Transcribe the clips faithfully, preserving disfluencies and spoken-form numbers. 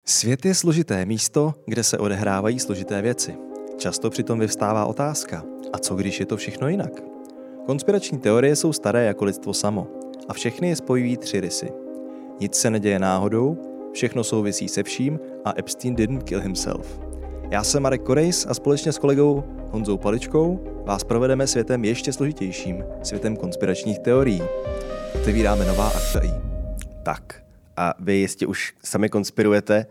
Svět je složité místo, kde se odehrávají složité věci. Často přitom vyvstává otázka, a co když je to všechno jinak? Konspirační teorie jsou staré jako lidstvo samo a všechny je spojují tři rysy. Nic se neděje náhodou, všechno souvisí se vším a Epstein didn't kill himself. Já jsem Marek Korejs a společně s kolegou Honzou Paličkou vás provedeme světem ještě složitějším, světem konspiračních teorií. Otevíráme nová akta I. Tak, a vy jistě už sami konspirujete,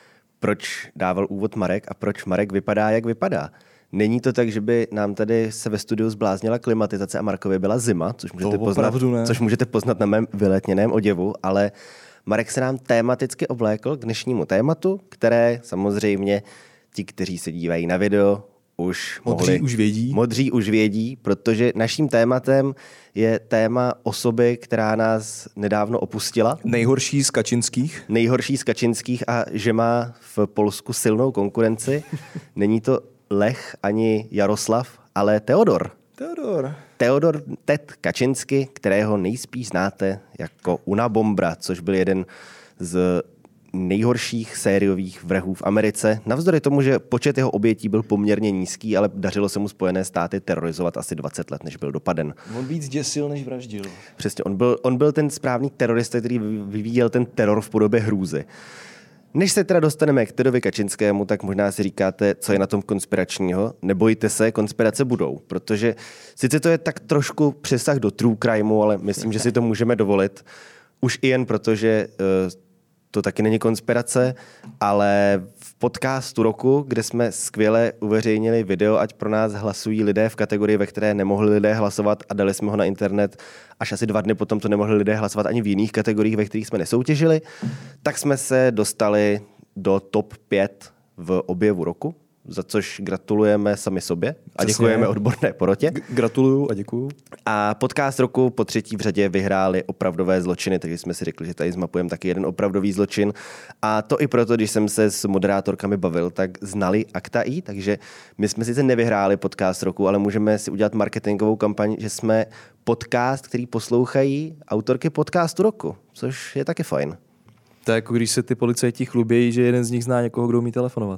proč dával úvod Marek a proč Marek vypadá, jak vypadá. Není to tak, že by nám tady se ve studiu zbláznila klimatizace a Markovi byla zima, což můžete, poznat, což můžete poznat na mém vyletněném oděvu, ale Marek se nám tematicky oblékl k dnešnímu tématu, které samozřejmě ti, kteří se dívají na video, už Modří mohli, už vědí. Modří už vědí, protože naším tématem je téma osoby, která nás nedávno opustila. Nejhorší z Kačinských. Nejhorší z Kačinských a že má v Polsku silnou konkurenci. Není to Lech ani Jaroslav, ale Teodor. Teodor. Teodor Ted Kačinsky, kterého nejspíš znáte jako Unabombra, což byl jeden z nejhorších sériových vrahů v Americe. Navzdory tomu, že počet jeho obětí byl poměrně nízký, ale dařilo se mu Spojené státy terorizovat asi dvacet let, než byl dopaden. On víc děsil, než vraždil. Přesně, on byl, on byl ten správný terorista, který vyvíjel ten teror v podobě hrůzy. Než se teda dostaneme k Tedovi Kačinskému, tak možná si říkáte, co je na tom konspiračního. Nebojte se, konspirace budou, protože sice to je tak trošku přesah do true crimeu, ale myslím, že si to můžeme dovolit. Už i jen proto, že uh, to taky není konspirace, ale v podcastu roku, kde jsme skvěle uveřejnili video, ať pro nás hlasují lidé v kategorii, ve které nemohli lidé hlasovat a dali jsme ho na internet, až asi dva dny potom to nemohli lidé hlasovat ani v jiných kategoriích, ve kterých jsme nesoutěžili, tak jsme se dostali do top pět v objevu roku, za což gratulujeme sami sobě a děkujeme odborné porotě. G- gratuluju a děkuju. A podcast roku po třetí v řadě vyhráli opravdové zločiny, takže jsme si řekli, že tady zmapujeme taky jeden opravdový zločin. A to i proto, když jsem se s moderátorkami bavil, tak znali akta I, takže my jsme sice nevyhráli podcast roku, ale můžeme si udělat marketingovou kampaň, že jsme podcast, který poslouchají autorky podcastu roku, což je taky fajn. To je jako když se ty policajti chlubějí, že jeden z nich zná někoho, kdo umí telefonovat.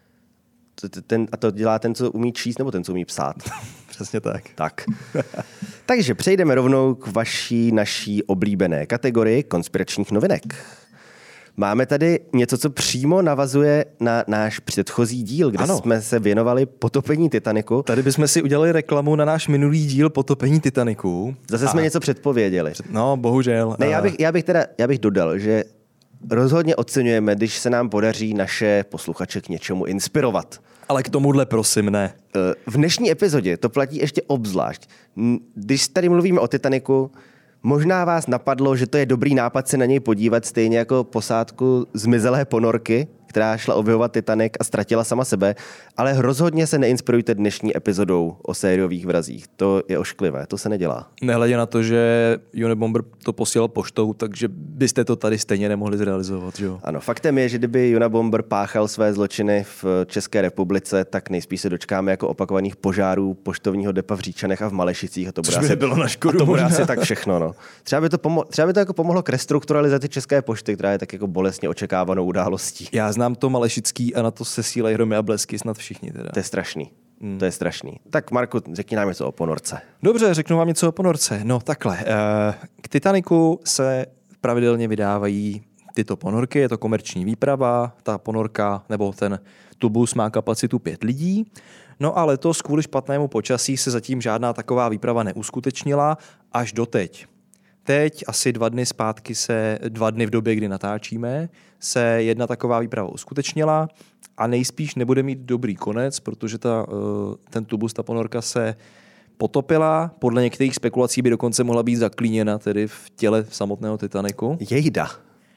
Ten, a to dělá ten, co umí číst, nebo ten, co umí psát? Přesně tak. Tak. Takže přejdeme rovnou k vaší, naší oblíbené kategorii konspiračních novinek. Máme tady něco, co přímo navazuje na náš předchozí díl, kde ano. jsme se věnovali potopení Titaniku. Tady bychom si udělali reklamu na náš minulý díl potopení Titaniku. Zase a... jsme něco předpověděli. No, bohužel. Ne, já bych, já bych teda já bych dodal, že rozhodně oceňujeme, když se nám podaří naše posluchače k něčemu inspirovat. Ale k tomuhle prosím ne. V dnešní epizodě to platí ještě obzvlášť. Když tady mluvíme o Titaniku, možná vás napadlo, že to je dobrý nápad se na něj podívat, stejně jako posádku zmizelé ponorky, která šla objevovat Titanic a ztratila sama sebe, ale rozhodně se neinspirujte dnešní epizodou o sériových vrazích. To je ošklivé, to se nedělá. Nehledě na to, že Unabomber to posílal poštou, takže byste to tady stejně nemohli zrealizovat, že jo? Ano, faktem je, že kdyby Unabomber páchal své zločiny v České republice, tak nejspíš se dočkáme jako opakovaných požárů poštovního depa v Říčanech a v Malešicích. A to bude asi, bylo na škodu, a to bude asi tak všechno. No. Třeba by to, pomo- třeba by to jako pomohlo k restrukturalizaci České pošty, která je tak jako bolestně očekávanou událostí. Já znám to Malešický a na to se sílají hromy a blesky snad všichni teda. To je strašný. Hmm. To je strašný. Tak Marku, řekni nám něco o ponorce. Dobře, řeknu vám něco o ponorce. No takhle. K Titaniku se pravidelně vydávají tyto ponorky, je to komerční výprava, ta ponorka nebo ten tubus má kapacitu pět lidí. No a letos kvůli špatnému počasí se zatím žádná taková výprava neuskutečnila až doteď. Teď, asi dva dny zpátky se, dva dny v době, kdy natáčíme, se jedna taková výprava uskutečnila a nejspíš nebude mít dobrý konec, protože ta, ten tubus, ta ponorka se potopila. Podle některých spekulací by dokonce mohla být zaklíněna tedy v těle samotného Titaniku. Jejda.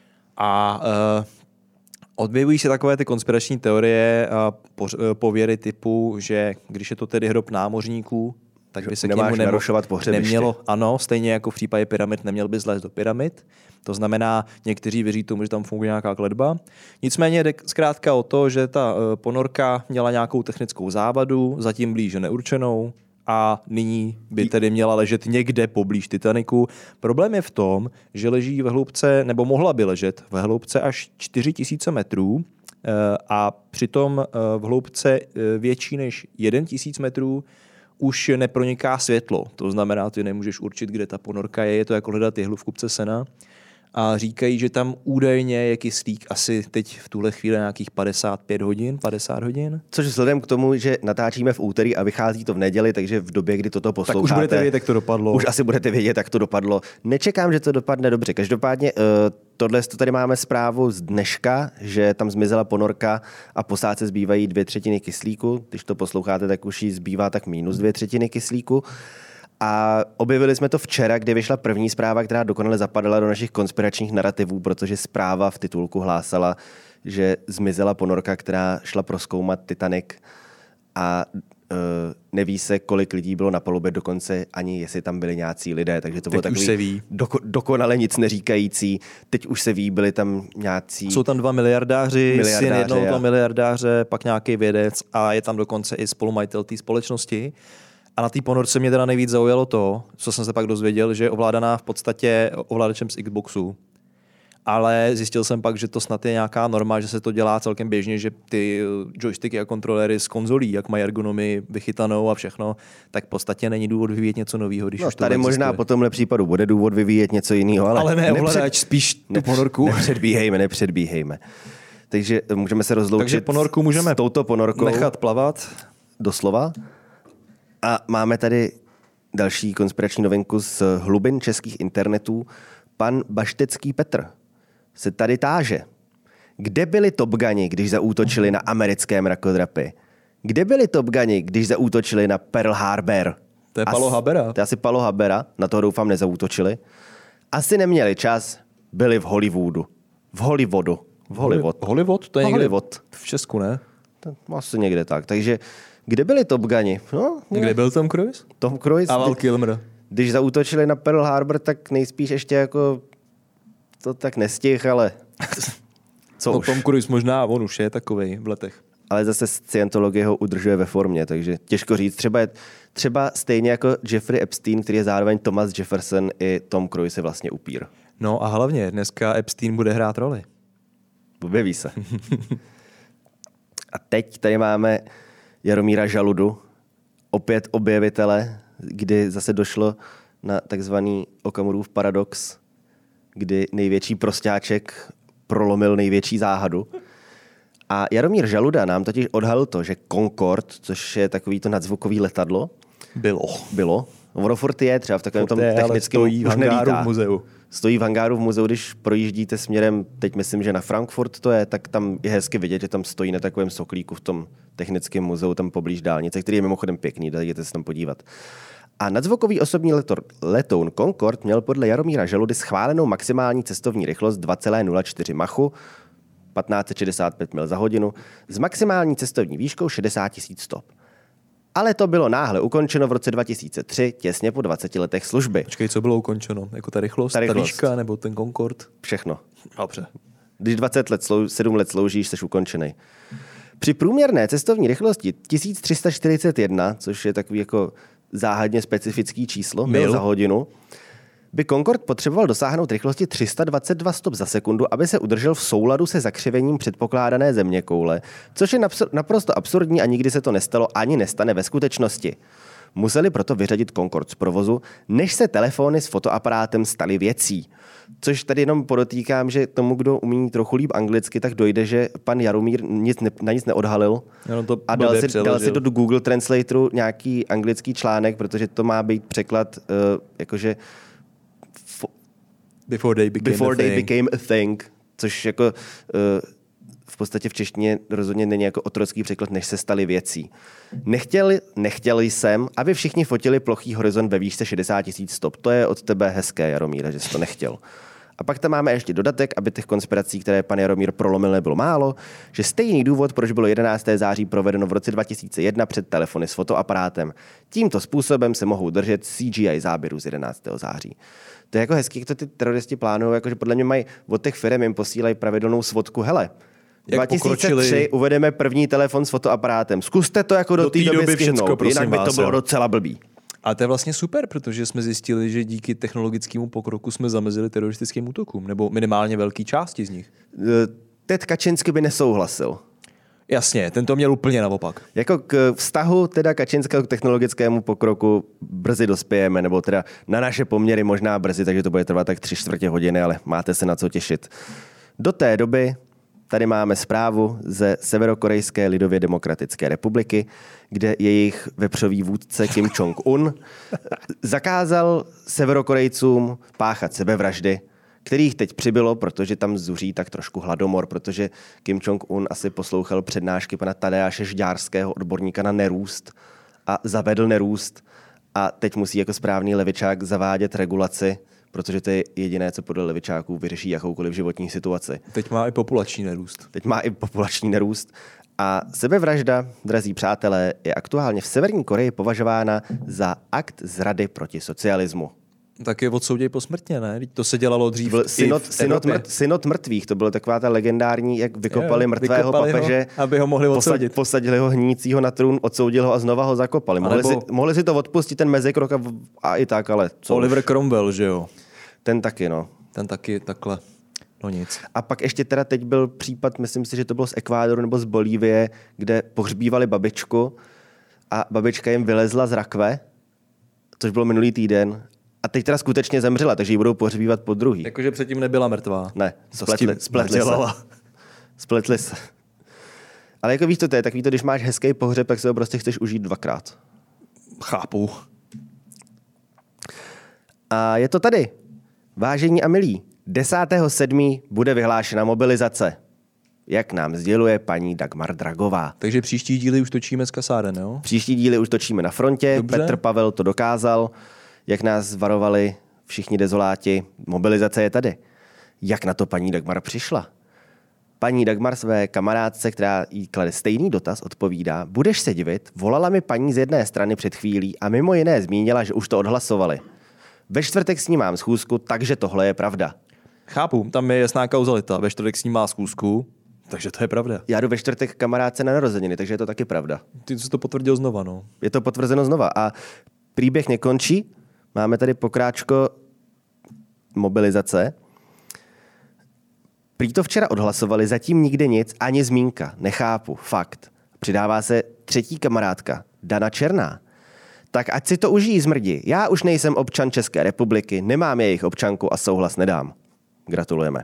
A uh, objevují se takové ty konspirační teorie a pověry typu, že když je to tedy hrob námořníků, tak by se k němu nemo, nemělo, ano, stejně jako v případě pyramid, neměl by zlézt do pyramid. To znamená, někteří věří tomu, že tam funguje nějaká kletba. Nicméně jde zkrátka o to, že ta ponorka měla nějakou technickou závadu, zatím blíže neurčenou, a nyní by tedy měla ležet někde poblíž Titaniku. Problém je v tom, že leží ve hloubce, nebo mohla by ležet ve hloubce až čtyři tisíce metrů a přitom v hloubce větší než jeden tisíc metrů už neproniká světlo. To znamená, ty nemůžeš určit, kde ta ponorka je, je to jako hledat jehlu v kupce sena. A říkají, že tam údajně je kyslík asi teď v tuhle chvíli nějakých padesát pět hodin, padesát hodin. Což vzhledem k tomu, že natáčíme v úterý a vychází to v neděli, takže v době, kdy toto posloucháte... Tak už budete vědět, jak to dopadlo. Už asi budete vědět, jak to dopadlo. Nečekám, že to dopadne dobře. Každopádně tohle to tady máme zprávu z dneška, že tam zmizela ponorka a posádce zbývají dvě třetiny kyslíku. Když to posloucháte, tak už jí zbývá tak minus dvě třetiny kyslíku. A objevili jsme to včera, kdy vyšla první zpráva, která dokonale zapadala do našich konspiračních narrativů, protože zpráva v titulku hlásala, že zmizela ponorka, která šla prozkoumat Titanic a uh, neví se, kolik lidí bylo na palubě, dokonce ani jestli tam byli nějací lidé, takže to Teď bylo takový se ví. Doko, dokonale nic neříkající. Teď už se ví, byli tam nějací... Jsou tam dva miliardáři, miliardáři syn jednoho a... toho miliardáře, pak nějaký vědec a je tam dokonce i spolumajitel té společnosti. A na té ponorce mě teda nejvíc zaujalo to, co jsem se pak dozvěděl, že je ovládaná v podstatě ovladačem z Xboxu. Ale zjistil jsem pak, že to snad je nějaká norma, že se to dělá celkem běžně, že ty joysticky a kontrolery z konzolí, jak mají ergonomii vychytanou a všechno, tak v podstatě není důvod vyvíjet něco nového. Když no, už to tady možná po tomhle případu bude důvod vyvíjet něco jiného, ale, ale ne nepřed... ovladač, spíš tu ponorku. Nepředbíhejme, nepředbíhejme. Takže můžeme se rozloučit. Takže ponorku můžeme s touto ponorkou nechat plavat. Doslova. A máme tady další konspirační novinku z hlubin českých internetů. Pan Baštecký Petr se tady táže. Kde byli Top Guni, když zaútočili na americké mrakodrapy? Kde byli Top Guni, když zaútočili na Pearl Harbor? To je Palo Habera. To je asi Palo Habera, na toho doufám nezaútočili. Asi neměli čas, byli v Hollywoodu. V Hollywoodu. V Hollywood. Hollywood? To je někde Hollywood. v Česku, ne? To asi někde tak. Takže kde byli Top Guni? No, kde byl Tom Cruise? Tom Cruise. A Val Kilmer. Když zaútočili na Pearl Harbor, tak nejspíš ještě jako to tak nestih, ale co no, už. Tom Cruise možná, on už je takovej v letech. Ale zase scientologie ho udržuje ve formě, takže těžko říct. Třeba, je, třeba stejně jako Jeffrey Epstein, který je zároveň Thomas Jefferson, i Tom Cruise je vlastně upír. No a hlavně dneska Epstein bude hrát roli. Objeví se. A teď tady máme Jaromíra Žaludu, opět objevitele, kdy zase došlo na takzvaný Okamurův paradox, kdy největší prostáček prolomil největší záhadu. A Jaromír Žaluda nám totiž odhalil to, že Concorde, což je takový to nadzvukový letadlo, Bylo. Bylo. Ono furt je třeba v takovém tom je, technickém stojí v hangáru v muzeu. Stojí v hangáru v muzeu, když projíždíte směrem, teď myslím, že na Frankfurt to je, tak tam je hezky vidět, že tam stojí na takovém soklíku v tom technickém muzeu, tam poblíž dálnice, který je mimochodem pěkný, dejte se tam podívat. A nadzvukový osobní letor, letoun Concorde měl podle Jaromíra Žaludy schválenou maximální cestovní rychlost dva celá nula čtyři Machu, patnáct set šedesát pět mil za hodinu, s maximální cestovní výškou šedesát tisíc stop. Ale to bylo náhle ukončeno v roce dva tisíce tři, těsně po dvaceti letech služby. Počkej, co bylo ukončeno? Jako ta rychlost, ta, rychlost. ta výška nebo ten Concorde? Všechno. Dobře. Když dvacet let, sedm let sloužíš, jsi ukončený. Při průměrné cestovní rychlosti tisíc tři sta čtyřicet jedna, což je takový jako záhadně specifický číslo, mil za hodinu, by Concorde potřeboval dosáhnout rychlosti tři sta dvacet dva stop za sekundu, aby se udržel v souladu se zakřivením předpokládané zeměkoule, což je naprosto absurdní a nikdy se to nestalo ani nestane ve skutečnosti. Museli proto vyřadit Concorde z provozu, než se telefony s fotoaparátem staly věcí. Což tady jenom podotýkám, že tomu, kdo umí trochu líp anglicky, tak dojde, že pan Jaromír nic ne, na nic neodhalil to a dal si, dal si do Google Translatoru nějaký anglický článek, protože to má být překlad uh, jakože Before they became, Before a, they thing. became a thing, což jako uh, v podstatě v češtině rozhodně není jako otrocký překlad, než se staly věcí. Nechtěli, nechtěli jsem, aby všichni fotili plochý horizont ve výšce šedesát tisíc stop. To je od tebe hezké, Jaromíre, že jsi to nechtěl. A pak tam máme ještě dodatek, aby těch konspirací, které pan Jaromír prolomil, nebylo málo, že stejný důvod, proč bylo jedenáctého září provedeno v roce dva tisíce jedna před telefony s fotoaparátem. Tímto způsobem se mohou držet C G I záběru z jedenáctého září. To je jako hezký, jak to ty teroristi plánují, jakože podle mě mají od těch firm jim posílají pravidelnou svodku. Hele, dva tisíce tři uvedeme první telefon s fotoaparátem. Zkuste to jako do, do té doby, doby stihnout, jinak by to bylo docela blbý. A to je vlastně super, protože jsme zjistili, že díky technologickému pokroku jsme zamezili teroristickým útokům, nebo minimálně velké části z nich. Ted Kačinský by nesouhlasil. Jasně, ten to měl úplně naopak. Jako k vztahu teda Kačinského k technologickému pokroku brzy dospějeme, nebo teda na naše poměry možná brzy, takže to bude trvat tak tři čtvrtě hodiny, ale máte se na co těšit. Do té doby tady máme zprávu ze Severokorejské lidově demokratické republiky, kde jejich vepřový vůdce Kim Jong-un zakázal Severokorejcům páchat sebevraždy, kterých teď přibylo, protože tam zuří tak trošku hladomor, protože Kim Jong-un asi poslouchal přednášky pana Tadeáše Žďárského, odborníka na nerůst, a zavedl nerůst a teď musí jako správný levičák zavádět regulaci, protože to je jediné, co podle levičáků vyřeší jakoukoliv životní situaci. Teď má i populační nerůst. Teď má i populační nerůst. A sebevražda, drazí přátelé, je aktuálně v Severní Koreji považována za akt zrady proti socialismu. Tak je odsouděj posmrtně, ne? To se dělalo dřív. Synod, synod, mrt, synod mrtvých, to bylo taková ta legendární, jak vykopali jo, mrtvého vykopali papeže, ho, aby ho mohli odsoudit. Posadili ho hnícího na trůn, odsoudili ho a znova ho zakopali. Mohli, nebo... si, mohli si to odpustit, ten mezikrok a, a i tak, ale co Oliver už. Cromwell, že jo? Ten taky, no. Ten taky takhle, no nic. A pak ještě teda teď byl případ, myslím si, že to bylo z Ekvádoru nebo z Bolívie, kde pohřbívali babičku a babička jim vylezla z rakve, což bylo minulý týden. A teď teda skutečně zemřela, takže ji budou pohřbívat po druhý. Jakože předtím nebyla mrtvá. Ne, spletli, spletli se. Spletli se. Ale jako víš, to je, tak víš to, když máš hezký pohřeb, tak se ho prostě chceš užít dvakrát. Chápu. A je to tady. Vážení a milí, desátého sedmého bude vyhlášena mobilizace. Jak nám sděluje paní Dagmar Dragová. Takže příští díly už točíme z kasáren, jo? Příští díly už točíme na frontě. Dobře. Petr Pavel to dokázal. Jak nás varovali všichni dezoláti, mobilizace je tady. Jak na to paní Dagmar přišla? Paní Dagmar své kamarádce, která jí klade stejný dotaz, odpovídá: budeš se divit, volala mi paní z jedné strany před chvílí a mimo jiné zmínila, že už to odhlasovali. Ve čtvrtek s ní mám schůzku, takže tohle je pravda. Chápu, tam je jasná kauzalita. Ve čtvrtek s ní má schůzku, takže to je pravda. Já jdu ve čtvrtek kamarádce na narozeniny, takže je to taky pravda. Ty jsi to potvrdil znova, no. Je to potvrzeno znova a příběh nekončí. Máme tady pokráčko mobilizace. Prý to včera odhlasovali, zatím nikde nic, ani zmínka. Nechápu, fakt. Přidává se třetí kamarádka, Dana Černá. Tak ať si to užijí zmrdi. Já už nejsem občan České republiky, nemám jejich občanku a souhlas nedám. Gratulujeme.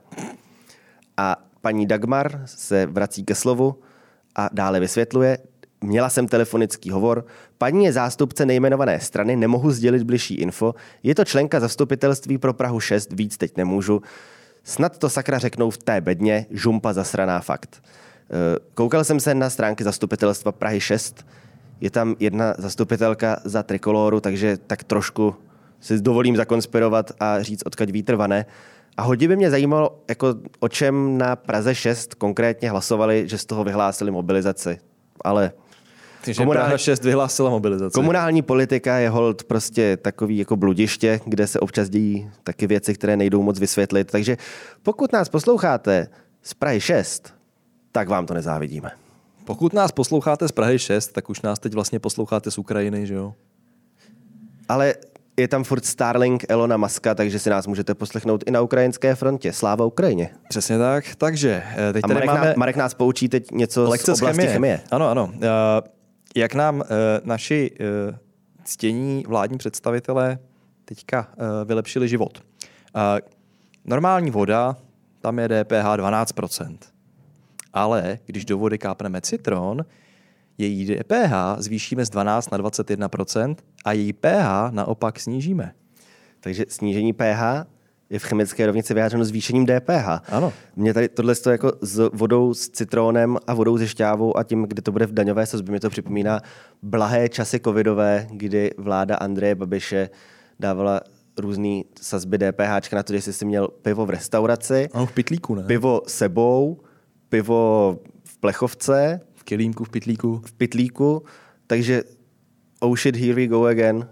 A paní Dagmar se vrací ke slovu a dále vysvětluje: měla jsem telefonický hovor, paní je zástupce nejmenované strany, nemohu sdělit bližší info, je to členka zastupitelství pro Prahu šest, víc teď nemůžu. Snad to sakra řeknou v té bedně, žumpa zasraná fakt. Koukal jsem se na stránky zastupitelstva Prahy šest, je tam jedna zastupitelka za Trikoloru, takže tak trošku si dovolím zakonspirovat a říct, odkud vítr vane. A hodně by mě zajímalo, jako o čem na Praze šest konkrétně hlasovali, že z toho vyhlásili mobilizaci. Ale komunální... Praha šest vyhlásila mobilizaci. Komunální politika je hold prostě takový jako bludiště, kde se občas dějí taky věci, které nejdou moc vysvětlit. Takže pokud nás posloucháte z Prahy šest, tak vám to nezávidíme. Pokud nás posloucháte z Prahy šest, tak už nás teď vlastně posloucháte z Ukrajiny, že jo? Ale je tam furt Starlink Elona Muska, takže si nás můžete poslechnout i na ukrajinské frontě. Sláva Ukrajině. Přesně tak. Takže teď a tady Marek, máme... nás, Marek nás poučí teď něco lekce z oblasti chemie. chemie. Ano, ano. Uh, jak nám uh, naši uh, ctění vládní představitelé teďka uh, vylepšili život. Uh, normální voda, tam je D P H dvanáct procent. Ale když do vody kápneme citron, její D P H zvýšíme z dvanáct na dvacet jedna procent a její pH naopak snížíme. Takže snížení pH je v chemické rovnici vyjádřeno zvýšením D P H. Ano. Mě tady tohle jako s vodou s citronem a vodou se šťávou a tím, kde to bude v daňové sazbě, mi to připomíná blahé časy covidové, kdy vláda Andreje Babiše dávala různý sazby D P H na to, že jsi si měl pivo v restauraci. Ano, v pytlíku, ne? Pivo sebou, pivo v plechovce. V kelímku, v pytlíku. V pytlíku. Takže oh shit, here we go again.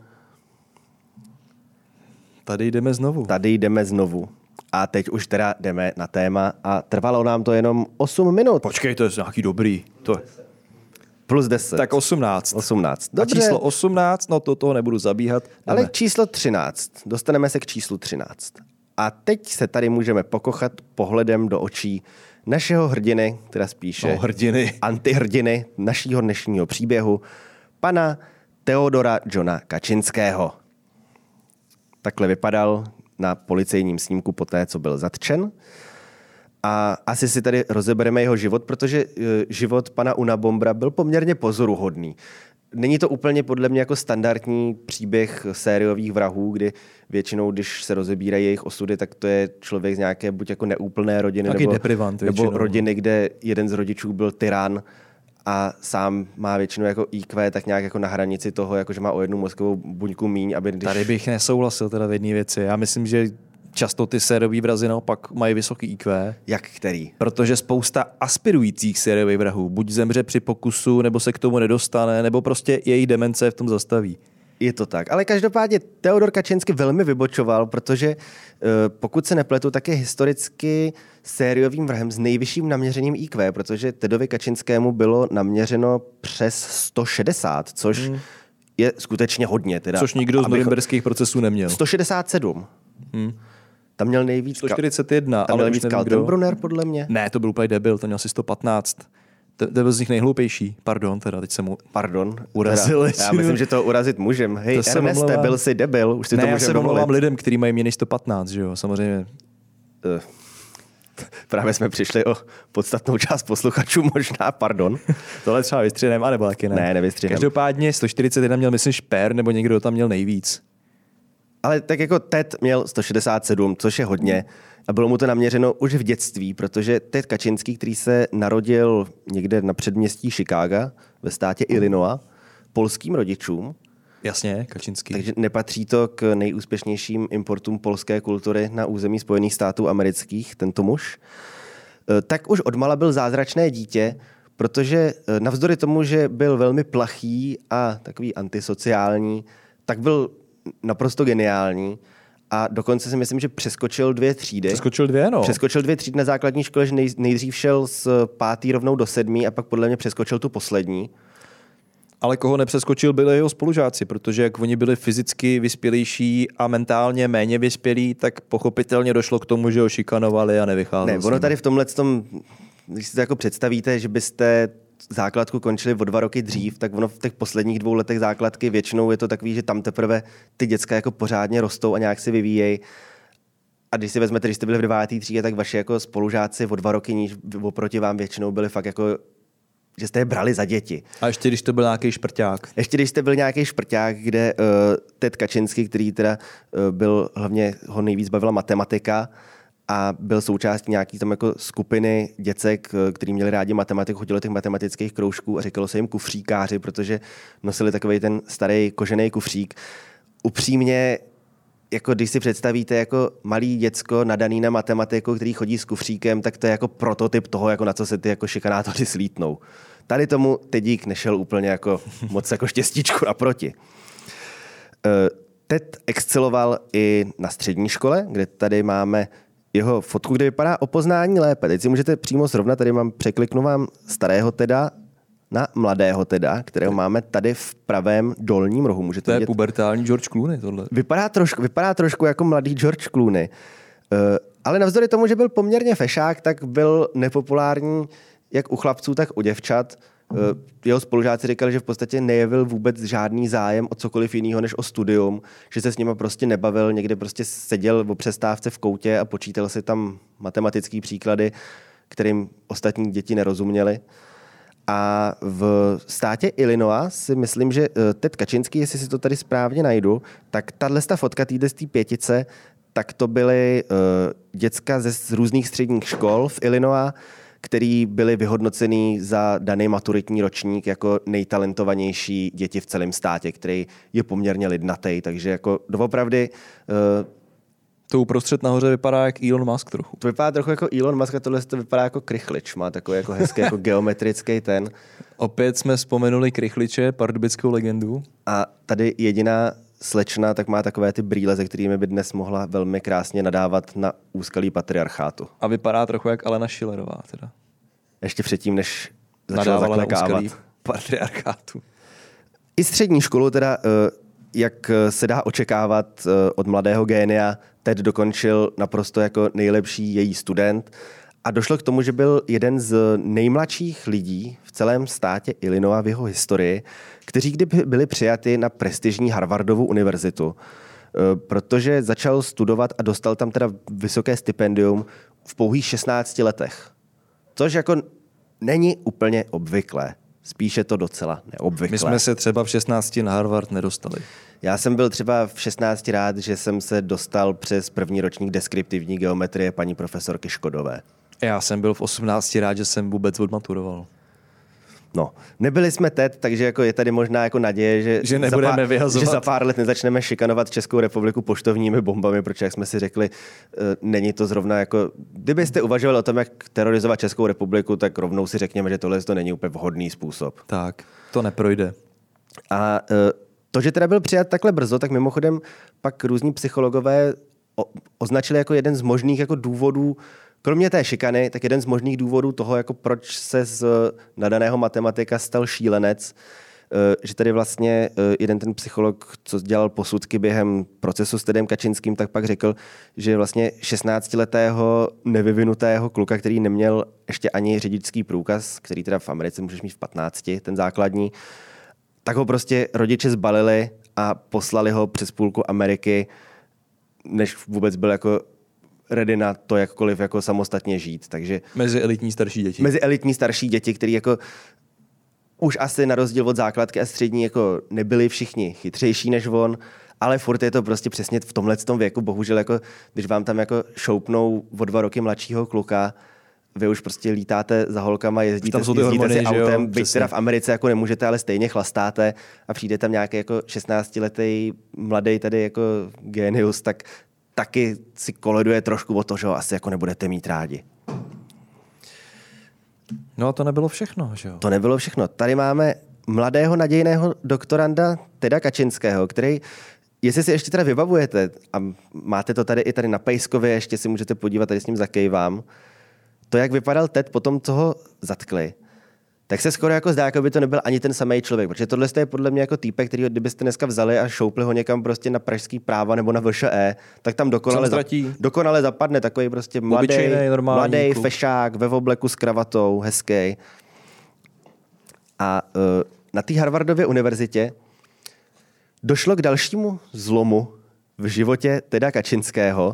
Tady jdeme znovu. Tady jdeme znovu. A teď už teda jdeme na téma a trvalo nám to jenom osm minut. Počkej, to je nějaký dobrý. To... Plus deset. Tak osmnáct. osmnáct. Dobře. A číslo osmnáct, no to toho nebudu zabíhat. Jdeme. Ale číslo třináct. Dostaneme se k číslu třináct. A teď se tady můžeme pokochat pohledem do očí našeho hrdiny, teda spíše no, hrdiny. antihrdiny našího dnešního příběhu, pana Teodora Johna Kačinského. Takhle vypadal na policejním snímku poté, co byl zatčen. A asi si tady rozebereme jeho život, protože život pana Unabombra byl poměrně pozoruhodný. Není to úplně podle mě jako standardní příběh sériových vrahů, kdy většinou, když se rozebírají jejich osudy, tak to je člověk z nějaké buď jako neúplné rodiny, nebo, nebo rodiny, kde jeden z rodičů byl tyran a sám má většinou jako í kvé tak nějak jako na hranici toho, jako že má o jednu mozkovou buňku míň, aby když... Tady bych nesouhlasil teda v jedné věci. Já myslím, že často ty sériový vrazi naopak mají vysoký í kvé. Jak který? Protože spousta aspirujících sériových vrahů buď zemře při pokusu, nebo se k tomu nedostane, nebo prostě její demence v tom zastaví. Je to tak. Ale každopádně Teodor Kačinský velmi vybočoval, protože pokud se nepletu, tak je historicky sériovým vrahem s nejvyšším naměřením í kvé, protože Tedovi Kačinskému bylo naměřeno přes sto šedesát, což hmm. je skutečně hodně. Teda, což nikdo z norimberských procesů neměl. sto šedesát sedm. Hmm. Tam měl nejvíc... sto čtyřicet jedna, tam ale měl víc Kaltenbrunner, podle mě. Ne, to byl úplně debil, to měl asi sto patnáct. To, to byl z nich nejhloupější. Pardon, teda, teď jsem mu Pardon, urazil. Teda, já myslím, že to urazit můžem. Hej, Erneste, byl jsi debil, už si ne, to můžeme dovolit. Ne, já se omlouvám lidem, kteří mají méně než sto patnáct, že jo, samozřejmě. Uh, právě jsme přišli o podstatnou část posluchačů, možná, pardon. Tohle třeba vystřihnem, anebo taky ne. Ne, nevystřihnem. Každopádně sto čtyřicet jedna měl, myslím, Šper, nebo někdo tam měl nejvíc. Ale tak jako Ted měl sto šedesát sedm, což je hodně. A bylo mu to naměřeno už v dětství, protože Ted Kačinský, který se narodil někde na předměstí Chicaga ve státě Illinois, polským rodičům. Jasně, Kačinský. Takže nepatří to k nejúspěšnějším importům polské kultury na území Spojených států amerických, tento muž. Tak už odmala byl zázračné dítě, protože navzdory tomu, že byl velmi plachý a takový antisociální, tak byl naprosto geniální. A dokonce si myslím, že přeskočil dvě třídy. Přeskočil dvě, no. Přeskočil dvě třídy na základní škole, že nej, nejdřív šel z pátý rovnou do sedmý a pak podle mě přeskočil tu poslední. Ale koho nepřeskočil, byli jeho spolužáci, protože jak oni byli fyzicky vyspělejší a mentálně méně vyspělí, tak pochopitelně došlo k tomu, že ho šikanovali a nevycházeli. Ne, ono tady v tomhle tom, když si to jako představíte, že byste základku končili o dva roky dřív, tak ono v těch posledních dvou letech základky většinou je to takový, že tam teprve ty děcka jako pořádně rostou a nějak si vyvíjejí. A když si vezmete, když jste byli v devátý třídě, tak vaši jako spolužáci o dva roky níž oproti vám většinou byli fakt jako, že jste je brali za děti. A ještě když to byl nějaký šprťák. Ještě když jste byl nějaký šprťák, kde uh, Ted Kačinský, který teda uh, byl, hlavně ho nejvíc bavila matematika, a byl součástí nějaký tam jako skupiny děcek, kteří měli rádi matematiku, chodili těch matematických kroužků a říkalo se jim kufříkáři, protože nosili takový ten starý kožený kufřík. Upřímně, jako když si představíte jako malý děcko nadaný na matematiku, který chodí s kufříkem, tak to je jako prototyp toho, jako na co se ty jako šikanátoři slítnou. Tady tomu Tedík nešel úplně jako moc jako štěstíčku naproti. Ted exceloval i na střední škole, kde tady máme jeho fotku, kde vypadá o poznání lépe. Teď si můžete přímo srovnat, tady mám, překliknu vám starého Teda na mladého Teda, kterého máme tady v pravém dolním rohu. Můžete to je vidět. Pubertální George Clooney tohle. Vypadá trošku, vypadá trošku jako mladý George Clooney. Uh, ale navzdory tomu, že byl poměrně fešák, tak byl nepopulární jak u chlapců, tak u děvčat. Uh, jeho spolužáci říkali, že v podstatě nejevil vůbec žádný zájem o cokoliv jiného než o studium, že se s nima prostě nebavil, někde prostě seděl o přestávce v koutě a počítal si tam matematické příklady, kterým ostatní děti nerozuměli. A v státě Illinois si myslím, že Ted Kačinský, jestli si to tady správně najdu, tak tahle fotka téhle pětice, tak to byly uh, děcka ze z různých středních škol v Illinois, který byli vyhodnocený za daný maturitní ročník jako nejtalentovanější děti v celém státě, který je poměrně lidnatý, takže jako doopravdy... Uh, to uprostřed nahoře vypadá jak Elon Musk trochu. To vypadá trochu jako Elon Musk a tohle to vypadá jako krychlič, má takový jako hezký jako geometrický ten. Opět jsme vzpomenuli krychliče, pardubickou legendu. A tady jediná slečna tak má takové ty brýle, ze kterými by dnes mohla velmi krásně nadávat na úskalí patriarchátu. A vypadá trochu jak Alena Schillerová teda. Ještě předtím, než začala zaklekávat. Patriarchátu. I střední školu teda, jak se dá očekávat od mladého génia, Ted dokončil naprosto jako nejlepší její student A došlo k tomu, že byl jeden z nejmladších lidí v celém státě Illinois v jeho historii, kteří kdy byli přijati na prestižní Harvardovu univerzitu, protože začal studovat a dostal tam teda vysoké stipendium v pouhých šestnácti letech. Což jako není úplně obvyklé. Spíše to docela neobvyklé. My jsme se třeba v šestnácti na Harvard nedostali. Já jsem byl třeba v šestnácti rád, že jsem se dostal přes první ročník deskriptivní geometrie paní profesorky Škodové. Já jsem byl v osmnácti rád, že jsem vůbec odmaturoval. No, nebyli jsme teď, takže jako je tady možná jako naděje, že, že nebudeme za pár, vyhazovat. Že za pár let nezačneme šikanovat Českou republiku poštovními bombami, protože jak jsme si řekli, není to zrovna jako... Kdybyste uvažovali o tom, jak terorizovat Českou republiku, tak rovnou si řekněme, že tohle to není úplně vhodný způsob. Tak, to neprojde. A to, že teda byl přijat takhle brzo, tak mimochodem pak různí psychologové označili jako jeden z možných jako důvodů, kromě té šikany, tak jeden z možných důvodů toho, jako proč se z nadaného matematika stal šílenec, že tady vlastně jeden ten psycholog, co dělal posudky během procesu s Tedem Kačinským, tak pak řekl, že vlastně šestnáctiletého nevyvinutého kluka, který neměl ještě ani řidičský průkaz, který teda v Americe můžeš mít v patnácti, ten základní, tak ho prostě rodiče zbalili a poslali ho přes půlku Ameriky, než vůbec byl jako ready na to jakkoliv jako samostatně žít. Takže mezi elitní starší děti. Mezi elitní starší děti, který jako už asi na rozdíl od základky a střední jako nebyli všichni chytřejší než on, ale furt je to prostě přesně v tomhletom věku, bohužel jako, když vám tam jako šoupnou o dva roky mladšího kluka, vy už prostě lítáte za holkama, jezdíte, jezdíte hormony, si autem, byť teda v Americe jako nemůžete, ale stejně chlastáte a přijde tam nějaký jako šestnáctiletý mladý tady jako genius, tak taky si koleduje trošku o to, že ho asi jako nebudete mít rádi. No a to nebylo všechno, že jo? To nebylo všechno. Tady máme mladého nadějného doktoranda Teda Kačinského, který, jestli si ještě teda vybavujete, a máte to tady i tady na Pejskově, ještě si můžete podívat, tady s ním zakejvám, to, jak vypadal Ted po tom, co ho zatkli, tak se skoro jako zdá, jako by to nebyl ani ten samý člověk, protože tohle je podle mě jako týpek, který kdybyste dneska vzali a šoupli ho někam prostě na pražský práva nebo na V Š E, tak tam dokonale, za, dokonale zapadne takový prostě mladý, mladý fešák ve obleku s kravatou, hezký. A uh, na té Harvardově univerzitě došlo k dalšímu zlomu v životě Teda Kačinského.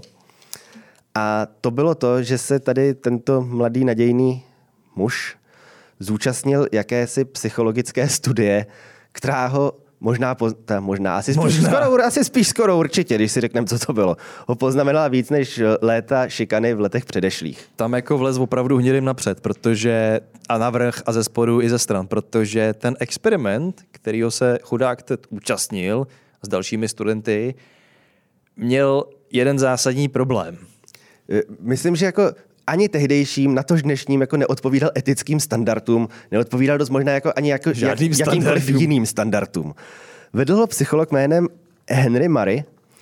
A to bylo to, že se tady tento mladý nadějný muž zúčastnil jakési psychologické studie, která ho možná, poz... ta, možná, asi, spíš možná. Skoro, asi spíš skoro určitě, když si řekneme, co to bylo, ho poznamenala víc než léta šikany v letech předešlých. Tam jako vlez opravdu hnilým napřed, protože a navrch a ze spodu i ze stran, protože ten experiment, kterýho se chudák Ted účastnil s dalšími studenty, měl jeden zásadní problém. Myslím, že jako ani tehdejším, natož dnešním jako neodpovídal etickým standardům, neodpovídal dost možná jako ani jako jak, jakýmkoliv jiným standardům. Vedl ho psycholog jménem Henry Murray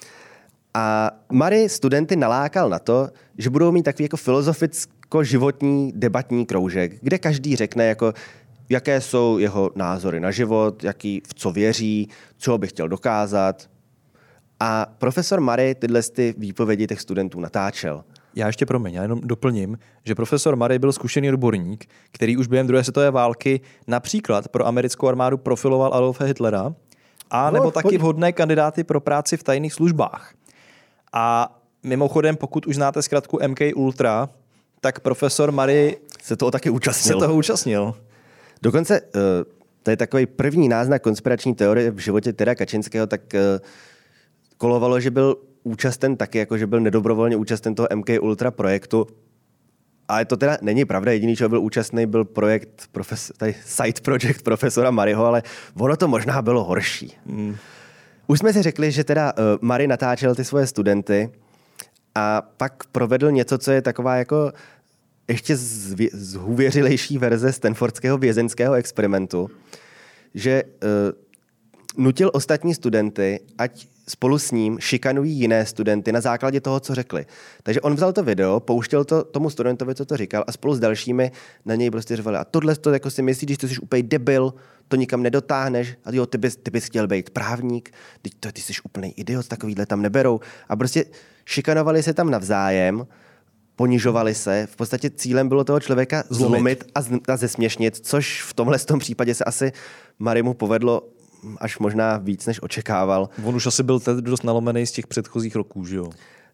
a Murray studenty nalákal na to, že budou mít takový jako filozoficko-životní debatní kroužek, kde každý řekne jako, jaké jsou jeho názory na život, jaký, v co věří, co by chtěl dokázat. A profesor Murray tyhle ty výpovědi těch studentů natáčel. Já ještě promiň, já jenom doplním, že profesor Murray byl zkušený odborník, který už během druhé světové války například pro americkou armádu profiloval Adolfa Hitlera a nebo no, taky vhodné kandidáty pro práci v tajných službách. A mimochodem, pokud už znáte zkratku M K Ultra, tak profesor Murray se toho taky účastnil. Se toho účastnil. Dokonce to je takový první náznak konspirační teorie v životě Teda Kačinského, tak kolovalo, že byl účasten taky, jako že byl nedobrovolně účasten toho M K Ultra projektu. Ale to teda není pravda, jediný, čeho byl účastný, byl projekt, profes, tady side project profesora Murrayho, ale ono to možná bylo horší. Hmm. Už jsme si řekli, že teda uh, Murray natáčel ty svoje studenty a pak provedl něco, co je taková jako ještě zvě- zhůvěřilejší verze stanfordského vězeňského experimentu, že uh, nutil ostatní studenty, ať spolu s ním šikanují jiné studenty na základě toho, co řekli. Takže on vzal to video, pouštěl to tomu studentovi, co to říkal, a spolu s dalšími na něj prostě řvali. A tohle to jako si myslíš, když to jsi úplně debil, to nikam nedotáhneš, a jo, ty bys, ty bys chtěl být právník, ty, to, ty jsi úplný idiot, takovýhle tam neberou. A prostě šikanovali se tam navzájem ponižovali se. V podstatě cílem bylo toho člověka zlomit, zlomit a, z, a zesměšnit, což v tomhle tom případě se asi Marimu povedlo až možná víc, než očekával. On už asi byl tedy dost nalomený z těch předchozích roků, že jo?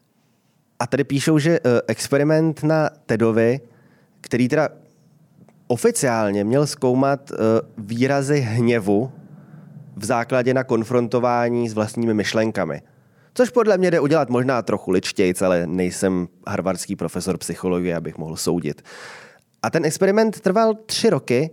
A tady píšou, že uh, experiment na Tedovi, který teda oficiálně měl zkoumat uh, výrazy hněvu v základě na konfrontování s vlastními myšlenkami. Což podle mě jde udělat možná trochu ličtějc, ale nejsem harvardský profesor psychologie, abych mohl soudit. A ten experiment trval tři roky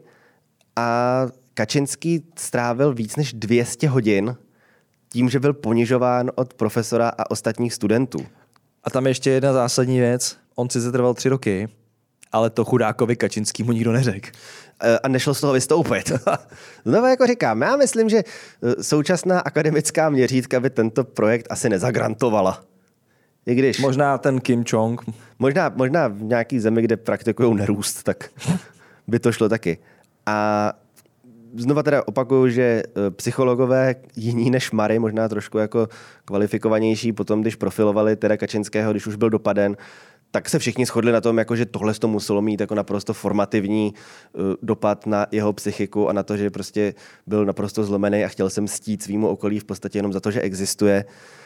a Kačinský strávil víc než dvě stě hodin tím, že byl ponižován od profesora a ostatních studentů. A tam ještě jedna zásadní věc. On sice trval tři roky, ale to chudákovi Kačinskýmu nikdo neřekl. A nešlo z toho vystoupit. Znovu jako říkám, já myslím, že současná akademická měřítka by tento projekt asi nezagrantovala. I když... Možná ten Kim Jong. Možná, možná v nějaký zemi, kde praktikují nerůst, tak by to šlo taky. A znova teda opakuju, že psychologové jiní než Mary, možná trošku jako kvalifikovanější, potom když profilovali teda Kačinského, když už byl dopaden, tak se všichni shodli na tom, jako, že tohle to muselo mít jako naprosto formativní uh, dopad na jeho psychiku a na to, že prostě byl naprosto zlomený a chtěl se mstít svýmu okolí v podstatě jenom za to, že existuje.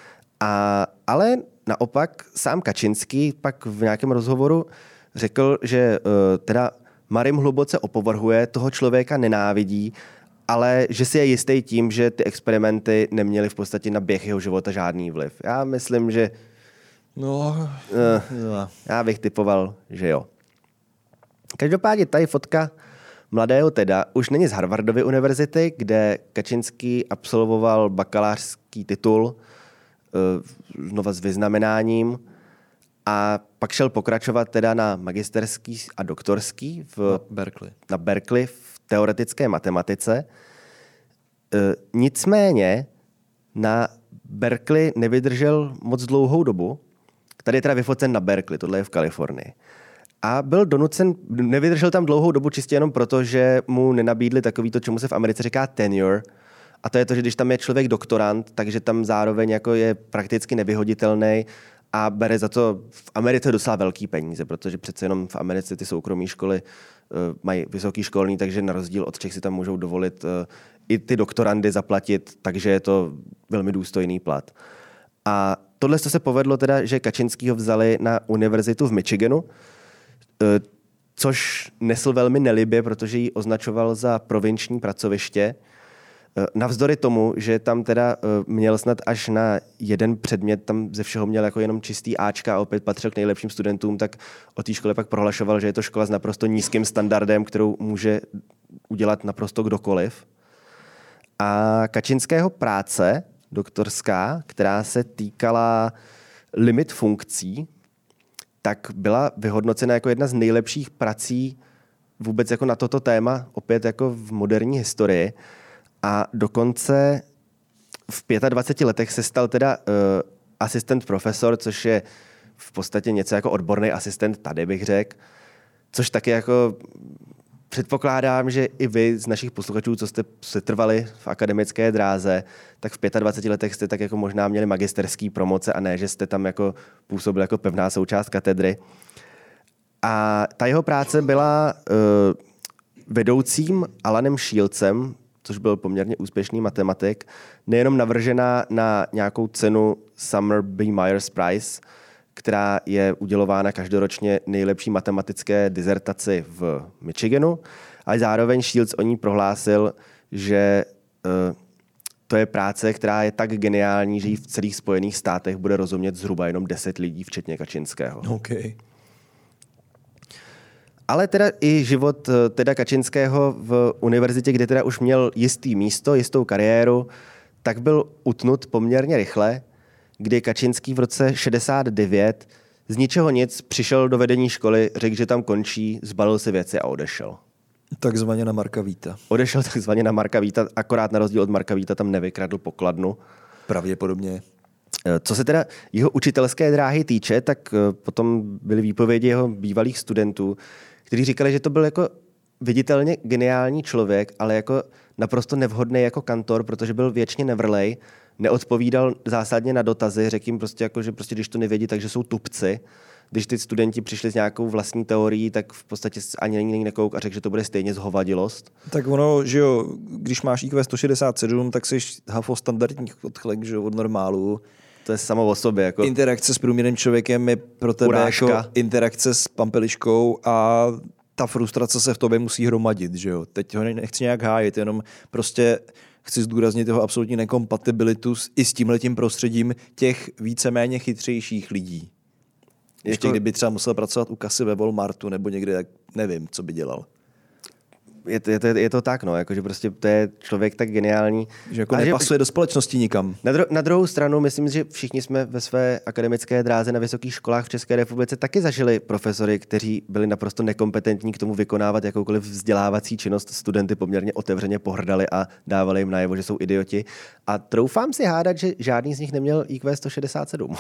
A, ale naopak sám Kačinský pak v nějakém rozhovoru řekl, že uh, teda Marim hluboce opovrhuje, toho člověka nenávidí, ale že si je jistý tím, že ty experimenty neměly v podstatě na běh jeho života žádný vliv. Já myslím, že No, uh, já bych typoval, že jo. Každopádně tady fotka mladého Teda už není z Harvardovy univerzity, kde Kačinský absolvoval bakalářský titul uh, znova s vyznamenáním a pak šel pokračovat teda na magisterský a doktorský v, na Berkeley. na Berkeley v teoretické matematice. Uh, nicméně na Berkeley nevydržel moc dlouhou dobu. Tady je teda vyfocen na Berkeley, tohle je v Kalifornii. A byl donucen, nevydržel tam dlouhou dobu čistě jenom proto, že mu nenabídli takový to, čemu se v Americe říká tenure. A to je to, že když tam je člověk doktorant, takže tam zároveň jako je prakticky nevyhoditelný a bere za to v Americe docela velký peníze, protože přece jenom v Americe ty soukromé školy uh, mají vysoký školní, takže na rozdíl od Čech si tam můžou dovolit uh, i ty doktorandy zaplatit, takže je to velmi důstojný plat. A tohle se povedlo teda, že Kačinskýho vzali na univerzitu v Michiganu, což nesl velmi nelibě, protože ji označoval za provinční pracoviště. Navzdory tomu, že tam teda měl snad až na jeden předmět, tam ze všeho měl jako jenom čistý Ačka a opět patřil k nejlepším studentům, tak o té škole pak prohlašoval, že je to škola s naprosto nízkým standardem, kterou může udělat naprosto kdokoliv. A Kačinského práce doktorská, která se týkala limit funkcí, tak byla vyhodnocena jako jedna z nejlepších prací vůbec jako na toto téma, opět jako v moderní historii. A dokonce v dvaceti pěti letech se stal teda uh, asistent profesor, což je v podstatě něco jako odborný asistent tady, bych řekl. Což taky jako předpokládám, že i vy z našich posluchačů, co jste setrvali v akademické dráze, tak v dvaceti pěti letech jste tak jako možná měli magisterský promoce a ne, že jste tam jako působili jako pevná součást katedry. A ta jeho práce byla uh, vedoucím Alanem Shieldsem, což byl poměrně úspěšný matematik, nejenom navržená na nějakou cenu Summer B. Myers Prize, která je udělována každoročně nejlepší matematické dizertaci v Michiganu, ale zároveň Shields o ní prohlásil, že uh, to je práce, která je tak geniální, že ji v celých Spojených státech bude rozumět zhruba jenom deset lidí, včetně Kačinského. Okay. Ale teda i život teda Kačinského v univerzitě, kde teda už měl jistý místo, jistou kariéru, tak byl utnut poměrně rychle, kdy Kačinský v roce šedesát devět z ničeho nic přišel do vedení školy, řekl, že tam končí, zbalil si věci a odešel. Takzvaně na Marka Víta. Odešel takzvaně na Marka Víta, akorát na rozdíl od Marka Víta tam nevykradl pokladnu. Pravděpodobně. Co se teda jeho učitelské dráhy týče, tak potom byly výpovědi jeho bývalých studentů, kteří říkali, že to byl jako viditelně geniální člověk, ale jako naprosto nevhodný jako kantor, protože byl věčně nevrlej, neodpovídal zásadně na dotazy, řekl jim prostě, jako, že prostě když to nevědí, takže jsou tupci, když ty studenti přišli s nějakou vlastní teorií, tak v podstatě ani není nekouk a řekl, že to bude stejně zhovadilost. Tak ono, že jo, když máš í kvé sto šedesát sedm, tak jsi hafo standardních odchylek, že jo, od normálu. To je samo o sobě. Jako... Interakce s průměrným člověkem je pro tebe Urážka. jako interakce s pampeliškou a ta frustrace se v tobě musí hromadit, že jo. Teď ho nechci nějak hájit, jenom prostě chci zdůraznit jeho absolutní nekompatibilitu s, i s tímhletím prostředím těch víceméně chytřejších lidí. Ještě jako... kdyby třeba musel pracovat u kasy ve Walmartu nebo někde, tak nevím, co by dělal. Je to, je, to, je to tak, no, jakože prostě to je člověk tak geniální. Že jako nepasuje že, do společnosti nikam. Na, dru, na druhou stranu, myslím, že všichni jsme ve své akademické dráze na vysokých školách v České republice taky zažili profesory, kteří byli naprosto nekompetentní k tomu vykonávat jakoukoliv vzdělávací činnost. Studenty poměrně otevřeně pohrdali a dávali jim najevo, že jsou idioti. A troufám si hádat, že žádný z nich neměl í kvé sto šedesát sedm.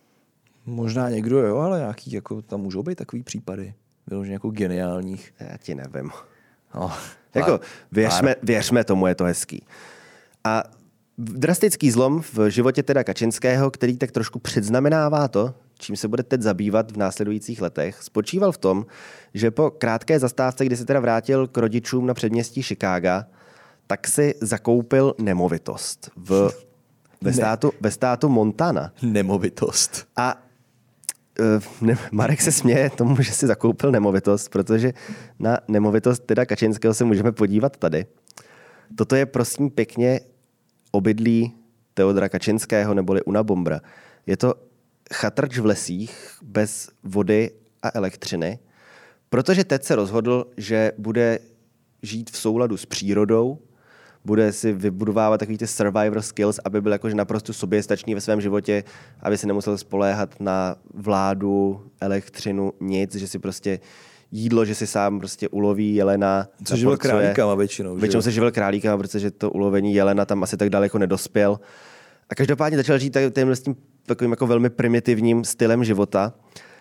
Možná někdo, jo, ale nějaký, jako, tam můžou být takový případy. Vyloženě jako geniálních. Já ti nevím. No, jako, věřme, věřme tomu, je to hezký. A drastický zlom v životě teda Kačinského, který tak trošku předznamenává to, čím se bude teď zabývat v následujících letech, spočíval v tom, že po krátké zastávce, kdy se teda vrátil k rodičům na předměstí Chicaga, tak si zakoupil nemovitost v, ve, státu, ve státu Montana. Nemovitost. A Ne, Marek se směje tomu, že si zakoupil nemovitost, protože na nemovitost teda Kačinského se můžeme podívat tady. Toto je prosím pěkně obydlí Teodora Kačinského neboli Unabombra. Je to chatrč v lesích bez vody a elektřiny, protože teď se rozhodl, že bude žít v souladu s přírodou, bude si vybudovávat takový ty survivor skills, aby byl jakože naprosto soběstačný ve svém životě, aby se nemusel spoléhat na vládu, elektřinu, nic, že si prostě jídlo, že si sám prostě uloví jelena. Co živil králíkama většinou. Většinou se živil králíkama, protože to ulovení jelena tam asi tak daleko nedospěl. A každopádně začal žít tímhle s tím takovým jako velmi primitivním stylem života.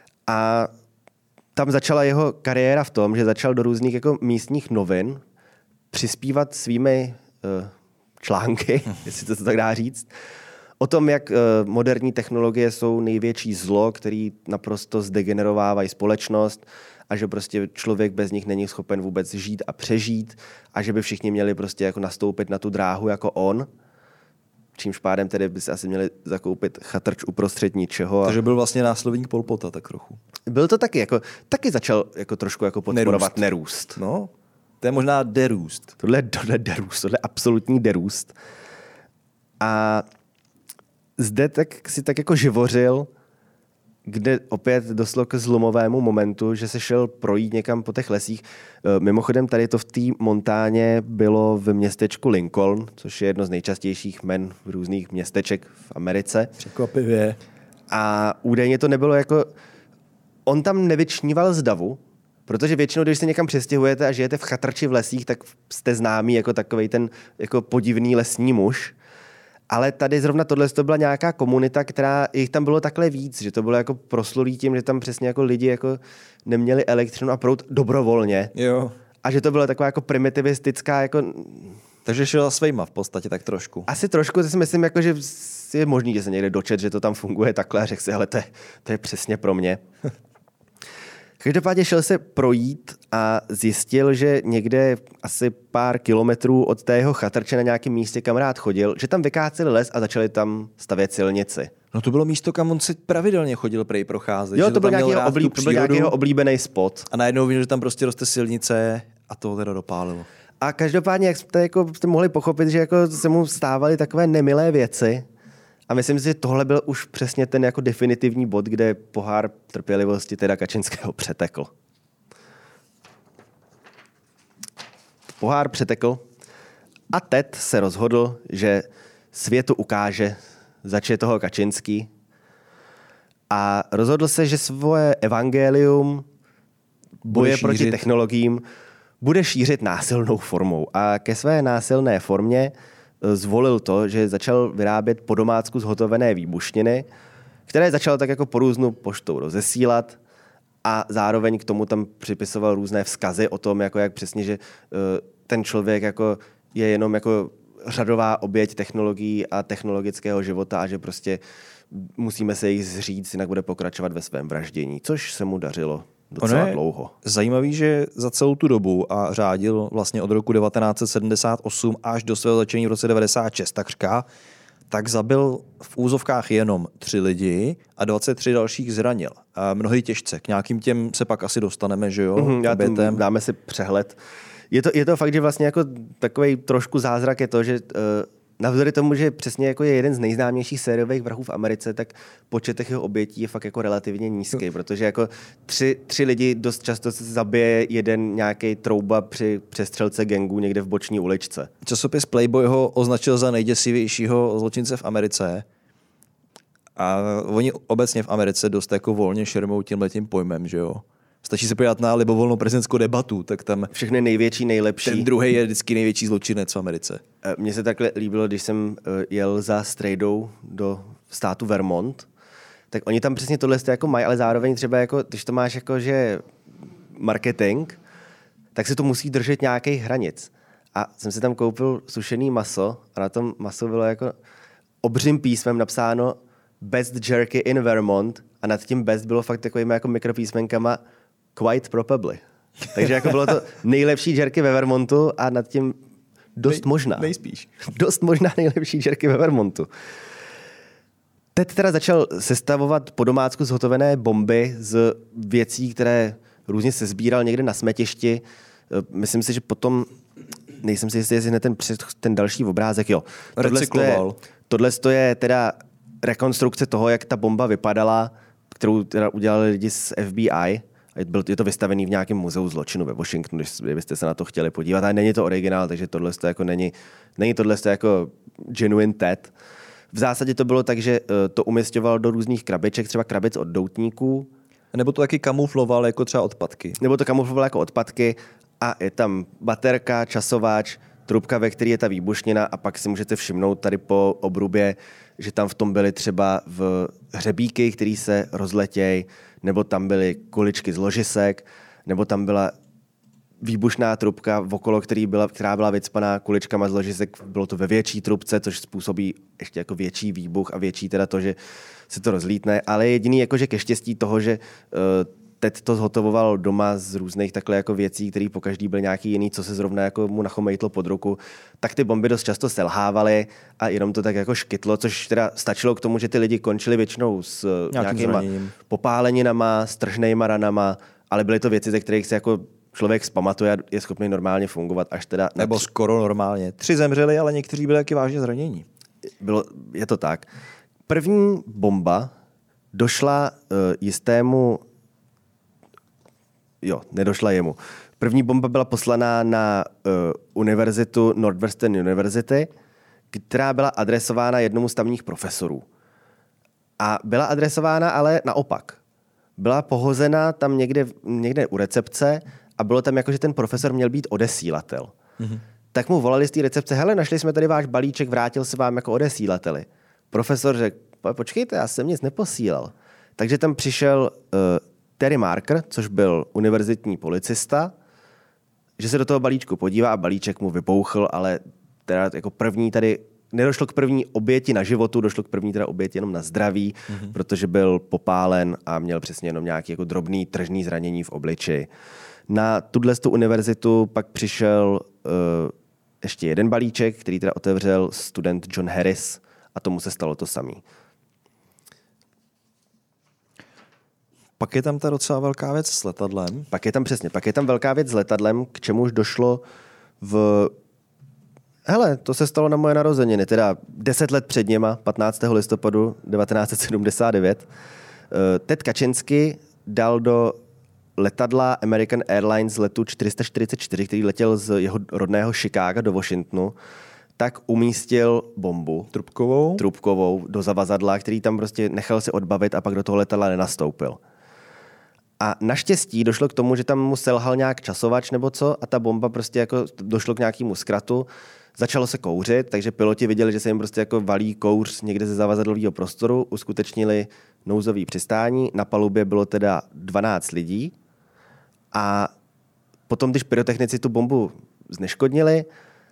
A tam začala jeho kariéra v tom, že začal do různých jako místních novin přispívat svými uh, články, jestli to, to tak dá říct, o tom, jak uh, moderní technologie jsou největší zlo, který naprosto zdegenerovávají společnost a že prostě člověk bez nich není schopen vůbec žít a přežít a že by všichni měli prostě jako nastoupit na tu dráhu jako on, čímž pádem tedy by si asi měli zakoupit chatrč uprostřed ničeho. A... Takže byl vlastně následník Pol Pota tak trochu. Byl to taky, jako, taky začal jako trošku jako podporovat nerůst. nerůst. No. To je možná derůst. Tohle je tohle derůst, tohle je absolutní derůst. A zde tak si tak jako živořil, kde opět došlo k zlomovému momentu, že se šel projít někam po těch lesích. Mimochodem tady to v té Montáně bylo v městečku Lincoln, což je jedno z nejčastějších jmen v různých městeček v Americe. Překvapivě. A údajně to nebylo jako... On tam nevyčníval z davu, protože většinou, když se někam přestěhujete a žijete v chatrči v lesích, tak jste známý jako takovej ten jako podivný lesní muž. Ale tady zrovna tohle to byla nějaká komunita, která jich tam bylo takhle víc, že to bylo jako proslulý tím, že tam přesně jako lidi jako neměli elektřinu a proud dobrovolně. Jo. A že to byla taková jako primitivistická jako... Takže šel za svejma v podstatě tak trošku. Asi trošku, to si myslím, jako, že je možný, že se někde dočet, že to tam funguje takhle a řekl si, hele, to je, to je přesně pro mě. Každopádně šel se projít a zjistil, že někde asi pár kilometrů od té jeho chatrče na nějakém místě, kam rád chodil, že tam vykáceli les a začali tam stavět silnici. No to bylo místo, kam on si pravidelně chodil prej procházet. Jo, že to, byl nějaký, rád oblí, to byl nějaký jeho oblíbený spot. A najednou viděl, že tam prostě roste silnice a to teda dopálilo. A každopádně, jak jste, jako, jste mohli pochopit, že jako se mu stávaly takové nemilé věci. A myslím si, že tohle byl už přesně ten jako definitivní bod, kde pohár trpělivosti teda Kačinského přetekl. Pohár přetekl a Ted se rozhodl, že světu ukáže, zač je toho Kačinský. A rozhodl se, že svoje evangelium boje proti technologiím bude šířit násilnou formou. A ke své násilné formě zvolil to, že začal vyrábět po domácku zhotovené výbušniny, které začal tak jako po různou poštou rozesílat a zároveň k tomu tam připisoval různé vzkazy o tom, jako jak přesně, že ten člověk jako je jenom jako řadová oběť technologií a technologického života a že prostě musíme se jich zříct, jinak bude pokračovat ve svém vraždění, což se mu dařilo docela ono je dlouho. Zajímavý, že za celou tu dobu a řádil vlastně od roku devatenáct set sedmdesát osm až do svého začení v roce devadesát šest takřka, tak zabil v úzovkách jenom tři lidi a dvacet tři dalších zranil. A mnohdy těžce. K nějakým těm se pak asi dostaneme, že jo? Mm-hmm, já tím, dáme si přehled. Je to, je to fakt, že vlastně jako takový trošku zázrak je to, že uh, navzdory tomu, že přesně jako je jeden z nejznámějších sériových vrahů v Americe, tak počet těch jeho obětí je fakt jako relativně nízký, protože jako tři, tři lidi dost často se zabije jeden nějaký trouba při přestřelce gangu někde v boční uličce. Časopis Playboy ho označil za nejděsivějšího zločince v Americe a oni obecně v Americe dost jako volně šermou tímhletím pojmem, že jo. Stačí se podívat na libovolnou prezidentskou debatu, tak tam všechny největší, nejlepší. Ten druhý je vždycky největší zločinec v Americe. Mně se takhle líbilo, když jsem jel za strejdou do státu Vermont, tak oni tam přesně tohle jako mají, ale zároveň třeba jako, když to máš jako, že marketing, tak se to musí držet nějakých hranic. A jsem si tam koupil sušený maso a na tom maso bylo jako obřím písmem napsáno Best Jerky in Vermont a nad tím best bylo fakt takovými jako mikropísmenkama quite probably. Takže jako bylo to nejlepší jerky ve Vermontu a nad tím dost Nej, možná. Nejspíš. Dost možná nejlepší jerky ve Vermontu. Ted teda začal sestavovat po domácku zhotovené bomby z věcí, které různě se sbíral někde na smetišti. Myslím si, že potom, nejsem si jistý, jestli ne ten, ten další obrázek, jo. Recykloval. Tohle je teda rekonstrukce toho, jak ta bomba vypadala, kterou teda udělali lidi z F B I. Je to vystavený v nějakém muzeu zločinu ve Washingtonu, kdybyste se na to chtěli podívat. Ale není to originál, takže tohle jako není, není tohle jako genuine Ted. V zásadě to bylo tak, že to umisťoval do různých krabiček, třeba krabic od doutníků. Nebo to taky kamufloval jako třeba odpadky. Nebo to kamufloval jako odpadky a je tam baterka, časováč, trubka, ve které je ta výbušnina a pak si můžete všimnout tady po obrubě, že tam v tom byly třeba v hřebíky, které se rozletějí, nebo tam byly kuličky z ložisek, nebo tam byla výbušná trubka, okolo který byla, která byla vycpaná kuličkama z ložisek. Bylo to ve větší trubce, což způsobí ještě jako větší výbuch a větší teda to, že se to rozlítne. Ale jediný jakože ke štěstí toho, že uh, Ted to zhotovoval doma z různých takhle jako věcí, které po každý byl nějaký jiný, co se zrovna jako mu nachomejtlo pod ruku, tak ty bomby dost často selhávaly a jenom to tak jako škytlo, což teda stačilo k tomu, že ty lidi končili většinou s nějakýma popáleninama, s tržnejma ranama, ale byly to věci, ze kterých se jako člověk zpamatuje a je schopný normálně fungovat až teda... Nebo tři... skoro normálně. Tři zemřeli, ale někteří byli taky vážně zranění. Bylo, je to tak. První bomba došla uh, jistému Jo, nedošla jemu. První bomba byla poslaná na uh, univerzitu Northwestern University, která byla adresována jednomu z tamních profesorů. A byla adresována ale naopak. Byla pohozena tam někde, někde u recepce a bylo tam jako, že ten profesor měl být odesílatel. Mm-hmm. Tak mu volali z té recepce, hele, našli jsme tady váš balíček, vrátil se vám jako odesílateli. Profesor řekl, počkejte, já jsem nic neposílal. Takže tam přišel uh, Terry Marker, což byl univerzitní policista, že se do toho balíčku podívá a balíček mu vypouchl, ale teda jako první tady nedošlo k první oběti na životu, došlo k první teda oběti jenom na zdraví, mm-hmm. protože byl popálen a měl přesně jenom nějaký jako drobný tržní zranění v obliči. Na tuhle univerzitu pak přišel uh, ještě jeden balíček, který teda otevřel student John Harris a tomu se stalo to samý. Pak je tam ta docela velká věc s letadlem. Pak je tam přesně, pak je tam velká věc s letadlem, k čemuž došlo v... Hele, to se stalo na moje narozeniny, teda deset let před něma, patnáctého listopadu devatenáct set sedmdesát devět. Ted Kaczynski dal do letadla American Airlines letu čtyři sta čtyřicet čtyři, který letěl z jeho rodného Chicaga do Washingtonu, tak umístil bombu. Trubkovou? Trubkovou do zavazadla, který tam prostě nechal si odbavit a pak do toho letadla nenastoupil. A naštěstí došlo k tomu, že tam mu selhal nějak časovač nebo co a ta bomba prostě jako došlo k nějakému zkratu. Začalo se kouřit, takže piloti viděli, že se jim prostě jako valí kouř někde ze zavazadlového prostoru, uskutečnili nouzový přistání. Na palubě bylo teda dvanáct lidí a potom, když pyrotechnici tu bombu zneškodnili,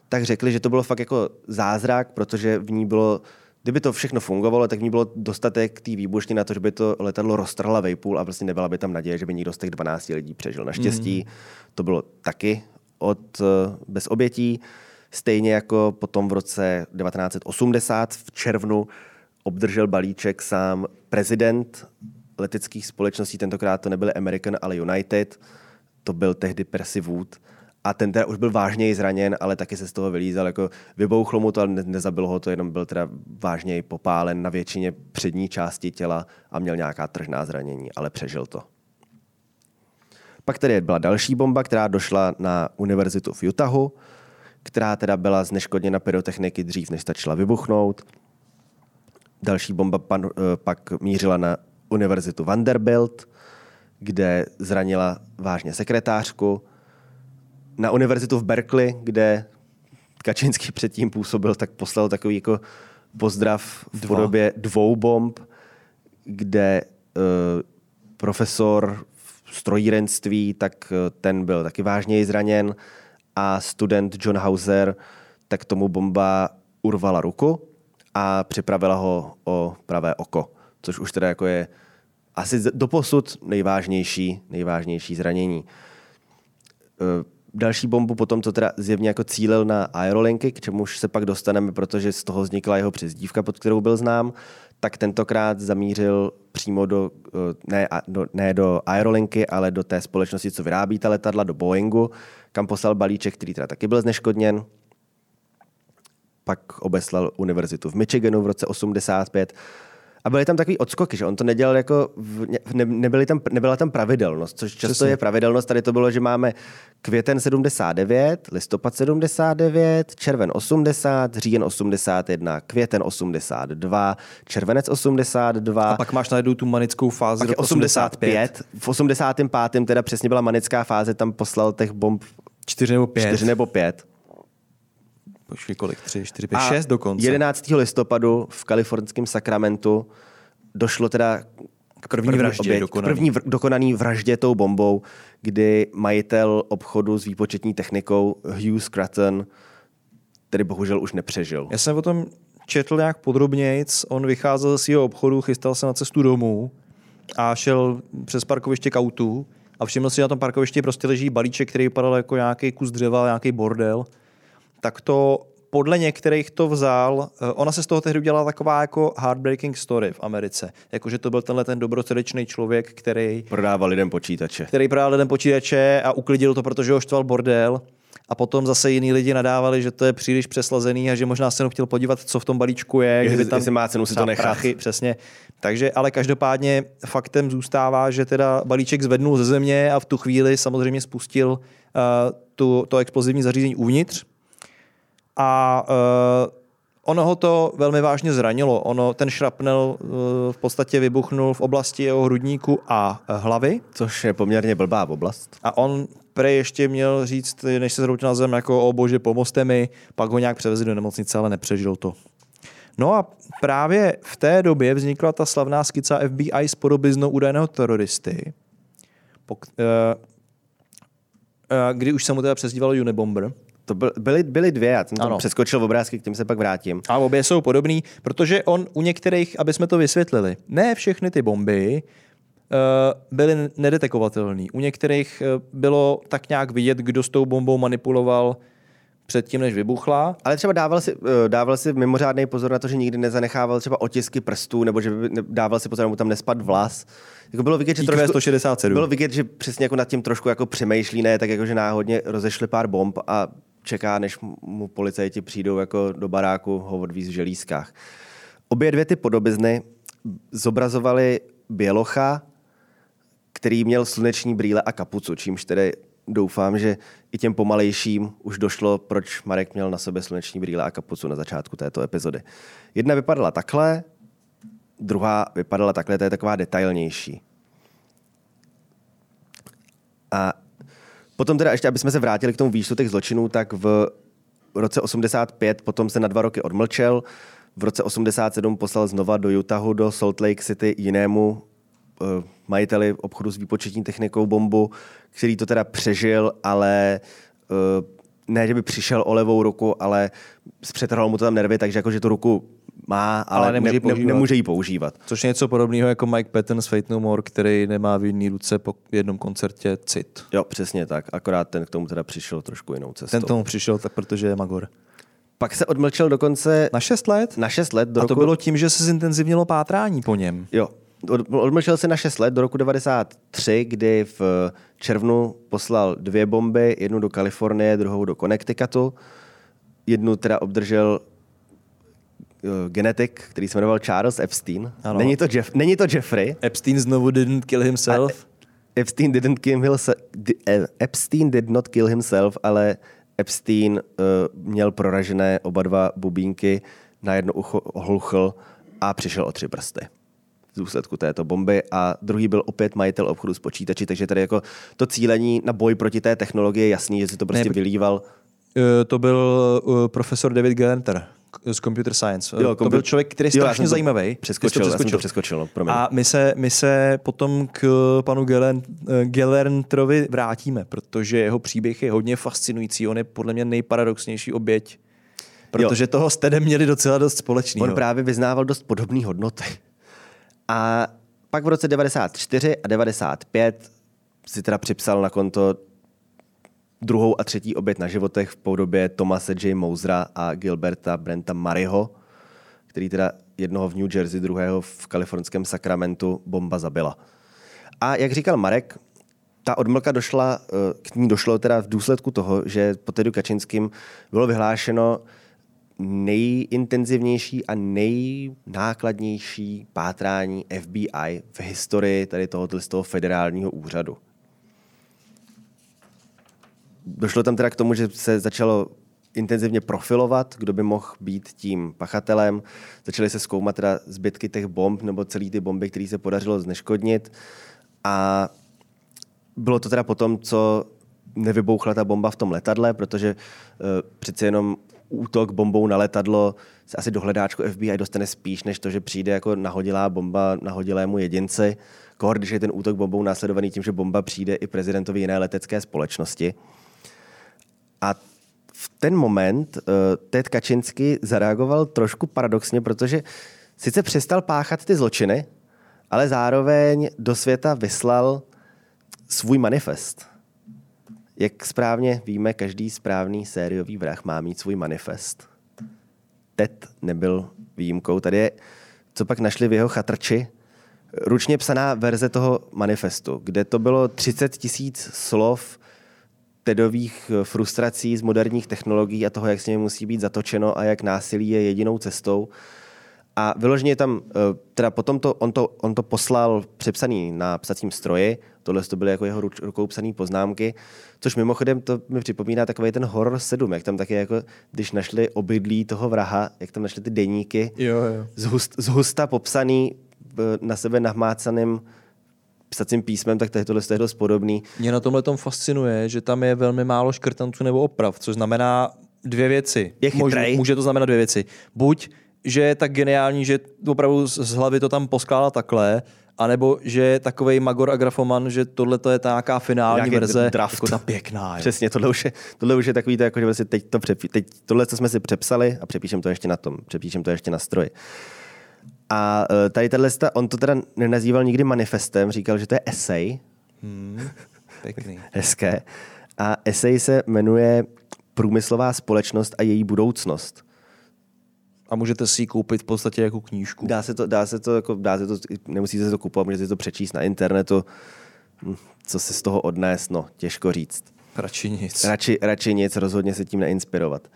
tak řekli, že to bylo fakt jako zázrak, protože v ní bylo, kdyby to všechno fungovalo, tak v ní bylo dostatek té výbušny na to, že by to letadlo roztrhla vejpůl a prostě nebyla by tam naděje, že by nikdo z těch dvanácti lidí přežil. Naštěstí mm. to bylo taky od, bez obětí. Stejně jako potom v roce devatenáct set osmdesát v červnu obdržel balíček sám prezident leteckých společností, tentokrát to nebyly American, ale United, to byl tehdy Percy Wood. A ten teda už byl vážněji zraněn, ale taky se z toho vylízal. Jako vybouchlo mu to, ale nezabilo ho to, jenom byl teda vážněji popálen na většině přední části těla a měl nějaká tržná zranění, ale přežil to. Pak tady byla další bomba, která došla na univerzitu v Utahu, která teda byla zneškodněna pyrotechniky dřív, než stačila vybuchnout. Další bomba pan, pak mířila na univerzitu Vanderbilt, kde zranila vážně sekretářku. Na univerzitu v Berkeley, kde Kačinský předtím působil, tak poslal takový jako pozdrav v Dva. podobě dvou bomb, kde uh, profesor v strojírenství, tak uh, ten byl taky vážněji zraněn a student John Hauser, tak tomu bomba urvala ruku a připravila ho o pravé oko, což už teda jako je asi doposud nejvážnější, nejvážnější zranění. Další bombu potom to teda zjevně jako cílil na aerolinky, k čemuž se pak dostaneme, protože z toho vznikla jeho přezdívka, pod kterou byl znám, tak tentokrát zamířil přímo do, ne, do, ne do aerolinky, ale do té společnosti, co vyrábí ta letadla, do Boeingu, kam poslal balíček, který teda taky byl zneškodněn. Pak obeslal univerzitu v Michiganu v roce osmdesát pět. A byly tam takový odskoky, že on to nedělal jako, v, ne, nebyly tam, nebyla tam pravidelnost, což často Přesně. je pravidelnost. Tady to bylo, že máme květen sedmdesát devět, listopad sedmdesát devět, červen osmdesát, říjen osmdesát jedna, květen osmdesát dva, červenec osmdesát dva. A pak máš najednou tu manickou fázi pak je osmdesát pět. V osmdesátém pátém teda přesně byla manická fáze, tam poslal těch bomb čtyři nebo pět. čtyři nebo pět. Počkej, kolik? Tři, čtyři, pět, šest dokonce. jedenáctého listopadu v kalifornském Sacramentu došlo teda k první vraždě oběť, dokonaný. K první vr- dokonaný vraždě tou bombou, kdy majitel obchodu s výpočetní technikou Hugh Scruton tedy bohužel už nepřežil. Já jsem o tom četl nějak podrobnějc. On vycházel z svého obchodu, chystal se na cestu domů a šel přes parkoviště k autu a všiml si, že na tom parkovišti prostě leží balíček, který vypadal jako nějaký kus dřeva, nějaký bordel. Tak to podle některých to vzal, ona se z toho tehdy udělala taková jako heartbreaking story v Americe. Jakože to byl tenhle ten dobrosrdečný člověk, který prodával lidem počítače. Který prodával lidem počítače a uklidil to, protože ho štval bordel. A potom zase jiní lidi nadávali, že to je příliš přeslazený a že možná se jenom chtěl podívat, co v tom balíčku je. Jestli, tam jestli má cenu si to nechat. Prachy, přesně. Takže, ale každopádně faktem zůstává, že teda balíček zvednul ze země a v tu chvíli samozřejmě spustil uh, tu, to explozivní zařízení uvnitř. A uh, ono ho to velmi vážně zranilo. Ono, ten šrapnel uh, v podstatě vybuchnul v oblasti jeho hrudníku a uh, hlavy. Což je poměrně blbá oblast. A on prej ještě měl říct, než se zhroutil na zem, jako o bože, pomozte mi, pak ho nějak převezli do nemocnice, ale nepřežil to. No a právě v té době vznikla ta slavná skica F B I s podobiznou údajného teroristy, pok- uh, uh, kdy už se mu teda přezdívalo Unibomber. To byly, byly dvě, já jsem tam přeskočil v obrázky, k těm se pak vrátím. A obě jsou podobný, protože on u některých, aby jsme to vysvětlili, ne všechny ty bomby uh, byly nedetekovatelné. U některých uh, bylo tak nějak vidět, kdo s tou bombou manipuloval předtím, než vybuchla. Ale třeba dával si, uh, dával si mimořádný pozor na to, že nikdy nezanechával třeba otisky prstů, nebo že by dával si pozor, aby mu tam nespad vlas. Jako bylo vidět, že trošku, sto šedesát sedm. Bylo vidět, že přesně jako nad tím trošku jako přemýšlí, ne, tak jako, že náhodně rozešli pár bomb a čeká, než mu policajti přijdou jako do baráku ho odvíz v želízkách. Obě dvě ty podobizny zobrazovaly bělocha, který měl sluneční brýle a kapucu, čímž tedy doufám, že i těm pomalejším už došlo, proč Marek měl na sobě sluneční brýle a kapucu na začátku této epizody. Jedna vypadala takhle, druhá vypadala takhle, to je taková detailnější. A potom teda ještě, aby jsme se vrátili k tomu výčtu těch zločinů, tak v roce osmdesát pět potom se na dva roky odmlčel. V roce osmdesát sedm poslal znova do Utahu, do Salt Lake City jinému uh, majiteli obchodu s výpočetní technikou bombu, který to teda přežil, ale uh, ne, že by přišel o levou ruku, ale zpřetrhalo mu to tam nervy, takže jako, že tu ruku má, ale, ale nemůže, ne, ne, nemůže ji používat. Což je něco podobného jako Mike Patton z Fate No More, který nemá v jedné ruce po jednom koncertě cit. Jo, přesně tak. Akorát ten k tomu teda přišel trošku jinou cestou. Ten k tomu přišel tak, protože je magor. Pak se odmlčel dokonce... Na šest let? Na šest let. Do A to roku... bylo tím, že se zintenzivnilo pátrání po něm. Jo. Odmlčel se na šest let do roku devadesát tři, kdy v červnu poslal dvě bomby, jednu do Kalifornie, druhou do Connecticutu. Jednu teda obdržel genetik, který se jmenoval Charles Epstein. Není to, Jeff, není to Jeffrey. Epstein znovu didn't kill himself. A Epstein didn't kill himself. Epstein did not kill himself, ale Epstein uh, měl proražené oba dva bubínky, na jedno ucho ohluchl a přišel o tři prsty v důsledku této bomby. A druhý byl opět majitel obchodu s počítači, takže tady jako to cílení na boj proti té technologii je jasný, že si to prostě ne, vylíval. Uh, to byl uh, profesor David Gelernter z Computer Science. Jo, to byl člověk, který je strašně jo, zajímavý. Přeskočil, to přeskočil. Já jsem to přeskočil, no, promiň. A my se, my se potom k panu Gelernterovi vrátíme, protože jeho příběh je hodně fascinující. On je podle mě nejparadoxnější oběť, protože jo. toho s Tedem měli docela dost společného. On právě vyznával dost podobné hodnoty. A pak v roce devadesát čtyři a devadesát pět si teda připsal na konto druhou a třetí oběť na životech v podobě Thomase J. Mosera a Gilberta Brenta Murrayho, který teda jednoho v New Jersey, druhého v kalifornském Sacramentu bomba zabila. A jak říkal Marek, ta odmlka došla, k ní došlo teda v důsledku toho, že po Tedu Kačinským bylo vyhlášeno nejintenzivnější a nejnákladnější pátrání F B I v historii tady tohoto z toho federálního úřadu. Došlo tam teda k tomu, že se začalo intenzivně profilovat, kdo by mohl být tím pachatelem. Začaly se zkoumat teda zbytky těch bomb nebo celý ty bomby, které se podařilo zneškodnit. A bylo to teda potom, co nevybouchla ta bomba v tom letadle, protože uh, přeci jenom útok bombou na letadlo se asi do hledáčku F B I dostane spíš, než to, že přijde jako nahodilá bomba nahodilému jedinci. Kohor, když je ten útok bombou následovaný tím, že bomba přijde i prezidentovi jiné letecké společnosti. A v ten moment uh, Ted Kaczynski zareagoval trošku paradoxně, protože sice přestal páchat ty zločiny, ale zároveň do světa vyslal svůj manifest. Jak správně víme, každý správný sériový vrah má mít svůj manifest. Ted nebyl výjimkou. Tady je, co pak našli v jeho chatrči, ručně psaná verze toho manifestu, kde to bylo třicet tisíc slov Tedových frustrací z moderních technologií a toho, jak s nimi musí být zatočeno a jak násilí je jedinou cestou. A vyloženě tam, teda potom to, on, to, on to poslal přepsaný na psacím stroji, tohle to byly jako jeho rukou psané poznámky, což mimochodem to mi připomíná takový ten horor sedm, jak tam taky jako, když našli obydlí toho vraha, jak tam našli ty deníky, jo, jo. Zhust, zhusta popsaný na sebe nahmácaným psacím písmem, tak tohle je dost podobný. Mě na tomhle tom fascinuje, že tam je velmi málo škrtanců nebo oprav, což znamená dvě věci. Je chytrej. Může to znamenat dvě věci. Buď, že je tak geniální, že opravdu z hlavy to tam poskládá takhle, anebo že je takovej magor a grafoman, že tohle je ta nějaká finální nějaký verze, draft. jako ta pěkná. Jo. Přesně, tohle už je, tohle už je takový, to, jako, že vlastně teď to přepí, teď tohle, co jsme si přepsali a přepíšem to ještě na tom, přepíšem to ještě na stroji. A tady tato lista, on to teda nenazýval nikdy manifestem, říkal, že to je esej. Hmm, pěkný. Hezké. A esej se jmenuje Průmyslová společnost a její budoucnost. A můžete si ji koupit v podstatě jako knížku. Dá se to, dá se to, jako, dá se to, nemusíte si to kupovat, můžete si to přečíst na internetu. Co si z toho odnést, no, těžko říct. Radši nic. Radši, radši nic, rozhodně se tím neinspirovat.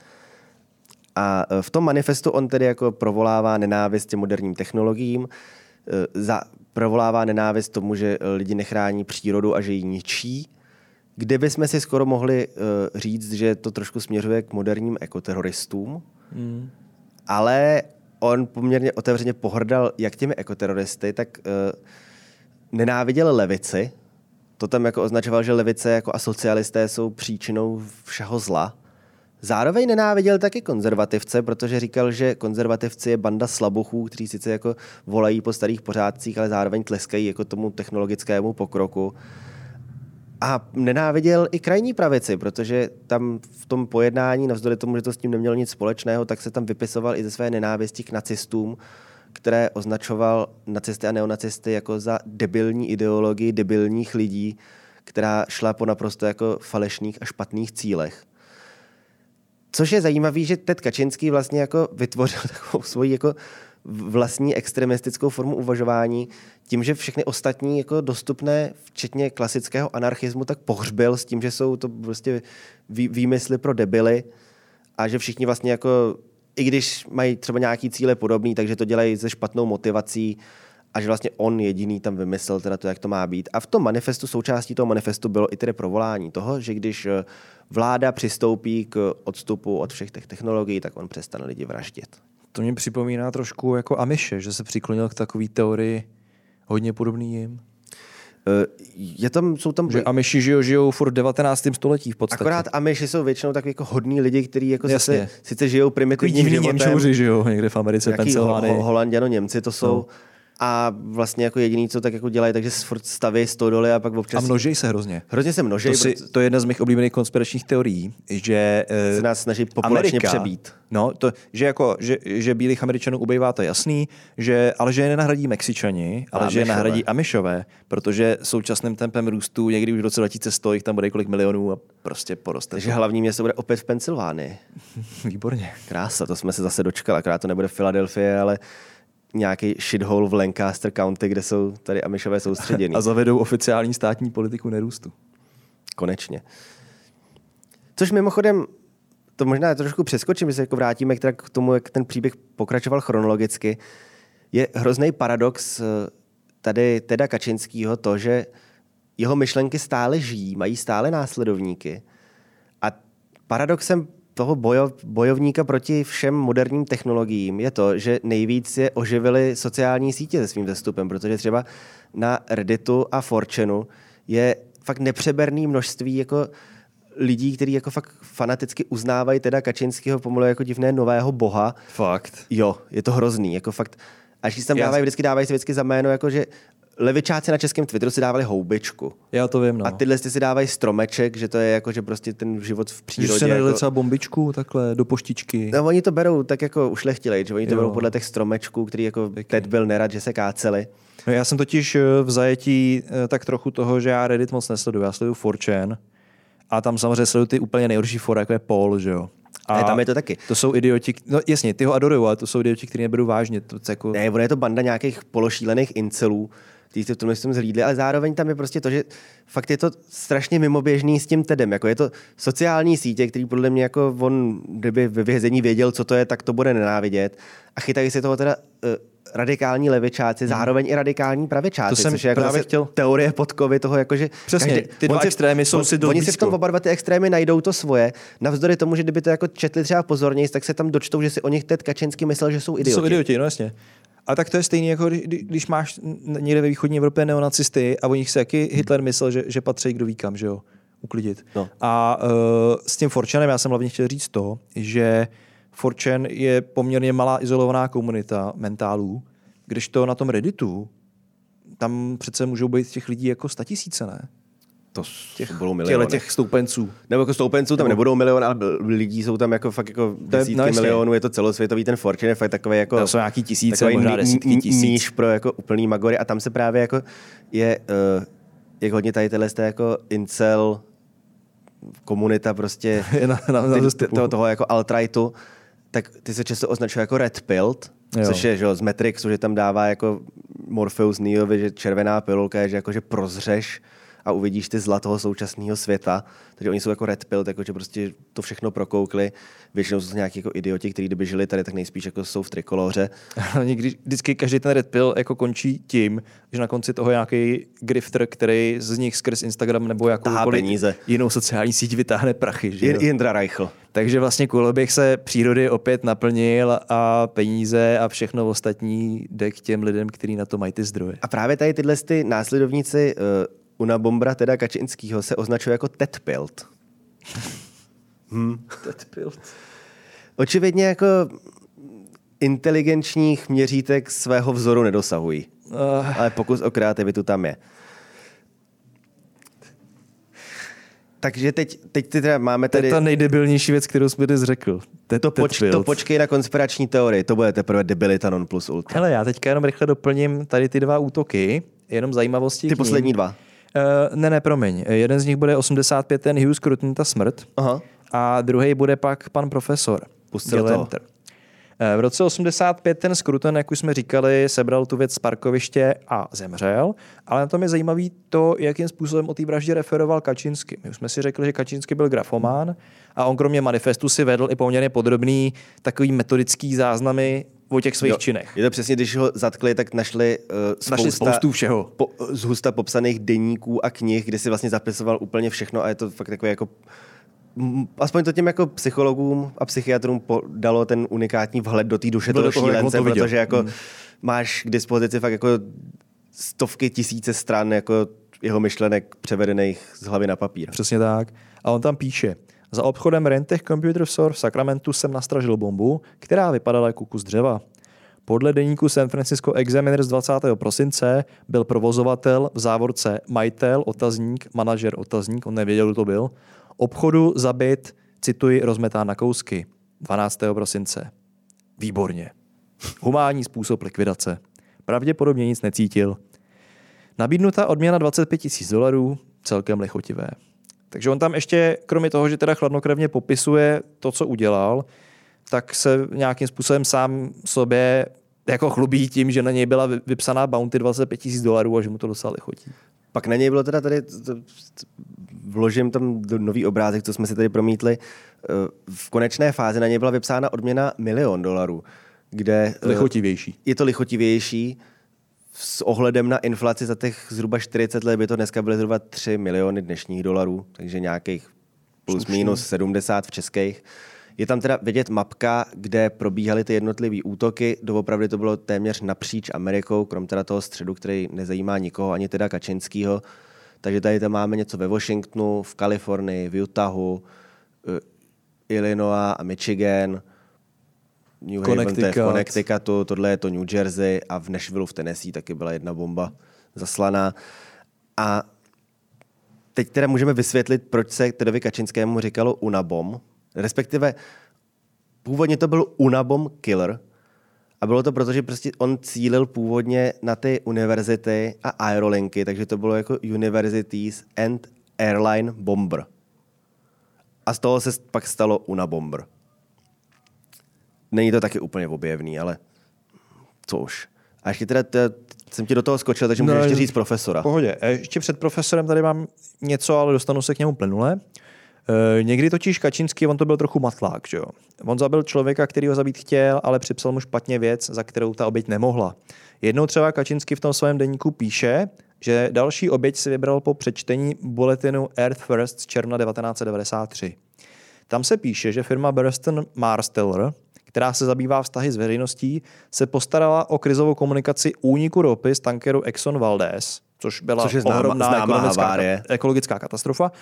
A v tom manifestu on tedy jako provolává nenávist těm moderním technologiím, za, provolává nenávist tomu, že lidi nechrání přírodu a že ji ničí, kde bychom si skoro mohli říct, že to trošku směřuje k moderním ekoteroristům, hmm. ale on poměrně otevřeně pohrdal jak těmi ekoteroristy, tak uh, nenáviděl levici. To tam jako označoval, že levice jako a socialisté jsou příčinou všeho zla. Zároveň nenáviděl taky konzervativce, protože říkal, že konzervativci je banda slabochů, kteří sice jako volají po starých pořádcích, ale zároveň tleskají jako tomu technologickému pokroku. A nenáviděl i krajní pravici, protože tam v tom pojednání, navzdory tomu, že to s tím nemělo nic společného, tak se tam vypisoval i ze své nenávisti k nacistům, které označoval nacisty a neonacisty jako za debilní ideologii debilních lidí, která šla po naprosto jako falešných a špatných cílech. Což je zajímavé, že Ted Kačinský vlastně jako vytvořil takovou svoji jako vlastní extremistickou formu uvažování tím, že všechny ostatní jako dostupné, včetně klasického anarchismu, tak pohřbil s tím, že jsou to prostě výmysly pro debily a že všichni vlastně jako, i když mají třeba nějaký cíle podobný, takže to dělají se špatnou motivací a že vlastně on jediný tam vymyslel teda to, jak to má být. A v tom manifestu, součástí toho manifestu bylo i tedy provolání toho, že když vláda přistoupí k odstupu od všech těch technologií, tak on přestane lidi vraždit. To mě připomíná trošku jako Amiše, že se přiklonil k takové teorii hodně podobný jim. Je tam, jsou tam... Že Amiši žijou, žijou furt v devatenáctém století v podstatě. Akorát Amiši jsou většinou takový jako hodní lidi, kteří jako sice, sice žijou primitivním životem. Němčouři žijou někde v Americe, Pensylvánii. Ho, Holanděno, Němci to jsou. No. A vlastně jako jediný, co tak jako dělají, takže furt staví stodoly a pak občas... A množí se hrozně. Hrozně se množí. To, si, to je jedna z mých oblíbených konspiračních teorií, že... Se nás snaží populačně Amerika, přebít. No, to, že, jako, že, že bílých Američanů ubejvá, to jasný, že, ale že je nenahradí Mexičani, ale a že je Amišové. nahradí Amišové, protože současným tempem růstu někdy už v roce dva tisíce sto jich tam bude kolik milionů a prostě poroste. Takže hlavní město bude opět v Pensylvánii. Výborně. Krása, to jsme se zase dočkali, akorát to nebude Filadelfie, ale nějaký shithole v Lancaster County, kde jsou tady Amišové soustředění. A zavedou oficiální státní politiku nerůstu. Konečně. Což mimochodem, to možná trošku přeskočím, že se jako vrátíme k tomu, jak ten příběh pokračoval chronologicky, je hrozný paradox tady Teda Kačinskýho to, že jeho myšlenky stále žijí, mají stále následovníky. A paradoxem toho bojo, bojovníka proti všem moderním technologiím je to, že nejvíc je oživily sociální sítě se svým vstupem, protože třeba na Redditu a four chanu je fakt nepřeberný množství jako lidí, kteří jako fakt fanaticky uznávají Teda Kačinského pomalu jako divné nového boha. Fakt. Jo, je to hrozný, jako fakt. Až si tam dávají, vždycky dávají si vždycky za jméno, jako že levičáci na českém Twitteru si dávali houbičku. Já to vím, no. A tyhle si dávají stromeček, že to je jako, že prostě ten život v přírodě. Že se nedali jako... třeba bombičku takhle do poštičky. No, oni to berou tak jako ušlechtilej, že oni to jo. berou podle těch stromečků, který jako Ted byl nerad, že se káceli. No, já jsem totiž v zajetí tak trochu toho, že já Reddit moc nesleduju. Já sleduju four chan a tam samozřejmě sleduju ty úplně nejhorší fora, jako je Paul, že jo. A ne, tam je to taky. To jsou idioti, no jasně, ty ho adorují, ale to jsou idioti, kteří neberou vážně. To jako... Ne, ono je to banda nějakých pološílených incelů, kteří se v tomhle tom zhlídli, ale zároveň tam je prostě to, že fakt je to strašně mimoběžný s tím Tedem. Jako je to sociální sítě, který podle mě jako on, kdyby ve vězení věděl, co to je, tak to bude nenávidět. A chytají se toho teda uh, radikální levičáci, hmm. zároveň i radikální pravičáci, to jsem což je jako právě chtěl. Teorie podkovy toho, jakože přesně, každý, ty dva extrémy jsou on, si dost Oni si v tom oba dva ty extrémy najdou to svoje, navzdory tomu, že kdyby to jako četli třeba pozorněji, tak se tam dočtou, že si o nich Ted Kačinský myslel, že jsou idioti. Jsou idioti, no jasně. A tak to je stejný, jako když máš někde ve východní Evropě neonacisty a o nich se jaký Hitler myslel, že, že patří kdo ví kam, že jo, uklidit. No. A uh, s tím four chanem já jsem hlavně chtěl říct to, že four chan je poměrně malá izolovaná komunita mentálů, když to na tom Redditu, tam přece můžou být těch lidí jako statisíce, ne? To těch, budou miliony. Těch stoupenců. Nebo jako stoupenců tam nebudou miliony, ale lidí jsou tam jako fakt jako desítky no, milionů, je to celosvětový, ten four chan je fakt takový jako... To jsou nějaký tisíce, možná desítky tisíc. Níž pro jako úplný magory a tam se právě jako je, uh, jak hodně tady tyhle jako incel komunita prostě na, na, na ty, toho, toho jako alt-rightu, tak ty se často označuje jako red pilled, jo. Což je, že jo, z Matrixu, že tam dává jako Morpheus Neovi, že červená pilulka je, že jakože prozřeš a uvidíš ty zla toho současného světa. Takže oni jsou jako red pill, jako že prostě to všechno prokoukli. Většinou jsou to nějaký jako idioti, kteří kdyby žili tady, tak nejspíš jako jsou v trikoloře. Někdy, vždycky každý ten red pill jako končí tím, že na konci toho nějaký grifter, který z nich skrz Instagram nebo jakoukoliv jinou sociální síť vytáhne prachy. Že jo? Jindra Reichl. Takže vlastně koloběh se přírody opět naplnil a peníze a všechno ostatní jde k těm lidem, kteří na to mají ty zdroje. A právě tady tyhle ty následovníci uh, Unabombra Teda Kačinskýho se označuje jako Tedpilled. hmm. Tedpilled. Očividně jako inteligenčních měřítek svého vzoru nedosahují. Uh. Ale pokus o kreativitu tam je. Takže teď, teď teda máme tady... To je ta nejdebilnější věc, kterou jsi dnes řekl. Ted, to, poč, to počkej na konspirační teorii, to bude teprve debilita non plus ultra. Hele, já teďka jenom rychle doplním tady ty dva útoky, jenom zajímavosti. Ty poslední dva. Uh, ne, ne, promiň. Jeden z nich bude osmdesát pět, ten Hugh Scruton, ta smrt. Aha. A druhý bude pak pan profesor. Pustil toho. V roce osmdesát pět ten Scruton, jak už jsme říkali, sebral tu věc z parkoviště a zemřel, ale na tom je zajímavý to, jakým způsobem o té vraždě referoval Kačinsky. My už jsme si řekli, že Kačinsky byl grafomán a on kromě manifestu si vedl i poměrně podrobný takový metodický záznamy o těch svých jo, činech. Je to přesně, když ho zatkli, tak našli, uh, spousta, našli spoustu všeho. Po, z husta popsaných deníků a knih, kde si vlastně zapisoval úplně všechno a je to fakt takové jako aspoň to těm jako psychologům a psychiatrům dalo ten unikátní vhled do té duše toho šílence, to protože jako hmm. máš k dispozici fakt jako stovky tisíce stran jako jeho myšlenek převedených z hlavy na papír. Přesně tak. A on tam píše: za obchodem Rentech Computer Store v Sacramentu jsem nastražil bombu, která vypadala jako kus dřeva. Podle deníku San Francisco Examiner z dvacátého prosince byl provozovatel v závorce majitel, otazník, manažer, otazník, on nevěděl, kdo to byl, obchodu zabit, cituji, rozmetán na kousky. dvanáctého prosince. Výborně. Humánní způsob likvidace. Pravděpodobně nic necítil. Nabídnuta odměna dvacet pět tisíc dolarů, celkem lichotivé. Takže on tam ještě, kromě toho, že teda chladnokrevně popisuje to, co udělal, tak se nějakým způsobem sám sobě jako chlubí tím, že na něj byla vypsaná bounty dvacet pět tisíc dolarů a že mu to docela lichotí. Pak na něj bylo teda tady, vložím tam nový obrázek, co jsme si tady promítli, v konečné fázi na něj byla vypsána odměna milion dolarů, kde... Lichotivější. Je to lichotivější. S ohledem na inflaci za těch zhruba čtyřicet let by to dneska byly zhruba tři miliony dnešních dolarů, takže nějakých plus minus sedmdesát v českých. Je tam teda vidět mapka, kde probíhaly ty jednotlivé útoky. Doopravdy to bylo téměř napříč Amerikou, krom teda toho středu, který nezajímá nikoho, ani teda Kačinskýho. Takže tady tam máme něco ve Washingtonu, v Kalifornii, v Utahu, Illinois a Michigan, New Haven, to je v Connecticutu, tohle je to New Jersey a v Nashville v Tennessee taky byla jedna bomba zaslaná. A teď teda můžeme vysvětlit, proč se Tedovi Kačinskému říkalo Unabom. Respektive původně to byl Unabom Killer a bylo to proto, že prostě on cílil původně na ty univerzity a aerolinky, takže to bylo jako Universities and Airline Bomber. A z toho se pak stalo Unabomber. Není to taky úplně objevný, ale co už. A ještě teda t- jsem ti do toho skočil, takže můžu no, ještě říct profesora. V pohodě. Ještě před profesorem tady mám něco, ale dostanu se k němu plynule. E, někdy totiž Kačinský, on to byl trochu matlák, že jo. On zabil člověka, který ho zabít chtěl, ale připsal mu špatně věc, za kterou ta oběť nemohla. Jednou třeba Kačinský v tom svém deníku píše, že další oběť si vybral po přečtení bulletinu Earth First z června devatenáct set devadesát tři. Tam se píše, že firma Burston Marsteller, která se zabývá vztahy s veřejností, se postarala o krizovou komunikaci úniku ropy z tankeru Exxon Valdez, což byla což ohromná ekonomická, ekologická katastrofa.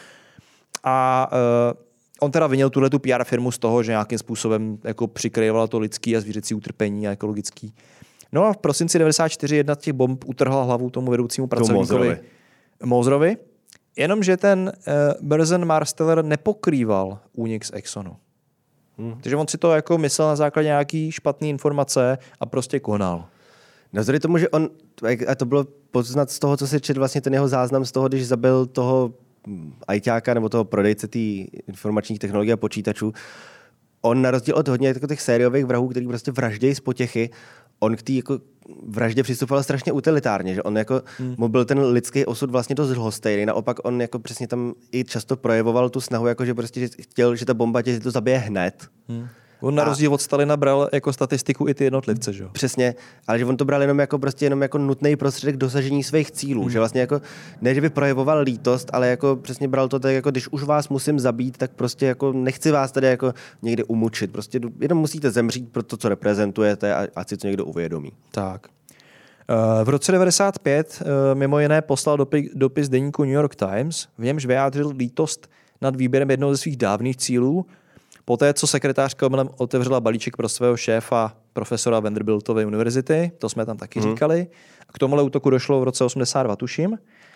A uh, on teda vinil tuhle tu P R firmu z toho, že nějakým způsobem jako přikryvala to lidský a zvířecí utrpení a ekologický. No a v prosinci devadesát čtyři jedna z těch bomb utrhla hlavu tomu vedoucímu pracovníkovi Moserovi. Jenomže ten uh, Burston Marsteller nepokrýval únik z Exxonu. Hmm. Takže on si to jako myslel na základě nějaký špatný informace a prostě konal. Navzdory tomu, že on, a to bylo poznat z toho, co se četl vlastně ten jeho záznam z toho, když zabil toho ajťáka nebo toho prodejce té informačních technologií a počítačů, on na rozdíl od hodně jako těch sériových vrahů, který prostě vraždějí z potěchy, on k té jako vraždě přistupoval strašně utilitárně, že on jako hmm. mu byl ten lidský osud vlastně dost lhostejný, naopak on jako přesně tam i často projevoval tu snahu, jako že prostě že chtěl, že ta bomba tě to zabije hned. Hmm. On na rozdíl od Stalina bral jako statistiku i ty jednotlivce, že jo? Přesně, ale že on to bral jenom jako prostě jenom jako nutný prostředek dosažení svých cílů, hmm. že vlastně jako ne, že by projevoval lítost, ale jako přesně bral to tak jako když už vás musím zabít, tak prostě jako nechci vás tady jako někde umučit, prostě jenom musíte zemřít pro to, co reprezentujete a ať si to někdo uvědomí. Tak. V roce devadesát pět mimo jiné poslal dopis, dopis deníku New York Times, v němž vyjádřil lítost nad výběrem jednoho ze svých dávných cílů. Poté, co sekretářka omylem otevřela balíček pro svého šéfa, profesora Vanderbiltovy univerzity, to jsme tam taky hmm. říkali. K tomuhle útoku došlo v roce osmdesát dva, tuším.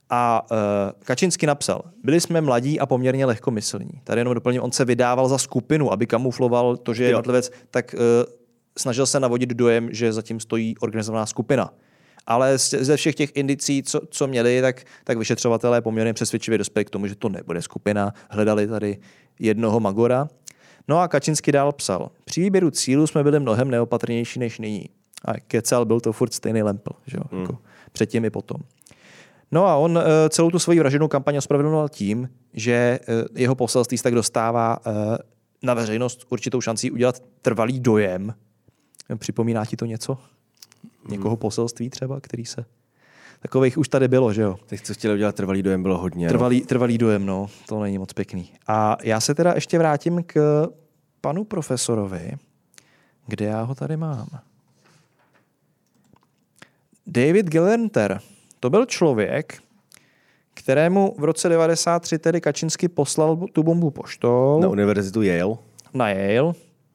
A uh, Kačinský napsal, byli jsme mladí a poměrně lehkomyslní. Tady jenom doplním, on se vydával za skupinu, aby kamufloval to, že je jednotlivec, tak uh, snažil se navodit dojem, že zatím stojí organizovaná skupina. Ale ze všech těch indicí, co, co měli, tak, tak vyšetřovatelé poměrně přesvědčivě dospěli k tomu, že to nebude skupina. Hledali tady jednoho magora. No a Kačinský dál psal, při výběru cílu jsme byli mnohem neopatrnější než nyní. A kecal, byl to furt stejný lempl, že jo? Hmm. Jako předtím i potom. No a on uh, celou tu svoji vražednou kampaň ospravedlňoval tím, že uh, jeho poselství se tak dostává uh, na veřejnost určitou šancí udělat trvalý dojem. Připomíná ti to něco? Někoho poselství třeba, který se... Takových už tady bylo, že jo? Těch, co chtěli udělat trvalý dojem, bylo hodně. Trvalý, no. trvalý dojem, no. To není moc pěkný. A já se teda ještě vrátím k panu profesorovi, kde já ho tady mám. David Gelernter. To byl člověk, kterému v roce devadesát tři tedy Kačinský poslal tu bombu poštou. Na univerzitu Yale. Na Yale.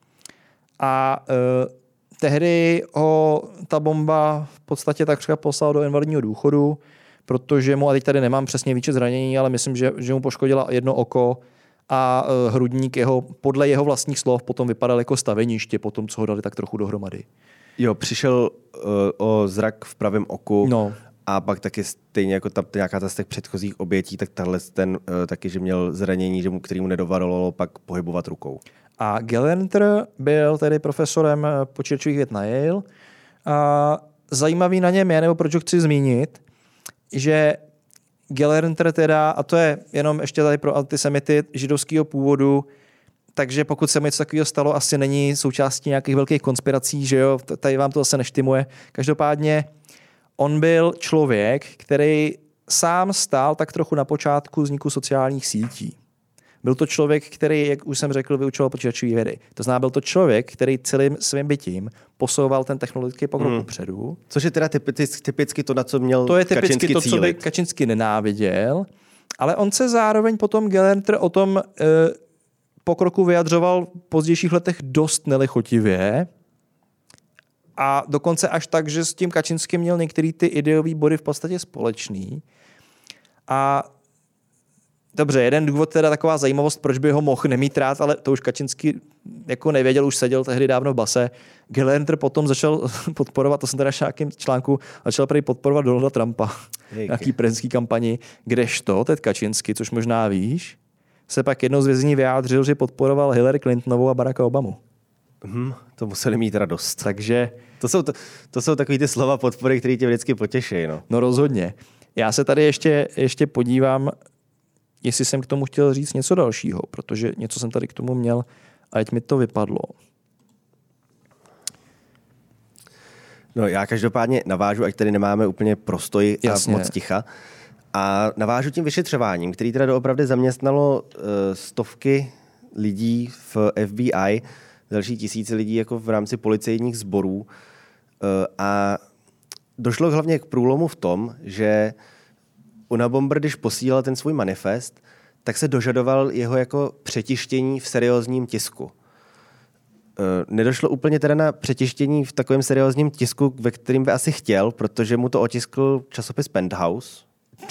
A uh, tehdy ho ta bomba v podstatě takřka poslala do invalidního důchodu, protože mu, a teď tady nemám přesně výčet zranění, ale myslím, že, že mu poškodila jedno oko a uh, hrudník jeho, podle jeho vlastních slov potom vypadal jako staveniště, po tom, co ho dali tak trochu dohromady. Jo, přišel uh, o zrak v pravém oku. No. A pak taky stejně jako tam nějaká z těch předchozích obětí, tak tahle ten uh, taky, že měl zranění, že mu, který mu nedovarovalo pak pohybovat rukou. A Gelernter byl tedy profesorem počítačových věd na Yale. A zajímavý na něm je, nebo proč ho chci zmínit, že Gelernter teda, a to je jenom ještě tady pro antisemity židovského původu, takže pokud se mu něco takového stalo, asi není součástí nějakých velkých konspirací, že jo, tady vám to zase neštimuje. Každopádně on byl člověk, který sám stál tak trochu na počátku vzniku sociálních sítí. Byl to člověk, který, jak už jsem řekl, vyučoval počítačové vědy. To znamená, byl to člověk, který celým svým bytím posouval ten technologický pokrok hmm. upředu. Což je teda typicky, typicky to, na co měl To je typicky Kačinský to, cílit. co by Kačinský nenáviděl, ale on se zároveň potom Gelernter o tom e, pokroku vyjadřoval v pozdějších letech dost nelichotivě a dokonce až tak, že s tím Kačinským měl některý ty ideový body v podstatě společný. A dobře, jeden důvod, teda taková zajímavost, proč by ho mohl nemít rád, ale to už Kačinský jako nevěděl, už seděl tehdy dávno v base. Gelernter potom začal podporovat, to jsem teda v nějakém článku, začal prý podporovat Donalda Trumpa v nějaký prezidentský kampani, kdežto Ted Kačinský, což možná víš, se pak jednou z vězení vyjádřil, že podporoval Hillary Clintonovou a Baracka Obamu. Hmm, to museli mít radost. Takže... To jsou, to, to jsou takový ty slova podpory, které tě vždycky potěší. No. no rozhodně. Já se tady ještě, ještě podívám, jestli jsem k tomu chtěl říct něco dalšího, protože něco jsem tady k tomu měl, a ať mi to vypadlo. No já každopádně navážu, ať tady nemáme úplně prostoj a Jasně. moc ticha. A navážu tím vyšetřováním, který teda doopravdy zaměstnalo uh, stovky lidí v F B I, další tisíce lidí jako v rámci policejních sborů. Uh, a došlo hlavně k průlomu v tom, že Unabomber, když posílal ten svůj manifest, tak se dožadoval jeho jako přetištění v seriózním tisku. Nedošlo úplně teda na přetištění v takovém seriózním tisku, ve kterým by asi chtěl, protože mu to otiskl časopis Penthouse.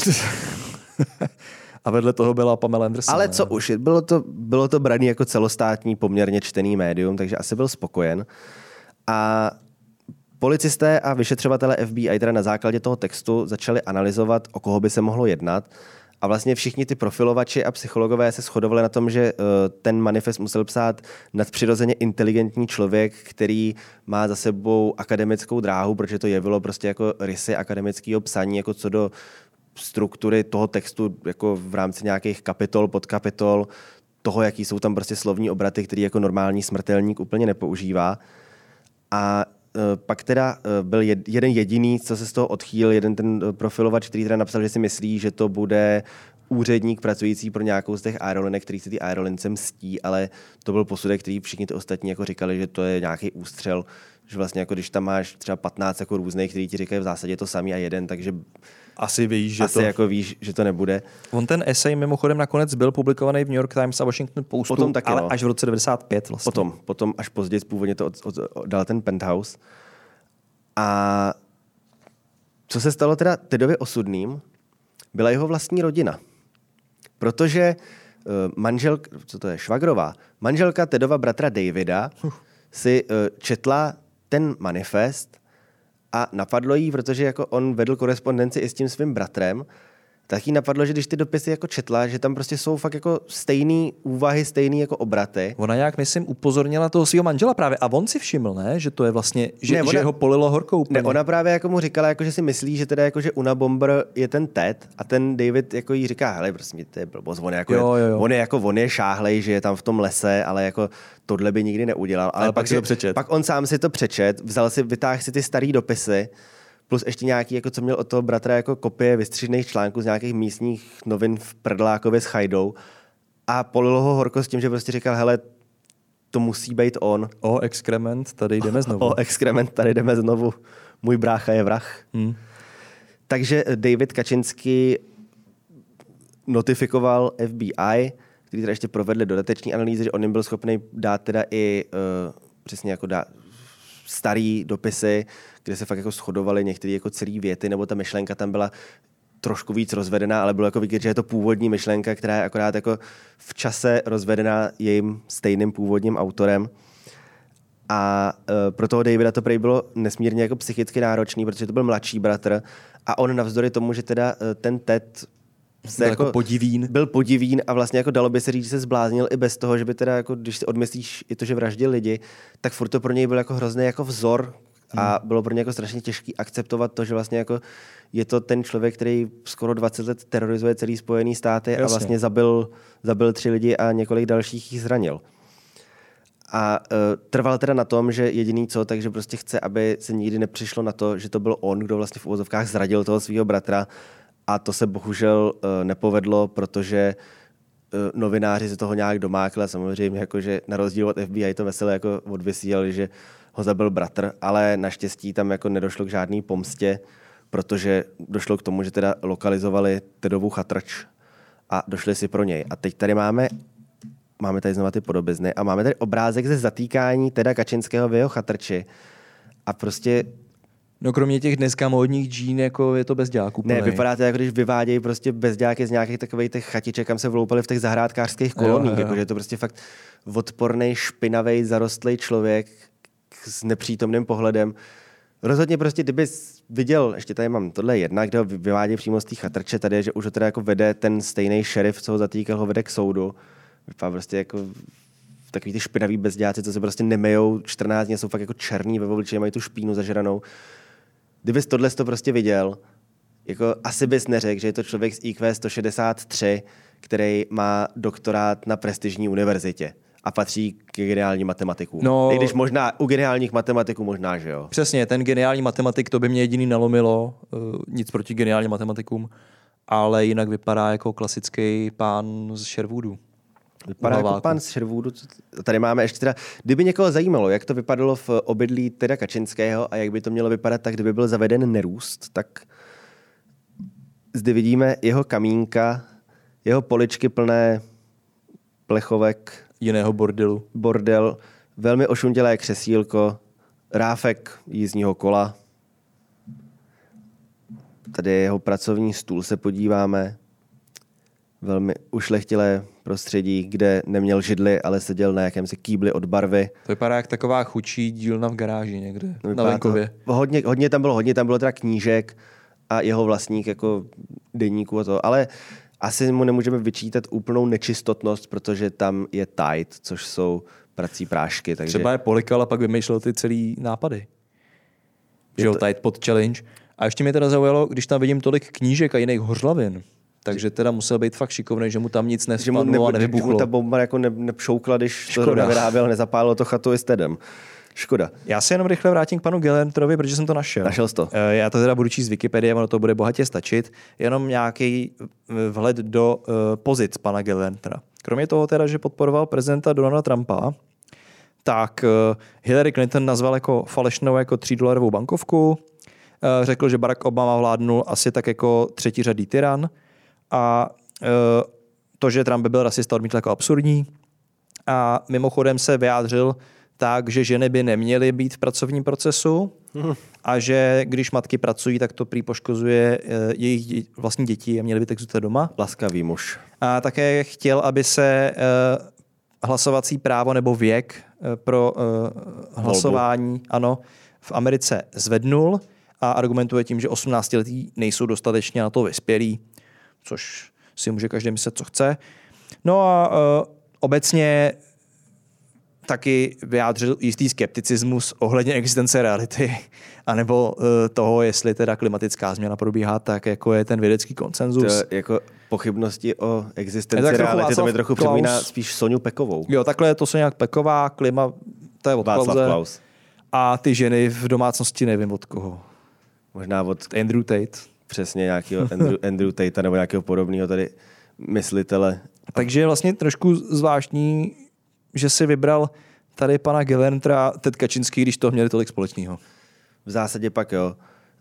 A vedle toho byla Pamela Anderson. Ale co už, bylo to, bylo to braný jako celostátní poměrně čtený médium, takže asi byl spokojen. A policisté a vyšetřovatelé F B I teda na základě toho textu začali analyzovat, o koho by se mohlo jednat. A vlastně všichni ty profilovači a psychologové se shodovali na tom, že uh, ten manifest musel psát nadpřirozeně inteligentní člověk, který má za sebou akademickou dráhu, protože to jevilo prostě jako rysy akademického psaní, jako co do struktury toho textu jako v rámci nějakých kapitol, podkapitol, toho, jaký jsou tam prostě slovní obraty, který jako normální smrtelník úplně nepoužívá. A pak teda byl jeden jediný, co se z toho odchýlil, jeden ten profilovač, který teda napsal, že si myslí, že to bude úředník pracující pro nějakou z těch aerolinek, který se ty aerolince mstí, ale to byl posudek, který všichni ty ostatní jako říkali, že to je nějaký ústřel, že vlastně jako když tam máš třeba patnáct jako různých, který ti říkají v zásadě to samý a jeden, takže asi víš, že asi to... jako víš, že to nebude. On ten esej mimochodem nakonec byl publikovaný v New York Times a Washington Postu, potom taky, ale no. až v roce devadesát pět vlastně. Potom, potom až později původně to od, od, od, dal ten Penthouse. A co se stalo teda Tedovi osudným, byla jeho vlastní rodina. Protože uh, manželka, co to je, švagrová, manželka Tedova bratra Davida uh. si uh, četla ten manifest a napadlo jí, protože jako on vedl korespondenci i s tím svým bratrem, tak jí napadlo, že když ty dopisy jako četla, že tam prostě jsou fakt jako stejný úvahy, stejný jako obraty. Ona nějak, myslím, upozornila toho svého manžela právě a on si všiml, ne? Že to je vlastně, že, ne, ona, že ho polilo horkou úplně. Ne, ona právě jako mu říkala, jako, že si myslí, že teda jako, že Unabomber je ten Ted a ten David jako jí říká, hele, prostě to je blbost, on je jako, jo, jo, jo. On je jako, on je šáhlej, že je tam v tom lese, ale jako tohle by nikdy neudělal. Ale, ale pak, pak si to přečet. Pak on sám si to přečet, vzal si, vytáhl si ty starý dopisy, plus ještě nějaký, jako co měl od toho bratra jako kopie vystřižených článků z nějakých místních novin v Prdlákově s Chajdou a polilo ho horko s tím, že prostě říkal, hele, to musí být on. O, exkrement, tady jdeme znovu. O, exkrement, tady jdeme znovu. Můj brácha je vrah. Hmm. Takže David Kačinský notifikoval F B I, který teda ještě provedli dodateční analýzy, že on jim byl schopný dát teda i uh, přesně jako dát starý dopisy, kde se fakt jako shodovaly některé jako celý věty, nebo ta myšlenka tam byla trošku víc rozvedená, ale bylo jako vidět, že je to původní myšlenka, která je akorát jako v čase rozvedená jejím stejným původním autorem. A uh, pro toho Davida to prý bylo nesmírně jako psychicky náročný, protože to byl mladší bratr a on navzdory tomu, že teda uh, ten Ted byl jako, jako podivín. Byl podivín a vlastně jako dalo by se říct, že se zbláznil i bez toho, že by teda jako, když si odmyslíš i to, že vraždil lidi, tak furt to pro něj byl jako hrozný jako vzor a hmm. bylo pro něj jako strašně těžký akceptovat to, že vlastně jako je to ten člověk, který skoro dvacet let terorizuje celý Spojený státy. Jasně. A vlastně zabil, zabil tři lidi a několik dalších jich zranil. A uh, trval teda na tom, že jediný co, takže prostě chce, aby se nikdy nepřišlo na to, že to byl on, kdo vlastně v uvozovkách zradil toho svého bratra. A to se bohužel uh, nepovedlo, protože uh, novináři se toho nějak domákli. Samozřejmě, jakože na rozdíl od F B I to veselé jako odvysílali, že ho zabil bratr, ale naštěstí tam jako nedošlo k žádný pomstě, protože došlo k tomu, že teda lokalizovali Tedovu chatrč a došli si pro něj. A teď tady máme, máme tady znova ty podobizny a máme tady obrázek ze zatýkání Teda Kačinského v jeho chatrči a prostě no kromě těch dneska módních džín, jako je to bezďáků. Ne, vypadá to jako když vyvádějí prostě bezďáky z nějakých takových těch chatiček, kam se vloupali v těch zahrádkářských koloních. Jako, že je to prostě fakt odpornej, špinavej, zarostlej člověk s nepřítomným pohledem. Rozhodně prostě, kdyby viděl, ještě tady mám tohle jedna, kde ho vyvádějí přímo z té chatrče, tady je, že už ho teda jako vede ten stejný šerif, co ho zatýkal, ho vede k soudu. Vypadá prostě jako takový ty špinavý bezďáci, co se prostě nemejou čtrnáct dní, jsou fakt jako černý ve obličeji, mají tu špínu zažranou. Kdybys tohle to prostě viděl, jako asi bys neřekl, že je to člověk z I Q sto šedesát tři, který má doktorát na prestižní univerzitě a patří k geniálním matematikům. No, i když možná u geniálních matematiků možná, že jo. Přesně, ten geniální matematik, to by mě jediný nalomilo, uh, nic proti geniálním matematikům, ale jinak vypadá jako klasický pán z Sherwoodu. Vypadá jako pán z Sherwoodu. Tady máme ještě teda, kdyby někoho zajímalo, jak to vypadalo v obydlí Teda Kačinského a jak by to mělo vypadat, tak kdyby byl zaveden nerůst, tak zde vidíme jeho kamínka, jeho poličky plné plechovek. Jiného bordelu. Bordel, velmi ošuntělé křesílko, ráfek jízdního kola. Tady je jeho pracovní stůl, se podíváme. Velmi ušlechtilé prostředí, kde neměl židli, ale seděl na jakémsi kýbli od barvy. To vypadá jak taková chučí dílna v garáži někde na venkově. Hodně, hodně tam bylo, hodně tam bylo teda knížek a jeho vlastních jako deníků a to, ale asi mu nemůžeme vyčítat úplnou nečistotnost, protože tam je Tide, což jsou prací prášky. Takže... Třeba je polikal a pak vymýšlel ty celý nápady. Že jo, to... Tide pod challenge. A ještě mě teda zaujalo, když tam vidím tolik knížek a jiných hořlavin, takže teda musel být fakt šikovný, že mu tam nic nespadlo a nevybuchlo. Že mu ta bomba jako ne, nepšoukla, když Škoda. To vyráběl, nezapálilo to chatu i s Tedem. Škoda. Já se jenom rychle vrátím k panu Gelernterovi, protože jsem to našel. Našel jsi to. Já to teda budu číst z Wikipedie, ono to bude bohatě stačit. Jenom nějaký vhled do uh, pozic pana Gelernera. Kromě toho teda, že podporoval prezidenta Donalda Trumpa, tak uh, Hillary Clinton nazval jako falešnou jako třídolarovou bankovku. Uh, řekl, že Barack Obama vládnul asi tak jako třetiřadý tyran. A uh, to, že Trump by byl rasista, odmítl jako absurdní. A mimochodem se vyjádřil takže ženy by neměly být v pracovním procesu a že když matky pracují, tak to prý poškozuje jejich dě- vlastní děti a měly by tak zůstat doma. Laskavý muž. A také chtěl, aby se uh, hlasovací právo nebo věk uh, pro uh, hlasování ano, v Americe zvednul a argumentuje tím, že osmnáctiletí nejsou dostatečně na to vyspělí, což si může každý myslet, co chce. No a uh, obecně taky vyjádřil jistý skepticismus ohledně existence reality, anebo uh, toho, jestli teda klimatická změna probíhá tak, jako je ten vědecký konsenzus. To jako pochybnosti o existenci Je reality, to mi Václav trochu Klaus. připomíná spíš Soňu Pekovou. Jo, takhle je to Soňa Peková, klima, to je od Václav Klause. Klaus. A ty ženy v domácnosti nevím od koho. Možná od Andrew Tate. přesně nějakého Andrew, Andrew Tate nebo nějakého podobného tady myslitele. Takže je vlastně trošku zvláštní, že si vybral tady pana Gelerntra, Ted Kačinský, když to měli tolik společného. V zásadě pak jo.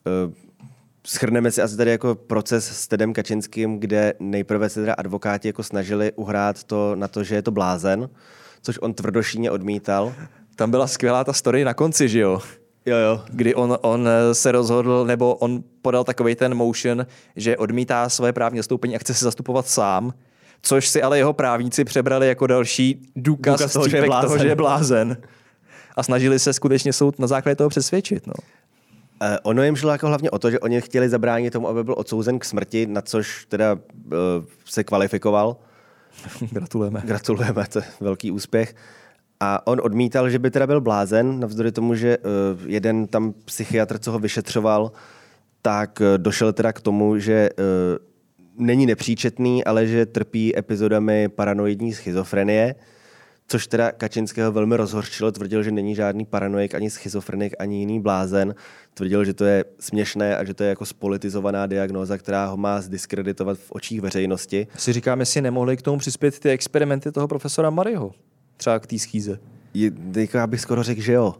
Shrneme si asi tady jako proces s Tedem Kačinským, kde nejprve se teda advokáti jako snažili uhrát to na to, že je to blázen, což on tvrdošíně odmítal. Tam byla skvělá ta story na konci, že jo? Jo, jo. Kdy on, on se rozhodl, nebo on podal takovej ten motion, že odmítá svoje právní zastoupení a chce se zastupovat sám, což si ale jeho právníci přebrali jako další důkaz, Důkaz toho, že je blázen. toho, že je blázen. A snažili se skutečně soud na základě toho přesvědčit. No. Uh, ono jim šlo jako hlavně o to, že oni chtěli zabránit tomu, aby byl odsouzen k smrti, na což teda uh, se kvalifikoval. Gratulujeme. Gratulujeme, to je velký úspěch. A on odmítal, že by teda byl blázen, navzdory tomu, že uh, jeden tam psychiatr, co ho vyšetřoval, tak uh, došel teda k tomu, že uh, není nepříčetný, ale že trpí epizodami paranoidní schizofrenie, což teda Kačinského velmi rozhorčilo, tvrdil, že není žádný paranoik, ani schizofrenik, ani jiný blázen. Tvrdil, že to je směšné a že to je jako spolitizovaná diagnóza, která ho má zdiskreditovat v očích veřejnosti. Si říkám, jestli nemohli k tomu přispět ty experimenty toho profesora Mariho. Třeba k té schýze. Je, jako já bych skoro řekl, že jo.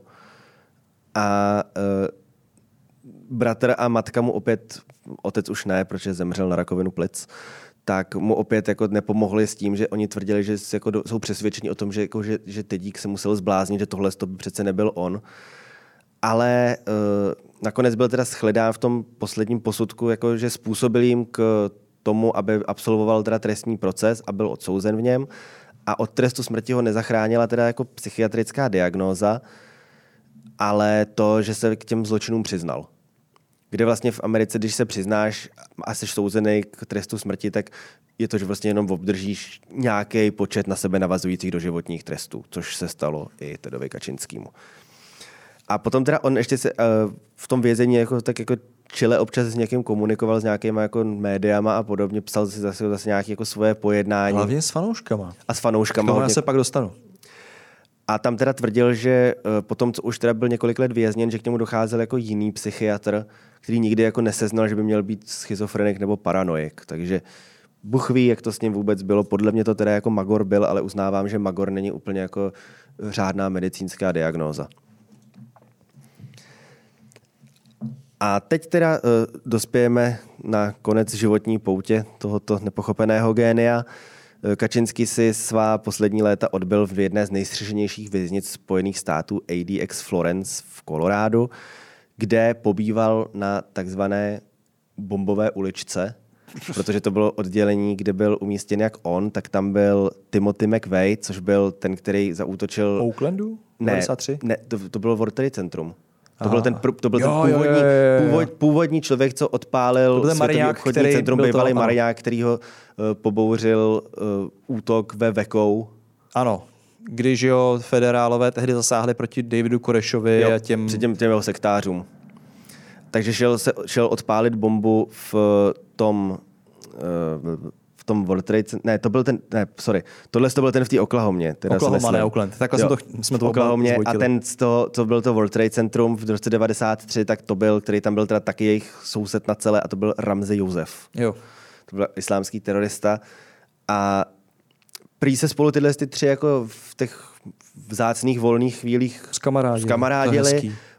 A uh, bratr a matka mu opět, otec už ne, protože zemřel na rakovinu plic, tak mu opět jako nepomohli s tím, že oni tvrdili, že jako do, jsou přesvědčeni o tom, že, jako, že, že Tedík se musel zbláznit, že tohle to by přece nebyl on. Ale uh, nakonec byl teda shledán v tom posledním posudku, jako, že způsobil jim k tomu, aby absolvoval teda trestní proces a byl odsouzen v něm. A od trestu smrti ho nezachránila teda jako psychiatrická diagnóza, ale to, že se k těm zločinům přiznal. Kde vlastně v Americe, když se přiznáš a jsi souzený k trestu smrti, tak je to, že vlastně jenom obdržíš nějaký počet na sebe navazujících doživotních trestů, což se stalo i Tedovi Kačinskému. A potom teda on ještě se uh, v tom vězení jako, tak jako čile občas s někým komunikoval, s nějakýma jako médiama a podobně, psal si zase, zase nějaké jako svoje pojednání. Hlavně s fanouškama. A s fanouškama. K tomu já hodně... se pak dostanu. A tam teda tvrdil, že uh, potom, co už teda byl několik let vězněn, že k němu docházel jako jiný psychiatr, který nikdy jako neseznal, že by měl být schizofrenik nebo paranoik. Takže Bůh ví, jak to s ním vůbec bylo. Podle mě to teda jako magor byl, ale uznávám, že magor není úplně jako řádná medicínská diagnóza. A teď teda uh, dospějeme na konec životní poutě tohoto nepochopeného génia. Kačinský si svá poslední léta odbyl v jedné z nejstřeženějších věznic Spojených států A D X Florence v Kolorádu, kde pobýval na takzvané bombové uličce, protože to bylo oddělení, kde byl umístěn jak on, tak tam byl Timothy McVeigh, což byl ten, který zaútočil... Oaklandu? Ne, ne to, to bylo World Trade Centrum. To byl ten, to byl jo, ten původní, jo, jo, jo. Původ, původní člověk, co odpálil Světový Mariák, obchodní který centrum, bývalý to, Mariák, který ho uh, pobouřil uh, útok ve Vekou. Ano, když jo, federálové tehdy zasáhli proti Davidu Korešovi jo, a těm... Před těm, těm jeho sektářům. Takže šel, se, šel odpálit bombu v tom... Uh, v tom World Trade Center, ne, to byl ten, ne, sorry, tohle to byl ten v té Oklahomě. Oklahoma, ne Oakland. Takhle jsme to, jsme to Oklahomě a ten, z toho, co byl to World Trade Centrum v roce devadesát tři, tak to byl, který tam byl teda taky jejich soused na celé a to byl Ramzi Josef. Jo. To byl islámský terorista a prý se spolu tyhle ty tři jako v těch vzácných volných chvílích zkamarádili. zkamarádili.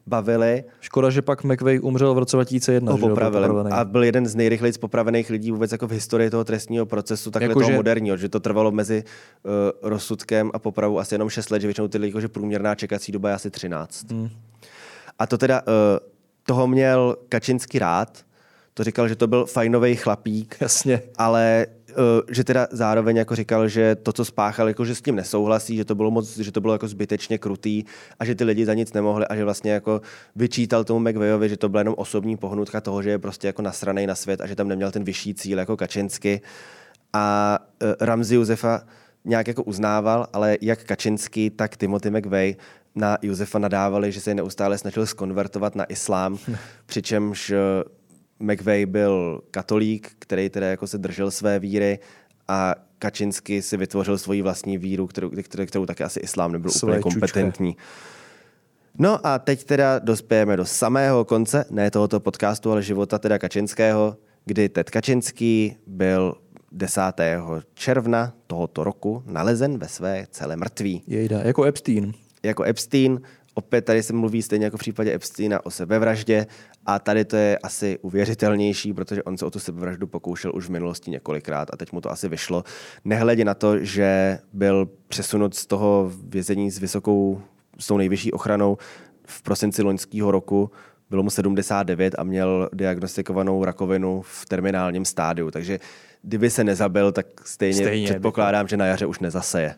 bavili. Škoda, že pak McVeigh umřel v roce dva tisíce jedna. Ho popravili. A byl jeden z nejrychleji popravených lidí vůbec jako v historii toho trestního procesu, takhle jako toho že... moderního, že to trvalo mezi uh, rozsudkem a popravou asi jenom šest let, že většinou ty lidi, že průměrná čekací doba je asi třináct. Hmm. A to teda, uh, toho měl Kačinský rád, to říkal, že to byl fajnový chlapík, jasně, ale uh, že teda zároveň jako říkal, že to, co spáchal, jako, že s tím nesouhlasí, že to bylo moc, že to bylo jako zbytečně krutý a že ty lidi za nic nemohli a že vlastně jako vyčítal tomu McVeighovi, že to byla jenom osobní pohnutka toho, že je prostě jako nasranej na svět a že tam neměl ten vyšší cíl jako Kačinský. A uh, Ramzi Josefa nějak jako uznával, ale jak Kačinský, tak Timothy McVeigh na Josefa nadávali, že se neustále snažil skonvertovat na islám, přičemž uh, McVeigh byl katolík, který teda jako se držel své víry a Kačinský si vytvořil svoji vlastní víru, kterou, kterou, kterou taky asi islám nebyl Své úplně kompetentní. Čučke. No a teď teda dospějeme do samého konce, ne tohoto podcastu, ale života teda Kačinského, kdy Ted Kačinský byl desátého června tohoto roku nalezen ve své celé mrtví. Jejda, jako Epstein. Jako Epstein. Opět tady se mluví stejně jako v případě Epsteina o sebevraždě a tady to je asi uvěřitelnější, protože on se o tu sebevraždu pokoušel už v minulosti několikrát a teď mu to asi vyšlo. Nehledě na to, že byl přesunut z toho vězení s vysokou, s tou nejvyšší ochranou v prosinci loňského roku, bylo mu sedmdesát devět a měl diagnostikovanou rakovinu v terminálním stádiu, takže kdyby se nezabil, tak stejně, stejně předpokládám, by... že na jaře už nezaseje.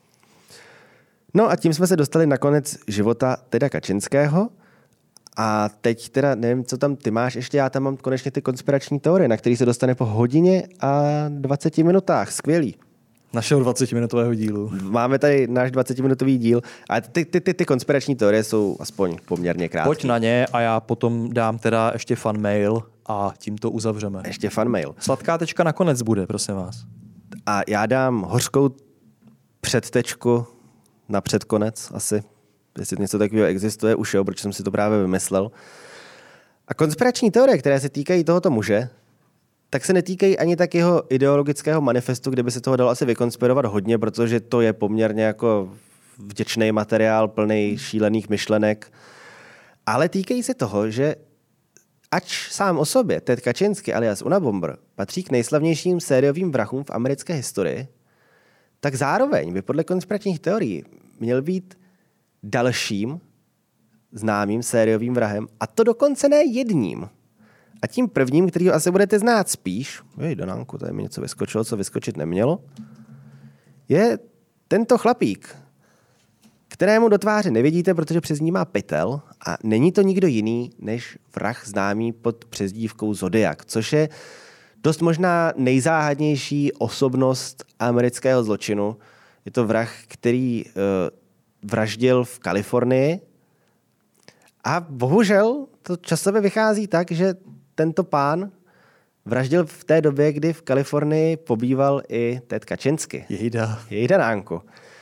No a tím jsme se dostali na konec života Teda Kačinského a teď teda nevím, co tam ty máš, ještě já tam mám konečně ty konspirační teorie, na který se dostane po hodině a dvaceti minutách. Skvělý. Našeho dvacetiminutového dílu. Máme tady náš dvacetiminutový díl a ty, ty, ty, ty konspirační teorie jsou aspoň poměrně krátké. Pojď na ně a já potom dám teda ještě fan mail a tím to uzavřeme. Ještě fan mail. Sladká tečka nakonec bude, prosím vás. A já dám hořkou předtečku na předkonec asi, jestli něco takového existuje, už jo, protože jsem si to právě vymyslel. A konspirační teorie, které se týkají tohoto muže, tak se netýkají ani tak jeho ideologického manifestu, kde by se toho dalo asi vykonspirovat hodně, protože to je poměrně jako vděčný materiál, plný šílených myšlenek. Ale týkají se toho, že ač sám o sobě Ted Kaczynski alias Unabomber patří k nejslavnějším sériovým vrahům v americké historii, tak zároveň by podle konspiračních teorií měl být dalším známým sériovým vrahem, a to dokonce ne jedním. A tím prvním, kterýho asi budete znát spíš, jej, Danánku, tady mi něco vyskočilo, co vyskočit nemělo, je tento chlapík, kterému do tváře nevidíte, protože přes ní má pytel a není to nikdo jiný než vrah známý pod přezdívkou Zodiak, což je dost možná nejzáhadnější osobnost amerického zločinu. Je to vrah, který uh, vraždil v Kalifornii a bohužel to časově vychází tak, že tento pán vraždil v té době, kdy v Kalifornii pobýval i Ted Kaczynski. Jejda. Jejda Nánko.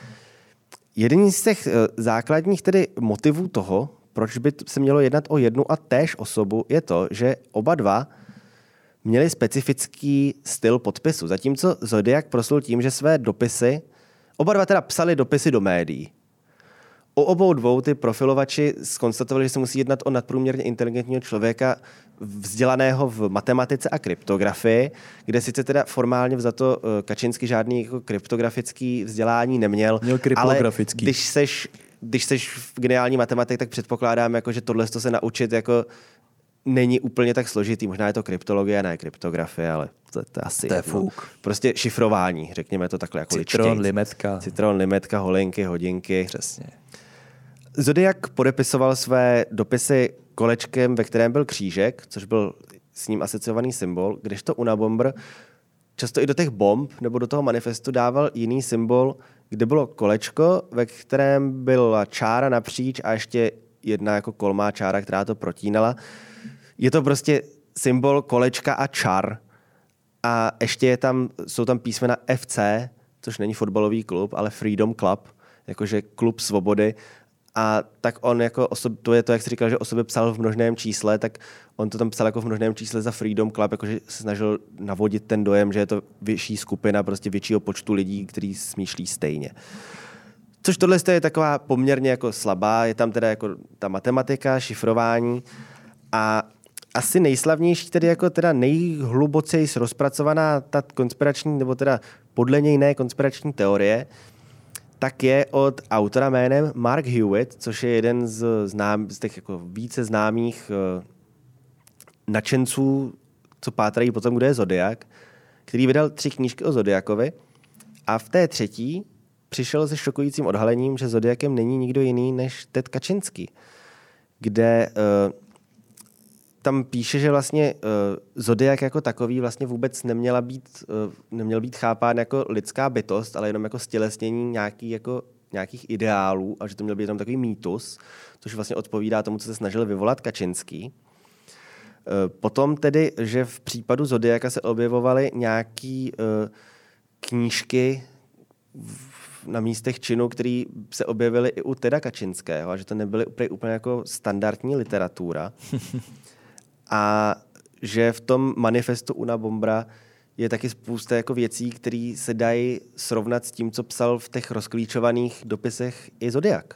Jeden z těch uh, základních tedy motivů toho, proč by se mělo jednat o jednu a též osobu, je to, že oba dva měli specifický styl podpisu. Zatímco Zodiak proslul tím, že své dopisy, oba dva teda psali dopisy do médií. O obou dvou ty profilovači zkonstatovali, že se musí jednat o nadprůměrně inteligentního člověka vzdělaného v matematice a kryptografii, kde sice teda formálně vzato Kaczynski žádný jako kryptografický vzdělání neměl, měl ale když seš, když seš geniální matematik, tak předpokládám, jako, že tohle se naučit jako není úplně tak složitý. Možná je to kryptologie, ne kryptografie, ale to, to je asi to je fuk. Prostě šifrování, řekněme to takhle jako Citron, ličtějc. limetka. Citron, limetka, holinky, hodinky. Přesně. Zodiak podepisoval své dopisy kolečkem, ve kterém byl křížek, což byl s ním asociovaný symbol, kdežto Unabomber často i do těch bomb nebo do toho manifestu dával jiný symbol, kde bylo kolečko, ve kterém byla čára napříč a ještě jedna jako kolmá čára, která to protínala. Je to prostě symbol kolečka a čar. A ještě je tam, jsou tam písmena F C, což není fotbalový klub, ale Freedom Club, jakože klub svobody. A tak on jako osob, to je to, jak jsi říkal, že o sobě psal v množném čísle, tak on to tam psal jako v množném čísle za Freedom Club, jakože se snažil navodit ten dojem, že je to vyšší skupina prostě většího počtu lidí, kteří smýšlí stejně. Což tohle je taková poměrně jako slabá, je tam teda jako ta matematika, šifrování a asi nejslavnější, tedy jako teda nejhluboceji rozpracovaná ta konspirační, nebo teda podle něj ne konspirační teorie, tak je od autora jménem Mark Hewitt, což je jeden z, znám, z těch jako více známých uh, nadšenců, co pátrají potom, kdo je Zodiak, který vydal tři knížky o Zodiakovi a v té třetí přišel se šokujícím odhalením, že Zodiakem není nikdo jiný než Ted Kaczynski, kde uh, tam píše, že vlastně uh, Zodiak jako takový vlastně vůbec neměla být, uh, neměl být chápán jako lidská bytost, ale jenom jako stělesnění nějaký, jako, nějakých ideálů a že to měl být jenom takový mýtus, což vlastně odpovídá tomu, co se snažil vyvolat Kaczynský. Uh, potom tedy, že v případu Zodiaka se objevovaly nějaký uh, knížky v, na místech činu, které se objevily i u Teda Kaczynského a že to nebyly úplně, úplně jako standardní literatura. A že v tom manifestu Una Bombra je taky spousta jako věcí, které se dají srovnat s tím, co psal v těch rozklíčovaných dopisech i Zodiak.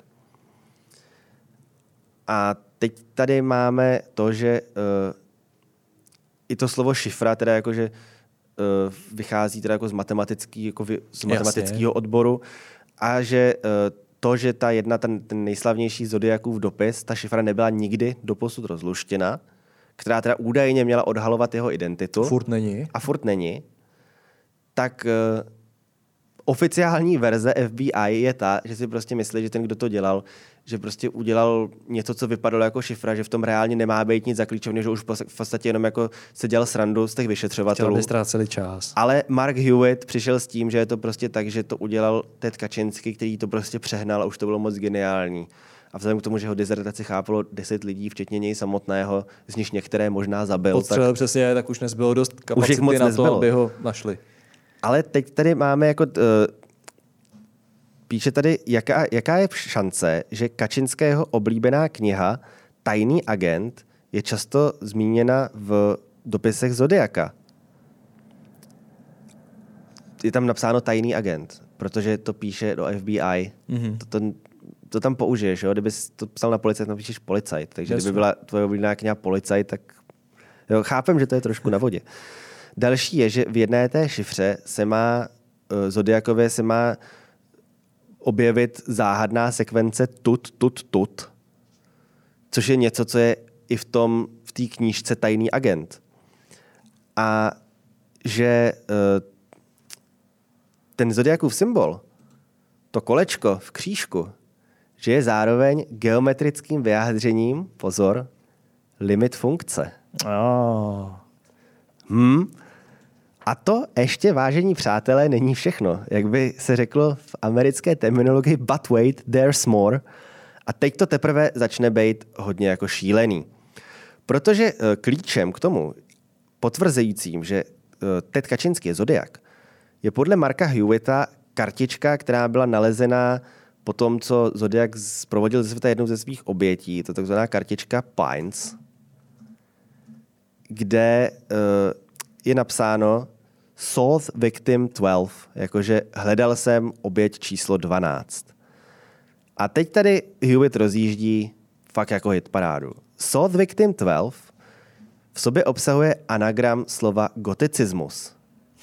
A teď tady máme to, že uh, i to slovo šifra, teda jako, že uh, vychází teda jako z matematický, jako vy, z matematického odboru a že uh, to, že ta jedna, ten, ten nejslavnější Zodiakův dopis, ta šifra nebyla nikdy doposud rozluštěna, která teda údajně měla odhalovat jeho identitu. Furt není. A furt není. Tak uh, oficiální verze F B I je ta, že si prostě myslí, že ten, kdo to dělal, že prostě udělal něco, co vypadalo jako šifra, že v tom reálně nemá být nic zaklíčovaného, že už v podstatě jenom jako se dělal srandu z těch vyšetřovatelů. Chtěl by ztráceli čas. Ale Mark Hewitt přišel s tím, že je to prostě tak, že to udělal Ted Kaczynski, který to prostě přehnal a už to bylo moc geniální. A vzhledem k tomu, že jeho dizertaci chápalo deset lidí, včetně něj samotného, z nich některé možná zabil. Podstřelil tak... přesně, tak už nezbylo dost kapacity na nezbylo. to, aby ho našli. Ale teď tady máme jako... Uh, píše tady, jaká, jaká je šance, že Kaczynského oblíbená kniha Tajný agent je často zmíněna v dopisech Zodiaka. Je tam napsáno Tajný agent, protože to píše do F B I. Mm-hmm. To, to, to tam použiješ, jo? Kdyby to psal na policajt, napíšeš policajt. Takže Jasně. kdyby byla tvoje oblíbená kniha Policajt, tak jo, chápem, že to je trošku na vodě. Další je, že v jedné té šifře se má, uh, Zodiakově se má objevit záhadná sekvence tut, tut, tut, což je něco, co je i v tom, v té knížce Tajný agent. A že uh, ten Zodiakův symbol, to kolečko v křížku, že je zároveň geometrickým vyjádřením, pozor, limit funkce. Oh. Hmm. A to ještě, vážení přátelé, není všechno. Jak by se řeklo v americké terminologii, but wait, there's more. A teď to teprve začne být hodně jako šílený. Protože uh, klíčem k tomu, potvrzujícím, že uh, Ted Kaczynski je Zodiak, je podle Marka Hewitta kartička, která byla nalezená po tom, co Zodiak provodil ze světa jednou ze svých obětí, to takzvaná kartička Pines, kde uh, je napsáno Sought Victim dvanáct, jakože hledal jsem oběť číslo dvanáct. A teď tady Hewitt rozjíždí fakt jako hitparádu. Sought Victim dvanáct v sobě obsahuje anagram slova goticismus.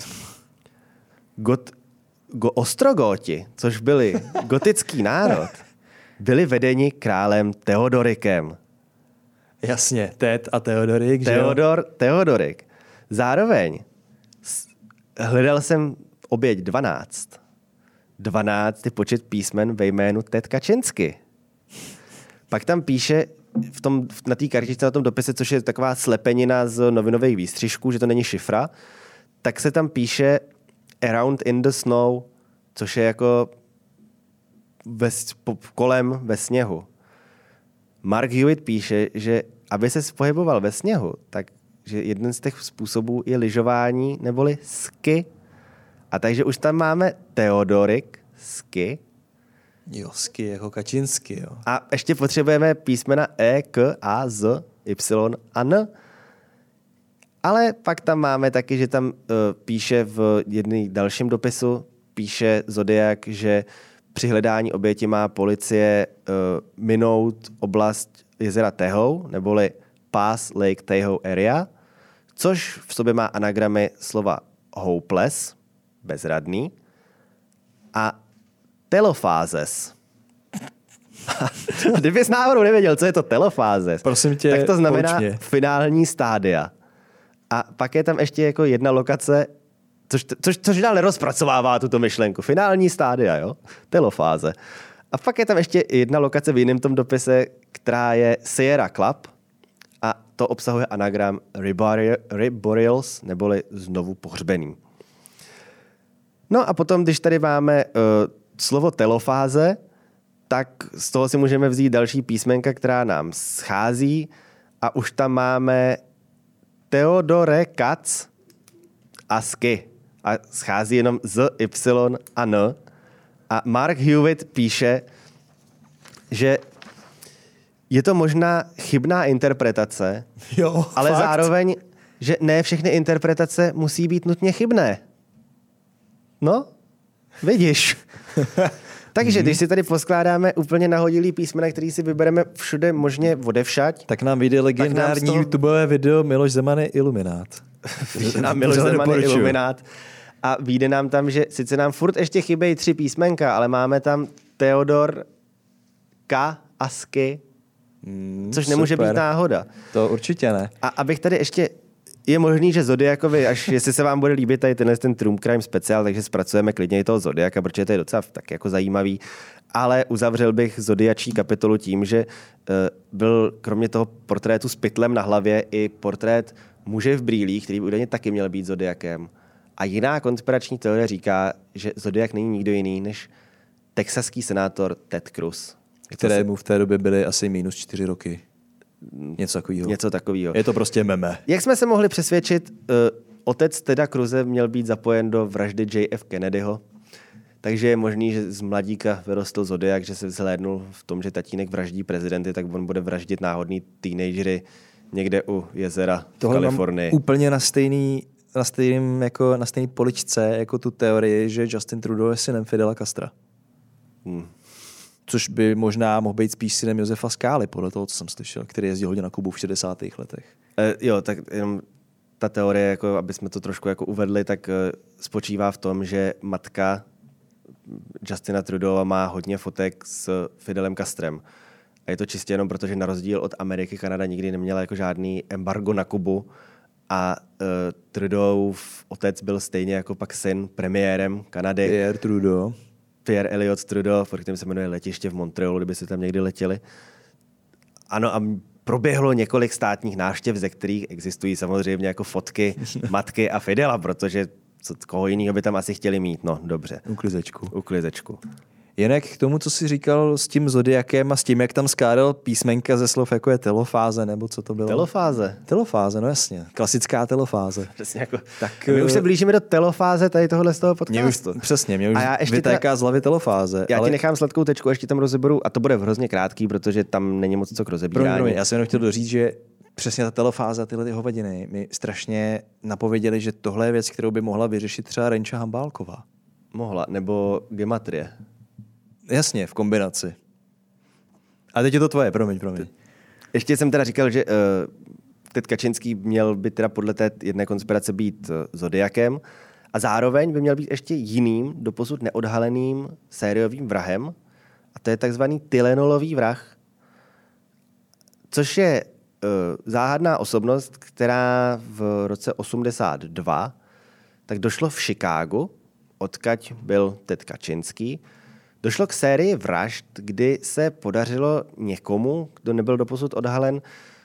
Got, go, Ostrogoti, což byli gotický národ, byli vedeni králem Teodorikem. Jasně, Ted a Teodorik. Teodor, Teodorik. Zároveň hledal jsem oběť dvanáct. dvanáct je počet písmen ve jménu Ted Kaczynski. Pak tam píše v tom, na té kartičce, na tom dopise, což je taková slepenina z novinových výstřižků, že to není šifra, tak se tam píše Around in the snow, což je jako ve, po, kolem ve sněhu. Mark Hewitt píše, že aby se pohyboval ve sněhu, tak že jeden z těch způsobů je lyžování neboli ski. A takže už tam máme Teodorik, ski. Jo, ski jako Kaczynski, jo. A ještě potřebujeme písmena E, K, A, Z, Y a N. Ale pak tam máme taky, že tam uh, píše v jednom dalším dopisu, píše Zodiak, že Při hledání oběti má policie uh, minout oblast jezera Tahoe, neboli Pass Lake Tahoe Area, což v sobě má anagramy slova hopeless, bezradný, a telofázes. Kdybys náhodou nevěděl, co je to telofázes, prosím tě, tak to znamená poučně. finální stádia. A pak je tam ještě jako jedna lokace, což, což, což dál nerozpracovává tuto myšlenku. Finální stádia, jo? Telofáze. A pak je tam ještě jedna lokace v jiném tom dopise, která je Sierra Club a to obsahuje anagram Reburials, neboli znovu pohřbený. No a potom, když tady máme uh, slovo telofáze, tak z toho si můžeme vzít další písmenka, která nám schází a už tam máme Theodore Katz a Sky. A schází jenom Z, Y a N. A Mark Hewitt píše, že je to možná chybná interpretace, jo, ale fakt? zároveň, že ne všechny interpretace musí být nutně chybné. No, vidíš. Takže když si tady poskládáme úplně nahodilý písmena, který si vybereme všude možně odevšať, tak nám vyjde legendární toho... YouTubeové video Miloš Zeman je iluminát. Vyjde nám Miloš Zeman je iluminát. A vyjde nám tam, že sice nám furt ještě chybějí tři písmenka, ale máme tam Theodor, K a Sky, mm, což nemůže super. Být náhoda. To určitě ne. A abych tady ještě... Je možný, že Zodiakovi, až jestli se vám bude líbit tady tenhle ten True Crime speciál, takže zpracujeme klidně i toho Zodiaka, protože to je docela tak jako zajímavý. Ale uzavřel bych Zodiačí kapitolu tím, že uh, byl kromě toho portrétu s pytlem na hlavě i portrét muže v brýlích, který by údajně taky měl být Zodiakem. A jiná konspirační teorie říká, že Zodiak není nikdo jiný než texaský senátor Ted Cruz. Kterému v té době byly asi minus čtyři roky. Něco takového. Něco takového. Je to prostě meme. Jak jsme se mohli přesvědčit, uh, otec Teda Cruze měl být zapojen do vraždy J F Kennedyho, takže je možný, že z mladíka vyrostl Zodiak, že se vzhlédnul v tom, že tatínek vraždí prezidenty, tak on bude vraždit náhodný teenagery někde u jezera v Tohle Kalifornii. Mám úplně na stejný, na stejným, jako na stejný poličce, jako tu teorii, že Justin Trudeau je synem Fidela Castra. Hmm. Což by možná mohl být spíš synem Josefa Skály, podle toho, co jsem slyšel, který jezdil hodně na Kubu v šedesátých letech. E, jo, tak jenom ta teorie, jako, aby jsme to trošku jako uvedli, tak e, spočívá v tom, že matka Justina Trudeau má hodně fotek s Fidelem Castrem. A je to čistě jenom proto, že na rozdíl od Ameriky Kanada nikdy neměla jako žádný embargo na Kubu a e, Trudeau otec byl stejně jako pak syn premiérem Kanady. Pierre Trudeau. Pierre Elliott Trudeau, pod kterým se jmenuje letiště v Montrealu, kdyby se tam někdy letěli. Ano, a proběhlo několik státních návštěv, ze kterých existují samozřejmě jako fotky matky a Fidela, protože co, koho jiného by tam asi chtěli mít. No, dobře. Uklizečku. Uklizečku. Jinak k tomu, co jsi říkal s tím Zodiakem a s tím, jak tam skládal písmenka ze slov, jako je telofáze, nebo co to bylo? Telofáze. Telofáze, no jasně. Klasická telofáze. Přesně jako, tak my už se blížíme do telofáze tady tohohle z toho podcastu. Mě už, přesně, mě už vytéká teda, z hlavy telofáze. Já ale... ti nechám sladkou tečku, ještě tam rozeberu, a to bude hrozně krátký, protože tam není moc co k rozebírání. Promiň, já jsem jenom chtěl doříct, že přesně ta telofáze a tyhle ty hovadiny mi strašně napověděli, že tohle je věc, kterou by mohla vyřešit třeba Renča Hambálková. Mohla, nebo gematrie. Jasně, v kombinaci. A teď je to tvoje, promiň, promiň. Ještě jsem teda říkal, že uh, Ted Kačinský měl by teda podle té jedné konspirace být uh, Zodiakem a zároveň by měl být ještě jiným, doposud neodhaleným sériovým vrahem, a to je takzvaný Tylenolový vrah, což je uh, záhadná osobnost, která v roce osmdesát dva tak došlo v Chicagu, odkud byl Ted Kačinský. Došlo k sérii vražd, kdy se podařilo někomu, kdo nebyl doposud odhalen,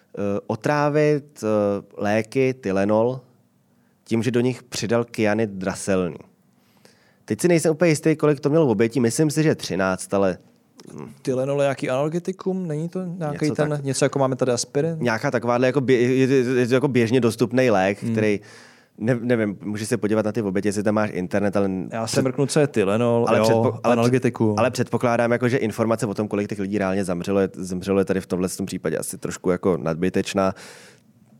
otrávit léky Tylenol tím, že do nich přidal kyanid draselný. Teď si nejsem úplně jistý, kolik to mělo v oběti. Myslím si, že třináct, ale... Tylenol je nějaký analgetikum? Není to nějaký něco ten, tak, něco jako máme tady aspirin? Nějaká takováhle jako, bě, je, je to jako běžně dostupný lék, hmm. který... Ne, nevím, můžeš se podívat na ty oběti, jestli tam máš internet, ale... Já jsem mrknu, co je Tylenol, ale, jo, předpo, ale, analgetiku. ale předpokládám, jako, že informace o tom, kolik těch lidí reálně zemřelo, je, zemřelo je tady v tomhle případě asi trošku jako nadbytečná.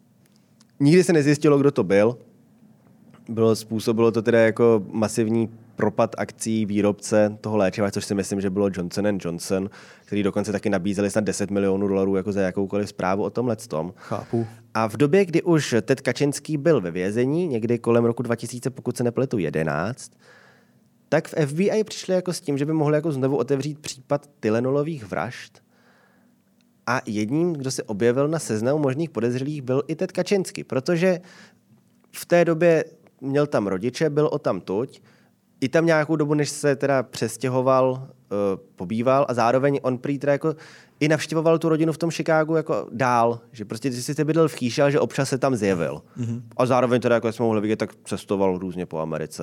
Nikdy se nezjistilo, kdo to byl. Bylo způsobilo to teda jako masivní propad akcí výrobce toho léčiva, což si myslím, že bylo Johnson and Johnson, který dokonce taky nabízeli snad deset milionů dolarů jako za jakoukoliv zprávu o tomhletom. Chápu. A v době, kdy už Ted Kaczynski byl ve vězení, někdy kolem roku dva tisíce, pokud se nepletu, jedenáct, tak v F B I přišli jako s tím, že by mohli jako znovu otevřít případ Tylenolových vražd. A jedním, kdo se objevil na seznamu možných podezřelých, byl i Ted Kaczynski, protože v té době měl tam rodiče, byl o tam tuď, i tam nějakou dobu, než se teda přestěhoval, uh, pobýval a zároveň on prý teda jako i navštěvoval tu rodinu v tom Chicagu jako dál, že prostě když jsi bydlel v Chýši, ale že občas se tam zjevil. Mm-hmm. A zároveň teda, jako jsme mohli vidět, tak cestoval různě po Americe.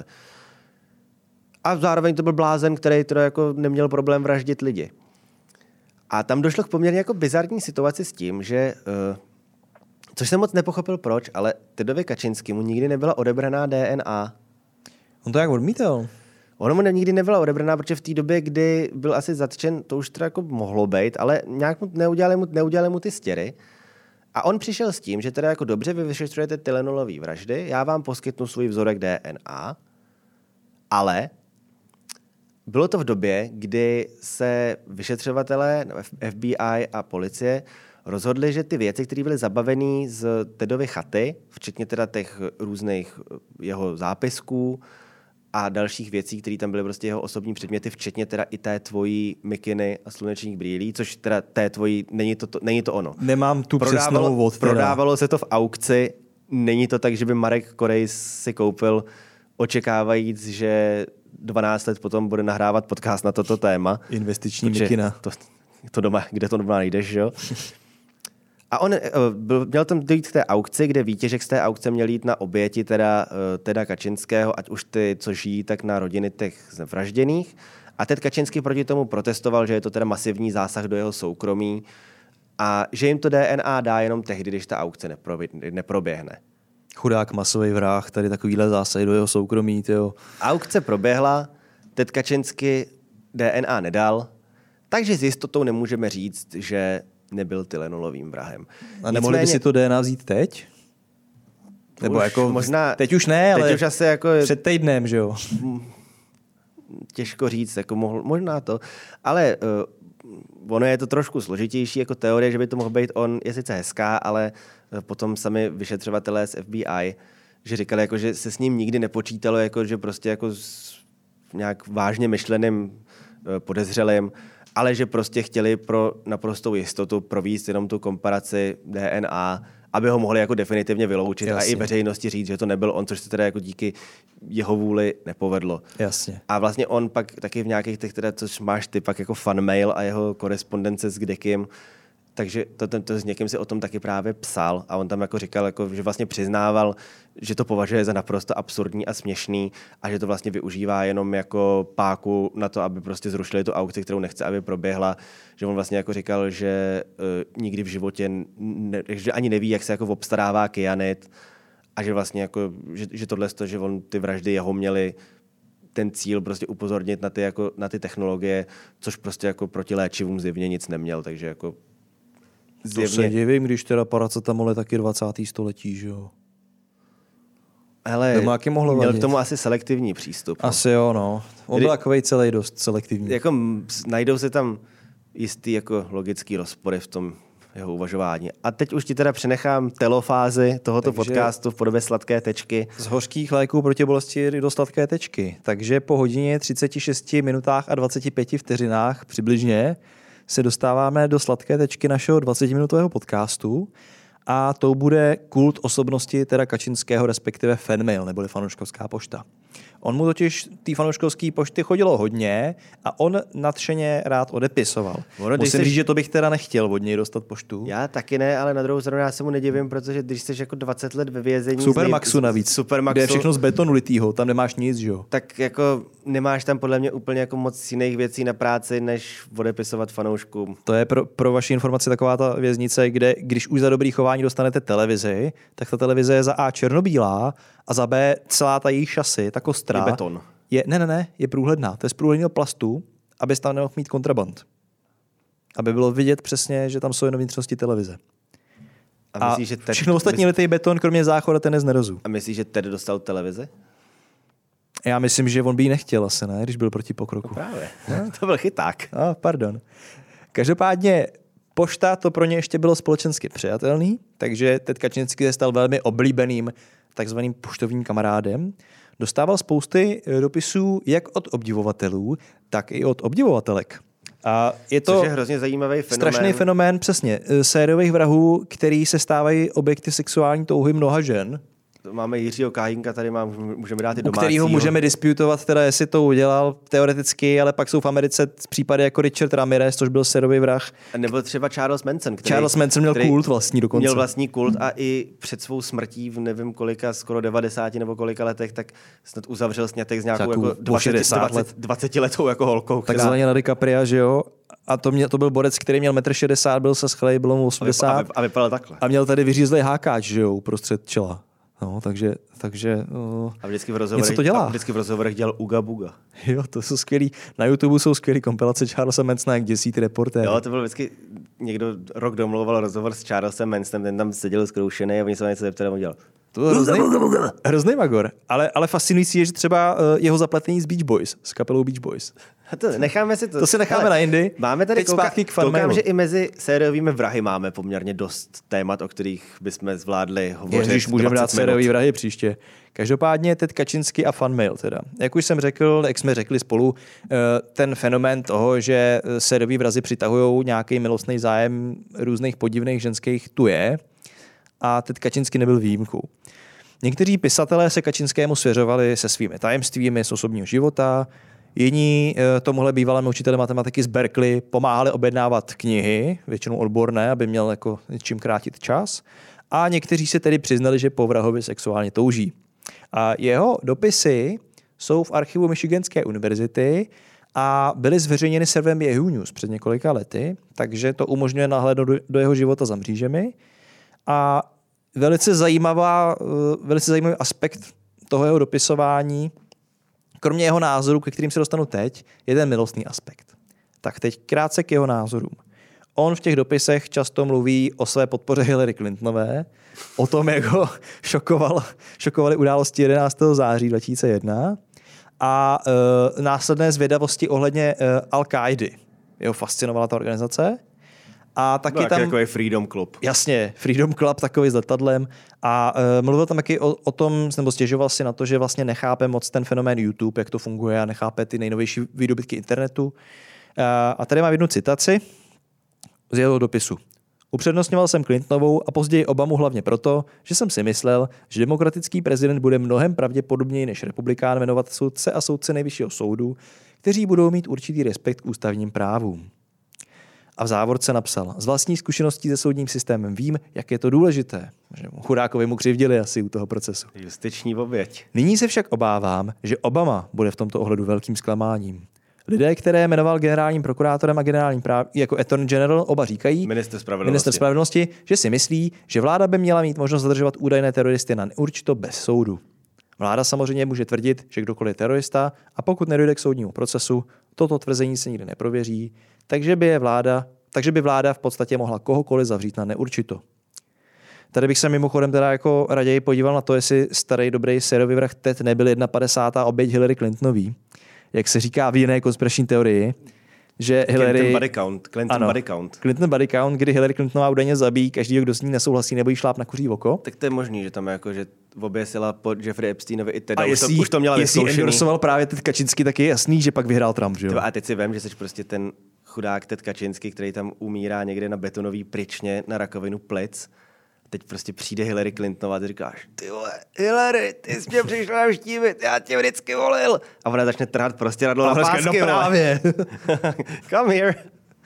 A zároveň to byl blázen, který teda jako neměl problém vraždit lidi. A tam došlo k poměrně jako bizarní situaci s tím, že, uh, což jsem moc nepochopil proč, ale Tedovi Kaczynskému nikdy nebyla odebraná D N A. On to jak odmítal? Ono mu nikdy nebyla odebraná, protože v té době, kdy byl asi zatčen, to už teda jako mohlo být, ale nějak mu neudělali mu, neudělali mu ty stěry. A on přišel s tím, že teda jako dobře, vy vyšetřujete Tylenolové vraždy, já vám poskytnu svůj vzorek D N A, ale bylo to v době, kdy se vyšetřovatelé, F B I a policie rozhodli, že ty věci, které byly zabavené z Tedovy chaty, včetně teda těch různých jeho zápisků a dalších věcí, které tam byly prostě jeho osobní předměty, včetně teda i té tvojí mikiny a slunečních brýlí, což teda té tvojí, není to, to, není to ono. Nemám tu přesnou vod. Prodávalo se to v aukci, není to tak, že by Marek Korej si koupil, očekávajíc, že dvanáct let potom bude nahrávat podcast na toto téma. Investiční mikina. To, to doma, kde to doma najdeš, jo? A on byl, měl tam dojít k té aukci, kde výtěžek z té aukce měl jít na oběti teda, teda Kaczynského, ať už ty, co žijí, tak na rodiny těch vražděných. A Ted Kaczynski proti tomu protestoval, že je to teda masivní zásah do jeho soukromí a že jim to D N A dá jenom tehdy, když ta aukce neproběhne. Chudák masový vrah, tady takovýhle zásahy do jeho soukromí. Tyjo. Aukce proběhla, Ted Kaczynski D N A nedal, takže s jistotou nemůžeme říct, že nebyl Tylenolovým vrahem. A nemohli by si to D N A vzít teď? Nebo už jako možná, teď už ne, ale teď už asi jako před týdnem, že jo? Těžko říct, jako mohl, možná to. Ale uh, ono je to trošku složitější jako teorie, že by to mohl být on, je sice hezká, ale uh, potom sami vyšetřovatelé z F B I, že říkali, jako, že se s ním nikdy nepočítalo, jako, že prostě jako s nějak vážně myšleným uh, podezřelým, ale že prostě chtěli pro naprostou jistotu provést jenom tu komparaci D N A, aby ho mohli jako definitivně vyloučit. Jasně. A i veřejnosti říct, že to nebyl on, což se teda jako díky jeho vůli nepovedlo. Jasně. A vlastně on pak taky v nějakých těch, teda, což máš ty pak jako fan mail a jeho korespondence s kdekým, takže to, to, to s někým si o tom taky právě psal a on tam jako říkal, jako, že vlastně přiznával, že to považuje za naprosto absurdní a směšný a že to vlastně využívá jenom jako páku na to, aby prostě zrušili tu aukci, kterou nechce, aby proběhla. Že on vlastně jako říkal, že uh, nikdy v životě, ne, že ani neví, jak se jako obstarává kyanid a že vlastně jako, že, že tohle, že on ty vraždy jeho měly ten cíl prostě upozornit na ty, jako, na ty technologie, což prostě jako proti léčivům zjevně nic neměl, takže jako zjevně... To se divím, když teda paracetamol je taky dvacátého století, že jo? Hele, měl k tomu asi selektivní přístup. No. Asi jo, no. On byl takovej celý dost selektivní. Jako najdou se tam jistý jako logický rozpory v tom jeho uvažování. A teď už ti teda přenechám telofázi tohoto Takže podcastu v podobě sladké tečky. Z hořkých léků proti bolesti do sladké tečky. Takže po hodině třicet šest minutách a dvaceti pěti vteřinách přibližně se dostáváme do sladké tečky našeho dvacetiminutového podcastu a to bude kult osobnosti teda Kaczynského, respektive fanmail, neboli fanouškovská pošta. On mu totiž té fanouškovské pošty chodilo hodně a on nadšeně rád odepisoval. Ono, Musím říct, jsi... že to bych teda nechtěl od něj dostat poštu. Já taky ne, ale na druhou stranu já se mu nedivím, protože když jsi jako dvacet let ve vězení... Supermaxu navíc, Supermaxu, kde je všechno z betonu litýho, tam nemáš nic, že jo? Tak jako nemáš tam podle mě úplně jako moc jiných věcí na práci, než odepisovat fanouškům. To je pro, pro vaši informaci taková ta věznice, kde když už za dobrý chování dostanete televizi, tak ta televize je za A černobílá a za B celá ta její šasy, ta kostra, je beton. Je, ne, ne, ne, je průhledná. To je z průhledného plastu, aby tam nemohl mít kontraband. Aby bylo vidět přesně, že tam jsou jenom vnitřnosti televize. A, myslíš, že všechno ostatní myslí... letý beton, kromě záchoda, ten je z nerozu. A myslíš, že Ted dostal televizi? Já myslím, že on by ji nechtěl asi, ne, když byl proti pokroku. No právě, to byl chyták. A, pardon. Každopádně pošta to pro ně ještě bylo společensky přijatelný, takže Ted Kačinský se stal velmi oblíbeným takzvaným poštovním kamarádem. Dostával spousty dopisů jak od obdivovatelů, tak i od obdivovatelek. A je to Což je hrozně zajímavý fenomén. Strašný fenomén, přesně, sériových vrahů, který se stávají objekty sexuální touhy mnoha žen. Máme Jiřího Kájinka, tady mám, můžeme dát i domácího. U kterého můžeme disputovat, teda jestli to udělal teoreticky, ale pak jsou v Americe případy jako Richard Ramirez, což byl sériový vrah. Nebo třeba Charles Manson, který, Charles Manson měl kult vlastní dokonce. Měl vlastní kult a i před svou smrtí v nevím kolika, skoro devadesáti nebo kolika letech, tak snad uzavřel sňatek s nějakou jako dvacet letou jako holkou. Která... Takzvaně na DiCapria, že jo? A to, mě, to byl borec, který měl metr šedesát, byl se schlej, bylo mu osmdesát. A vypadal takhle. A měl tady vyřízlej hákáč, že jo, uprostřed čela. No, takže, takže uh, a vždycky v rozhovorech, to dělá. Vždycky v rozhovorech dělal Uga Buga. Jo, to jsou skvělý. Na YouTube jsou skvělý kompilace Charlesa Mansona, jak děsí ty reportéry. Jo, to byl vždycky, někdo rok domlouval rozhovor s Charlesem Mansonem, ten tam seděl zkroušený a oni se na něco zeptali a on dělal. To byl hrozný, hrozný magor, ale, ale fascinující je, že třeba uh, jeho zapletení z Beach Boys, s kapelou Beach Boys. A to necháme si to. To si necháme ale na jindy. Máme tady Teď zpátky k Fan koukám, Mailu. že i mezi sériovými vrahy máme poměrně dost témat, o kterých bychom zvládli hovořit. Ježiš, můžeme dát sériový vrahy příště. Každopádně Ted Kačinský a Fan Mail teda. Jak už jsem řekl, jak jsme řekli spolu, ten fenomén toho, že sériový vrazi přitahují nějaký milostný zájem různých podivných ženských, tu je. A Ted Kačinský nebyl výjimkou. Někteří pisatelé se Kačinskému svěřovali se svými tajemstvími z osobního života, jiní tomuhle bývalému učiteli matematiky z Berkeley pomáhali objednávat knihy, většinou odborné, aby měl jako čím krátit čas, a někteří se tedy přiznali, že po vrahovi sexuálně touží. A jeho dopisy jsou v archivu Michiganské univerzity a byly zveřejněny serverem Yahoo News před několika lety, takže to umožňuje nahlédnout do jeho života za mřížemi. A velice zajímavá, velice zajímavý aspekt toho jeho dopisování, kromě jeho názorů, ke kterým se dostanu teď, je ten milostný aspekt. Tak teď krátce k jeho názorům. On v těch dopisech často mluví o své podpoře Hillary Clintonové, o tom, jak ho šokoval, šokovaly události jedenáctého září dva tisíce jedna a e, následné zvědavosti ohledně e, Al-Káidy. Jeho fascinovala ta organizace. A taky no, tam takový Freedom Club. Jasně, Freedom Club takový s letadlem a uh, mluvil tam taky o, o tom, nebo stěžoval si na to, že vlastně nechápe moc ten fenomén YouTube, jak to funguje a nechápe ty nejnovější výdobytky internetu. Uh, a tady mám jednu citaci z jeho dopisu. Upřednostňoval jsem Clintonovou a později Obamu hlavně proto, že jsem si myslel, že demokratický prezident bude mnohem pravděpodobněji než republikán jmenovat soudce a soudce nejvyššího soudu, kteří budou mít určitý respekt k ústavním právům. A v závorce napsal, z vlastní zkušeností se soudním systémem vím, jak je to důležité. Chudákovi mu křivdili asi u toho procesu. Justiční oběť. Nyní se však obávám, že Obama bude v tomto ohledu velkým zklamáním. Lidé, které jmenoval generálním prokurátorem a generálním práv... jako Attorney General, oba říkají, minister spravedlnosti. minister spravedlnosti, že si myslí, že vláda by měla mít možnost zadržovat údajné teroristy na neurčito bez soudu. Vláda samozřejmě může tvrdit, že kdokoliv je terorista, a pokud nedojde k soudnímu procesu, toto tvrzení se nikdy neprověří, takže by, je vláda, takže by vláda v podstatě mohla kohokoliv zavřít na neurčito. Tady bych se mimochodem teda jako raději podíval na to, jestli starý dobrý sériový vrah Ted nebyl padesátá jedna oběť Hillary Clintonový, jak se říká v jiné konspirační teorii, že Hillary... Clinton body count. Clinton ano, body count. Clinton body count, kdy Hillary Clintonová údajně zabíjí každýho, kdo s ní nesouhlasí nebo jí šláp na kuří oko. Tak to je možný, že tam je jako, že oběsila po Jeffrey Epsteinovi i teda. A už, to, už to měla jestli vyzkoušený. endorsoval právě Ted Kačinský, tak je jasný, že pak vyhrál Trump, že jo? A teď si vem, že jsi prostě ten chudák Ted Kačinský, který tam umírá někde na betonový pryčně na rakovinu plic. Teď prostě přijde Hillary Clintonová a ty říkáš, ty vole, Hillary, ty jsi mě přišla navštívit, já tě vždycky volil. A ona začne trhat prostě radlo na pásky. No právě. Come here.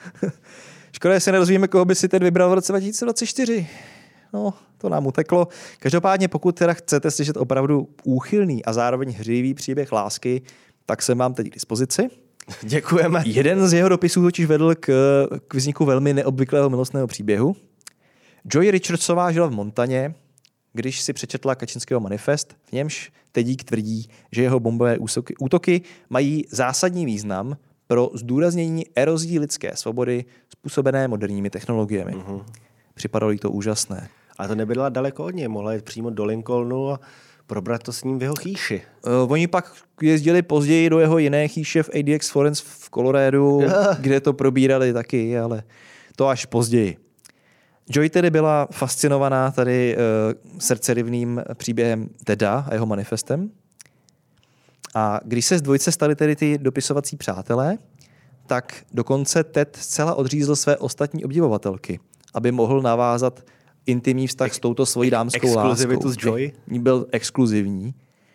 Škoda, že se nerozvíme, koho by si teď vybral v roce dva tisíce dvacet čtyři. No, to nám uteklo. Každopádně, pokud teda chcete slyšet opravdu úchylný a zároveň hřivý příběh lásky, tak jsem vám teď k dispozici. Děkujeme. Jeden z jeho dopisů totiž vedl k, k vzniku velmi neobvyklého milostného příběhu. Joy Richardsová žila v Montaně, když si přečetla Kačinského manifest, v němž Tedík tvrdí, že jeho bombové útoky, útoky mají zásadní význam pro zdůraznění erozí lidské svobody způsobené moderními technologiemi. Uh-huh. Připadalo jí to úžasné. A to nebyla daleko od něj, mohla jít přímo do Lincolnu a probrat to s ním v jeho chýši. Uh, oni pak jezdili později do jeho jiné chýše v A D X Florence v Coloradu, kde to probírali taky, ale to až později. Joy tedy byla fascinovaná tady uh, srdcerivným příběhem Teda a jeho manifestem. A když se z dvojice stali tedy ty dopisovací přátelé, tak dokonce Ted zcela odřízl své ostatní obdivovatelky, aby mohl navázat intimní vztah s touto svojí dámskou láskou. Exkluzivitu s Joy? Byl exkluzivní.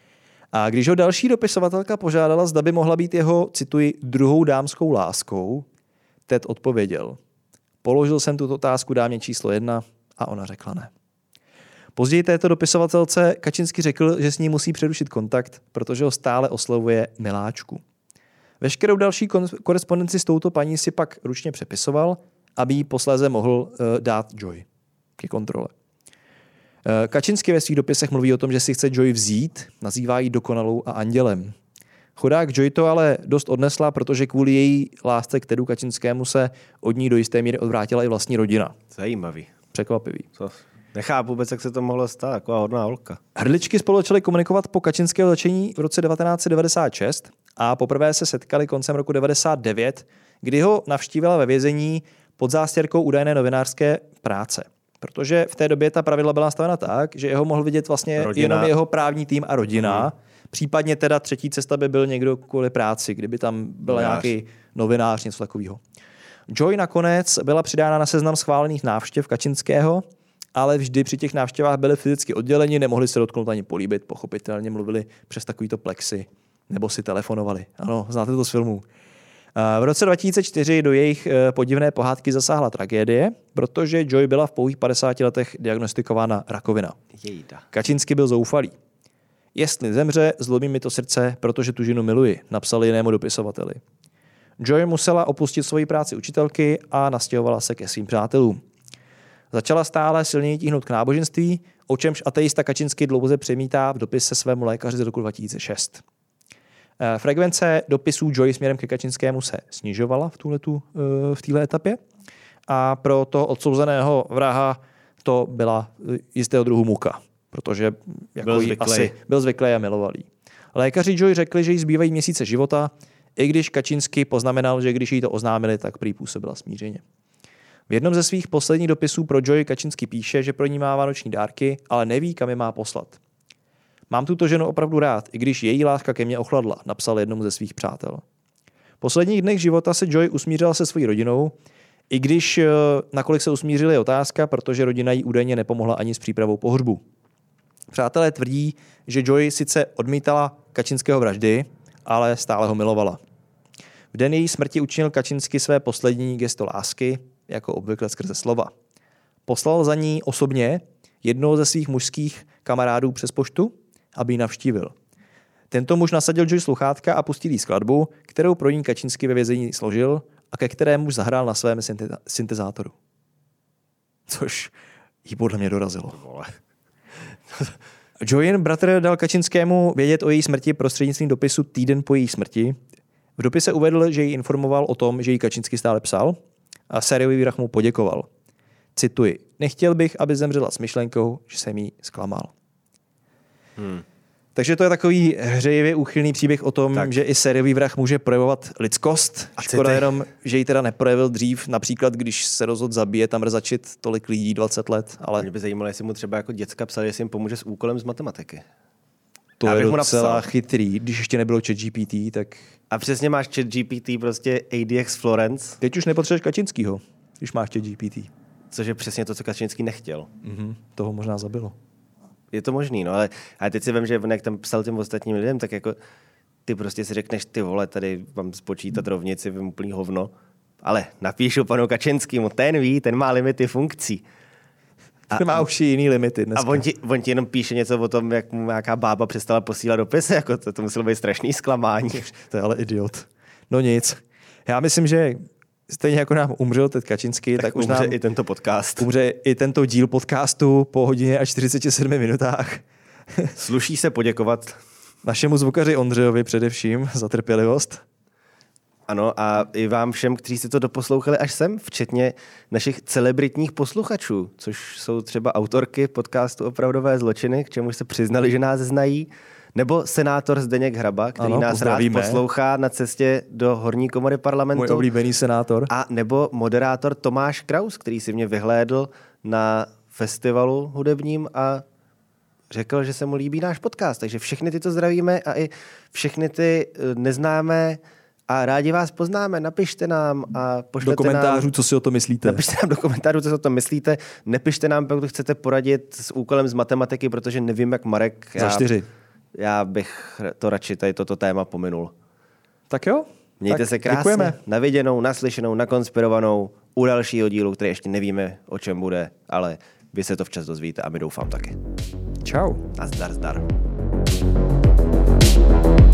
A když ho další dopisovatelka požádala, zda by mohla být jeho, cituji, druhou dámskou láskou, Ted odpověděl. Položil jsem tuto otázku dámě číslo jedna a ona řekla ne. Později této dopisovatelce Kačinsky řekl, že s ní musí přerušit kontakt, protože ho stále oslovuje miláčku. Veškerou další korespondenci s touto paní si pak ručně přepisoval, aby ji posléze mohl uh, dát Joy ke kontrole. Uh, Kačinsky ve svých dopisech mluví o tom, že si chce Joy vzít, nazývá ji dokonalou a andělem. Chudák Joy to ale dost odnesla, protože kvůli její lásce k Tedu Kačinskému se od ní do jisté míry odvrátila i vlastní rodina. Zajímavý. Překvapivý. Co? Nechápu vůbec, jak se to mohlo stát, taková hodná holka. Hrdličky spolu začaly komunikovat po Kačinského začení v roce devatenáct set devadesát šest a poprvé se setkali koncem roku devadesát devět, kdy ho navštívila ve vězení pod zástěrkou údajné novinářské práce. Protože v té době ta pravidla byla nastavena tak, že jeho mohl vidět vlastně rodina. Jenom jeho právní tým a rodina. Hmm. Případně teda třetí cesta by byl někdo kvůli práci, kdyby tam byl Novinář. nějaký novinář, něco takového. Joy nakonec byla přidána na seznam schválených návštěv Kačinského, ale vždy při těch návštěvách byli fyzicky odděleni, nemohli se dotknout ani políbit, pochopitelně mluvili přes takovýto plexy, nebo si telefonovali. Ano, znáte to z filmů. V roce dva tisíce čtyři do jejich podivné pohádky zasáhla tragédie, protože Joy byla v pouhých padesáti letech diagnostikována rakovina. Jejda. Kačinsky byl zoufalý. Jestli zemře, zlomí mi to srdce, protože tu ženu miluji, napsal jinému dopisovateli. Joy musela opustit svoji práci učitelky a nastěhovala se ke svým přátelům. Začala stále silněji tíhnout k náboženství, o čemž ateista Kačinsky dlouze přemítá v dopise svému lékaři z roku dva tisíce šest. Frekvence dopisů Joy směrem ke Kačinskému se snižovala v této v téhle etapě a pro toho odsouzeného vraha to byla jistého druhu muka, protože jako byl zvyklý. Asi byl zvyklý a milovalý. Lékaři Joy řekli, že jí zbývají měsíce života, i když Kačinsky poznamenal, že když jí to oznámili, tak prý působila smířeně. V jednom ze svých posledních dopisů pro Joy Kačinsky píše, že pro ní má vánoční dárky, ale neví, kam je má poslat. Mám tuto ženu opravdu rád, i když její láska ke mně ochladla, napsal jednomu ze svých přátel. V posledních dnech života se Joy usmířila se svojí rodinou, i když nakolik se usmířili je otázka, protože rodina jí údajně nepomohla ani s přípravou pohřbu. Přátelé tvrdí, že Joy sice odmítala Kačinského vraždy, ale stále ho milovala. V den její smrti učinil Kačinsky své poslední gesto lásky, jako obvykle skrze slova. Poslal za ní osobně jednoho ze svých mužských kamarádů přes poštu, aby ji navštívil. Tento muž nasadil Joy sluchátka a pustil jí skladbu, kterou pro ní Kačinsky ve vězení složil a ke kterému muž zahrál na svém syntezátoru. Což jí podle mě dorazilo. Joyin bratr dal Kačinskému vědět o její smrti prostřednictvím dopisu týden po její smrti. V dopise uvedl, že ji informoval o tom, že jí Kačinsky stále psal a sériový vrah mu poděkoval. Cituji, nechtěl bych, aby zemřela s myšlenkou, že jsem jí zklamal. Hmm. Takže to je takový hřejivě úchylný příběh o tom, tak. Že i sériový vrah může projevovat lidskost. A škoda jenom, že ji teda neprojevil dřív, například když se rozhodl zabíjet a mrzačit tolik lidí dvacet let. Ale... Mě by zajímalo, jestli mu třeba jako děcka psal, jestli jim pomůže s úkolem z matematiky. To já je docela chytrý, když ještě nebylo ChatGPT, tak... A přesně máš ChatGPT, prostě A D X Florence. Teď už nepotřebuješ Kačinskýho, když máš ChatGPT. Což je přesně to, co Kačinský nechtěl. Mm-hmm, toho možná zabilo. Je to možný, no, ale, ale teď si vím, že on jak tam psal těm ostatním lidem, tak jako ty prostě si řekneš, ty vole, tady mám spočítat rovnici, vím úplný hovno, ale napíšu panu Kačinskému, ten ví, ten má limity funkcí. A, ten má už jiný limity dneska. A on ti, on ti jenom píše něco o tom, jak mu nějaká bába přestala posílat dopisy, jako to, to muselo být strašný zklamání. To je ale idiot. No nic. Já myslím, že stejně jako nám umřel Ted Kačinský, tak, tak už nám i tento podcast. Umře i tento díl podcastu po hodině a čtyřiceti sedmi minutách. Sluší se poděkovat našemu zvukaři Ondřejovi především za trpělivost. Ano, a i vám všem, kteří si to doposlouchali až sem, včetně našich celebritních posluchačů, což jsou třeba autorky podcastu Opravdové zločiny, k čemu se přiznali, že nás znají, nebo senátor Zdeněk Hraba, který ano, nás pozdravíme. rád poslouchá na cestě do horní komory parlamentu. Můj oblíbený senátor. A nebo moderátor Tomáš Kraus, který si mě vyhlédl na festivalu hudebním a řekl, že se mu líbí náš podcast. Takže všechny tyto zdravíme a i všechny ty neznámé a rádi vás poznáme. Napište nám a pošlete do komentářů, nám, co si o to myslíte. Napište nám do komentářů, co si o tom myslíte. Nepište nám, pokud chcete poradit s úkolem z matematiky, protože nevím, jak Marek. Za čtyři. Já bych to radši tady toto téma pominul. Tak jo. Mějte tak se krásně. Děkujeme. Na viděnou, naslyšenou, nakonspirovanou u dalšího dílu, který ještě nevíme, o čem bude, ale vy se to včas dozvíte a my doufám taky. Čau. A zdar, zdar.